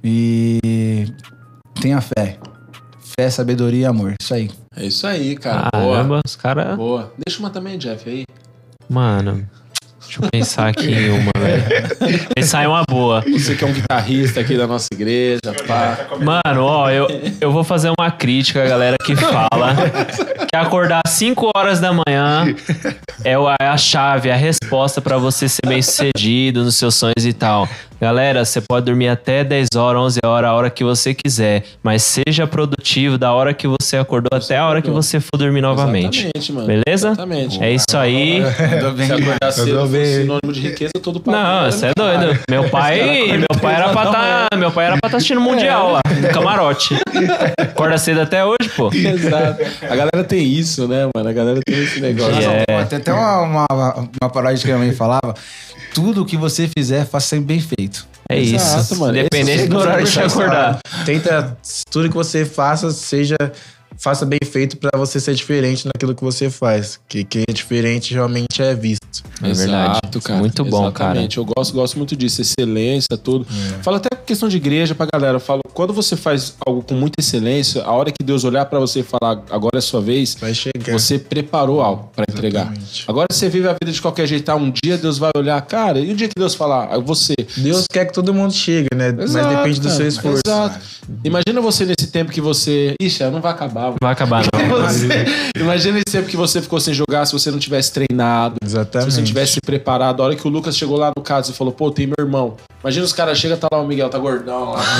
e tenha fé. Fé, sabedoria e amor. Isso aí. É isso aí, cara. Caramba, Boa. os caras... Boa. Deixa uma também, Jeff, aí. Mano, deixa eu pensar aqui em uma, velho. Pensar em uma boa. Você que é um guitarrista aqui da nossa igreja, pá. Mano, ó, eu, eu vou fazer uma crítica à galera que fala que acordar às cinco horas da manhã é o- é a chave, é a resposta pra você ser bem sucedido nos seus sonhos e tal. Galera, você pode dormir até dez horas, onze horas, a hora que você quiser, mas seja produtivo da hora que você acordou até a hora que você for dormir novamente. Exatamente, mano. Beleza? Exatamente. É isso aí. Se acordar cedo Mandou for bem. sinônimo de riqueza, todo papo. Não, você é doido. Meu pai, meu pai era pra tá, meu pai era pra tá assistindo o Mundial lá, no camarote. Acorda cedo até hoje, pô. Exato. A galera tem isso, né, mano? A galera tem esse negócio. É. Tem até uma, uma, uma paródia que a minha mãe falava: tudo que você fizer, faça sempre bem feito. É Exato, isso. mano. Independente Esse do horário que você acordar. Tenta, tudo que você faça, seja faça bem feito pra você ser diferente naquilo que você faz. Que quem é diferente realmente é visto. É verdade. Exato, cara. Muito bom, Exatamente. Eu gosto, gosto muito disso, excelência, tudo. Falo até questão de igreja pra galera. Eu falo, quando você faz algo com muita excelência, a hora que Deus olhar pra você e falar, agora é a sua vez, Vai chegar. você preparou algo pra entregar. Exatamente. Agora você vive a vida de qualquer jeito, tá? Um dia Deus vai olhar, cara, e o dia que Deus falar, ah, você. Deus quer que todo mundo chegue, né? Exato, Mas depende do cara. seu esforço. Exato. Imagina você nesse tempo que você. Ixi, não vai acabar. Não vai acabar, não. Você- Imagina esse tempo que você ficou sem jogar se você não tivesse treinado. Exatamente. Se você não tivesse se preparado. A hora que o Lucas chegou lá no caso e falou, pô, tem meu irmão. Imagina os caras chegam, tá lá o Miguel, tá gordão lá.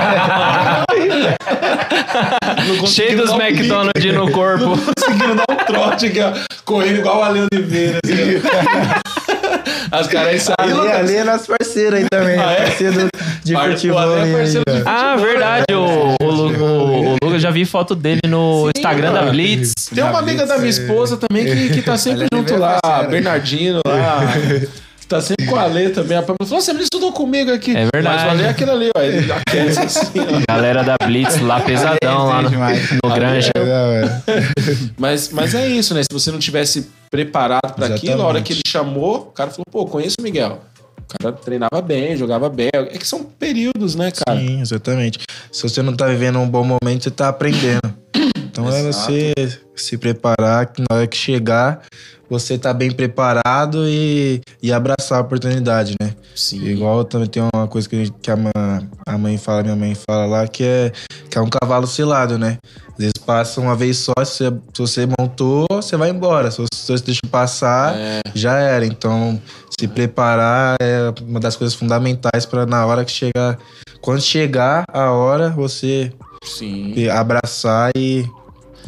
Não Cheio dos conseguindo dar um McDonald's no corpo. Não conseguindo dar um trote aqui, ó. Correndo igual o Ale Oliveira. Assim, ó. As caras aí saíram. Ali, ali é nosso parceiro aí também. Ah, é? Parceiro de Par- futebol. o Ale é aí, parceiro ó. de Ah, verdade. O, o, Lu- o, o Lucas, já vi foto dele no Sim, Instagram da mano. Blitz. Tem uma amiga da minha esposa também que, que tá sempre Ela é junto minha lá, parceira. Bernardino lá. Que tá sempre com a Ale também. A Pamela falou, nossa, ele estudou comigo aqui. É verdade. Mas o Ale é aquele ali, ó. Ele aquece assim, ó. Galera da Blitz lá pesadão, lá no, no Granja. Mas, mas é isso, né? Se você não tivesse preparado pra aquilo, na hora Exatamente. que ele chamou, o cara falou, pô, conheço o Miguel. O cara treinava bem, jogava bem. É que são períodos, né, cara? Sim, exatamente. Se você não tá vivendo um bom momento, você tá aprendendo. Então é você se preparar, que na hora que chegar, você tá bem preparado e, e abraçar a oportunidade, né? Sim. Igual também tem uma coisa que, a gente- que a, ma- a mãe fala, minha mãe fala lá, que é, que é um cavalo selado, né? Às vezes passa uma vez só, se você, se você montou, você vai embora. Se você, se você deixa passar, É. já era. Então, se preparar é uma das coisas fundamentais para na hora que chegar. Quando chegar a hora, você Sim. abraçar e,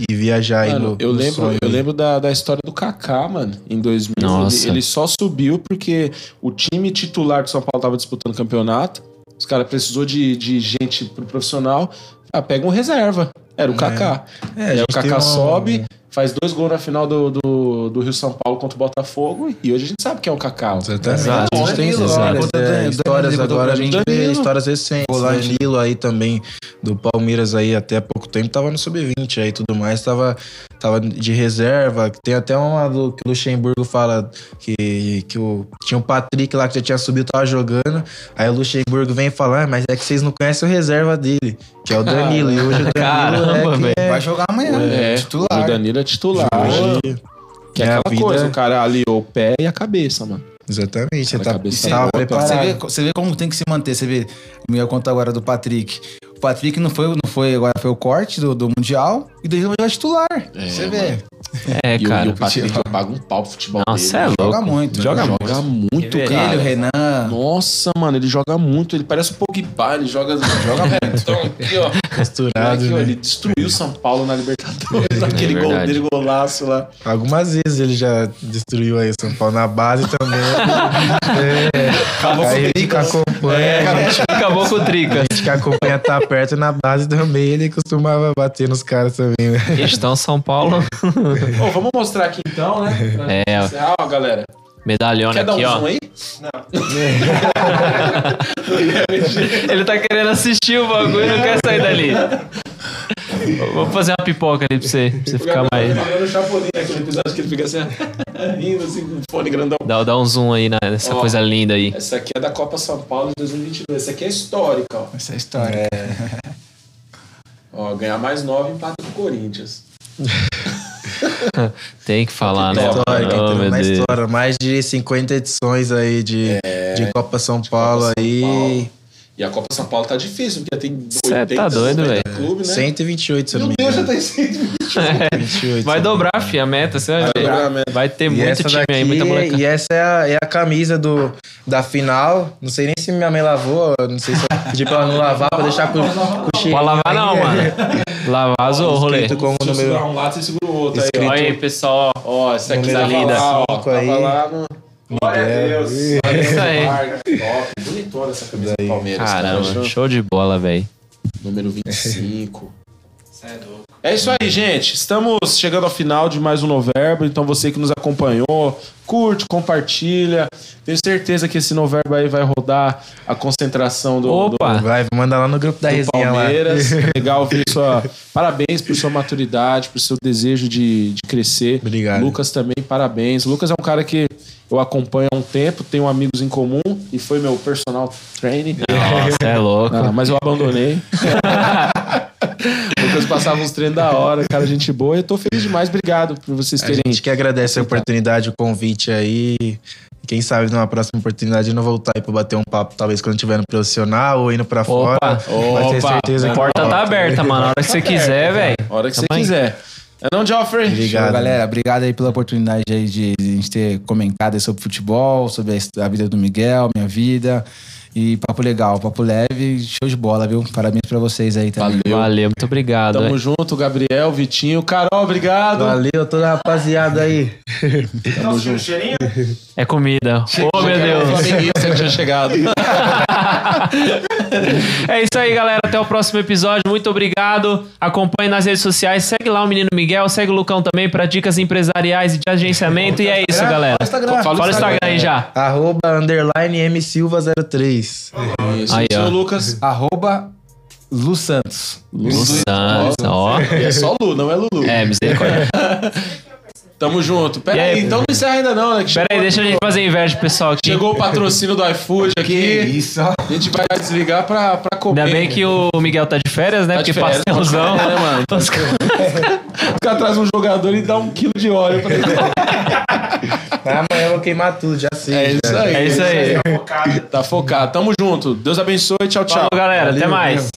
e viajar aí Mano, no, eu no lembro, sonho eu aí. lembro da, da história do Kaká, mano, em dois mil. Nossa. Ele, ele só subiu porque o time titular do São Paulo tava disputando campeonato. Os caras precisou de, de gente pro profissional. Ah, pega um reserva. Era o Kaká. É, a e aí gente o Kaká tem uma- sobe, faz dois gols na final do, do, do Rio São Paulo contra o Botafogo. E hoje a gente sabe quem é o Kaká. Exatamente. Exato. A gente tem Danilo, histórias, olha, é, Danilo, histórias Danilo, agora, a gente vê Danilo. histórias recentes. Volante. Danilo aí também, do Palmeiras aí até há pouco tempo, tava no sub vinte aí e tudo mais, tava, tava de reserva. Tem até uma do que o Luxemburgo fala que, que o, tinha o Patrick lá que já tinha subido, tava jogando. Aí o Luxemburgo vem falar, ah, mas é que vocês não conhecem o reserva dele, que é o Danilo. E hoje o Danilo Caramba, é, que velho. é, Vai jogar amanhã. É, titular. o Danilo é titular. hoje, Que é é a aquela vida- coisa, o cara aliou o pé e a cabeça, mano. Exatamente, você Cara, tá, cabeça você tava boa. preparado. Você vê, você vê como tem que se manter. Você vê, me ia contar agora do Patrick. O Patrick não foi, não foi agora foi o corte do, do Mundial e daí ele vai jogar titular. você vê. É, E, o- cara. e o Patrick eu pago um pau pro futebol Nossa, dele. é louco. Joga muito. Joga, joga muito, Ele, cara. Ele, o Renan. Nossa, mano, ele joga muito. Ele parece um Pogba, ele joga, joga muito. Então, aqui, ó. Misturado, Aqui, ó, né? ele destruiu o São Paulo na Libertadores. Aquele gol verdade. dele, golaço lá. Algumas vezes ele já destruiu aí o São Paulo na base também. é, Acabou aí com a o gente que Tricas. acompanha, É, a gente, Acabou com o Tricas. a gente que acompanha tá perto na base também, ele costumava bater nos caras também, né? Questão São Paulo. Ô, vamos mostrar aqui então, né? Pra É, ó. encerrar, ó, galera. Medalhona Quer dar aqui, um ó. zoom aí? Ele tá querendo assistir o bagulho e não quer sair dali. Vamos fazer uma pipoca ali pra você, pra você ficar mais. Tá virando o Chapolin, aquele episódio que ele fica assim, rindo assim, com o fone grandão. Dá, dá um zoom aí na- nessa Ó. coisa linda aí. Essa aqui é da Copa São Paulo de dois mil e vinte e dois. Essa aqui é histórica, ó. Essa é a história. Ó, ganhar mais nove empata com o Corinthians. Tem que falar, né? História, Oh, entrando meu na Deus. história, mais de cinquenta edições aí de, de Copa São Paulo Copa São aí. Paulo. E a Copa São Paulo tá difícil, porque tem Cê tá doido, noventa velho. clube, né? cento e vinte e oito, se eu não Meu me Deus, já engano. tá em cento e vinte. vinte e oito, Vai se eu não me dobrar, fi, a meta. Você vai, Vai ver. dobrar a meta. Vai ter E muito essa time daqui, aí, muita molecada. E essa é a, é a camisa do, da final. Não sei nem se minha mãe lavou. Não sei se eu pedi pra ela não lavar, pra deixar com, com o cheirinho. Pode lavar não, aí. mano. Lavar zoou o rolê. Escrito como Se eu segurar número, um lado, você segura o outro. Aí, Escrito- Olha aí, pessoal. ó. ó, essa aqui número tá linda. Lá, ó, cinco aí. tava lá no... Glória a Deus. É isso aí. Top. Bonitona essa camisa do Palmeiras. cara. Caramba, show de bola, velho. Número vinte e cinco. É isso aí, gente. Estamos chegando ao final de mais um Noverbo. Então você que nos acompanhou, curte, compartilha. Tenho certeza que esse Noverbo aí vai rodar a concentração do, do, Opa! vai, manda lá no grupo da do resenha lá. Palmeiras. Legal ver sua... Parabéns por sua maturidade, por seu desejo de, de crescer. Obrigado. Lucas também, parabéns. Lucas é um cara que eu acompanho há um tempo, tenho amigos em comum e foi meu personal trainer. Nossa, é louco. Ah, mas eu abandonei. Lucas passava uns treinos da hora, cara, gente boa. E eu tô feliz demais. Obrigado por vocês A terem. gente que agradece a oportunidade, o convite aí. Quem sabe numa próxima oportunidade eu não voltar aí pra bater um papo, talvez quando estiver no profissional ou indo pra fora. Opa, Vai ter opa. certeza A que porta tá volta. aberta, mano. A hora que você quiser, velho. A hora que você Tamo aí. quiser. É não, Geoffrey? Obrigado. Show, galera. Obrigado aí pela oportunidade aí de, de a gente ter comentado aí sobre futebol, sobre a, his- a vida do Miguel, minha vida. E papo legal, papo leve, show de bola, viu? Parabéns pra vocês aí também. Valeu. Valeu, muito obrigado. Tamo velho. junto, Gabriel, Vitinho, Carol, obrigado. Valeu, toda a rapaziada aí. Tamo junto. Cheirinho? É comida. Oh, meu O Deus. flamenguista que tinha chegado. É isso aí, galera. Até o próximo episódio. Muito obrigado. Acompanhe nas redes sociais. Segue lá o Menino Miguel. Segue o Lucão também para dicas empresariais e de agenciamento. E é isso, galera. Instagram. Fala o Instagram aí já. Arroba underline M Silva zero três. Isso, Aí, seu ó. Lucas. Arroba Lu Santos. Lu Santos, ó. E é só Lu, não é Lulu. É, misericórdia. Tamo junto. Pera E aí? aí, então não encerra ainda não, né? Que Pera aí, chegou- deixa a gente fazer inveja, pessoal. Aqui. Chegou o patrocínio do iFood aqui. Isso, ó. A gente vai desligar pra, pra comer. Ainda bem que o Miguel tá de férias, né? Tá de Porque férias, pastelzão. né, mano? Os caras- O cara traz um jogador e dá um quilo de óleo pra ele. Amanhã eu vou queimar tudo, já sei. É já. isso aí. É isso aí. Tá focado. Tamo junto. Deus abençoe. Tchau, tchau. Falou, galera. Até Valeu, mais. valeu.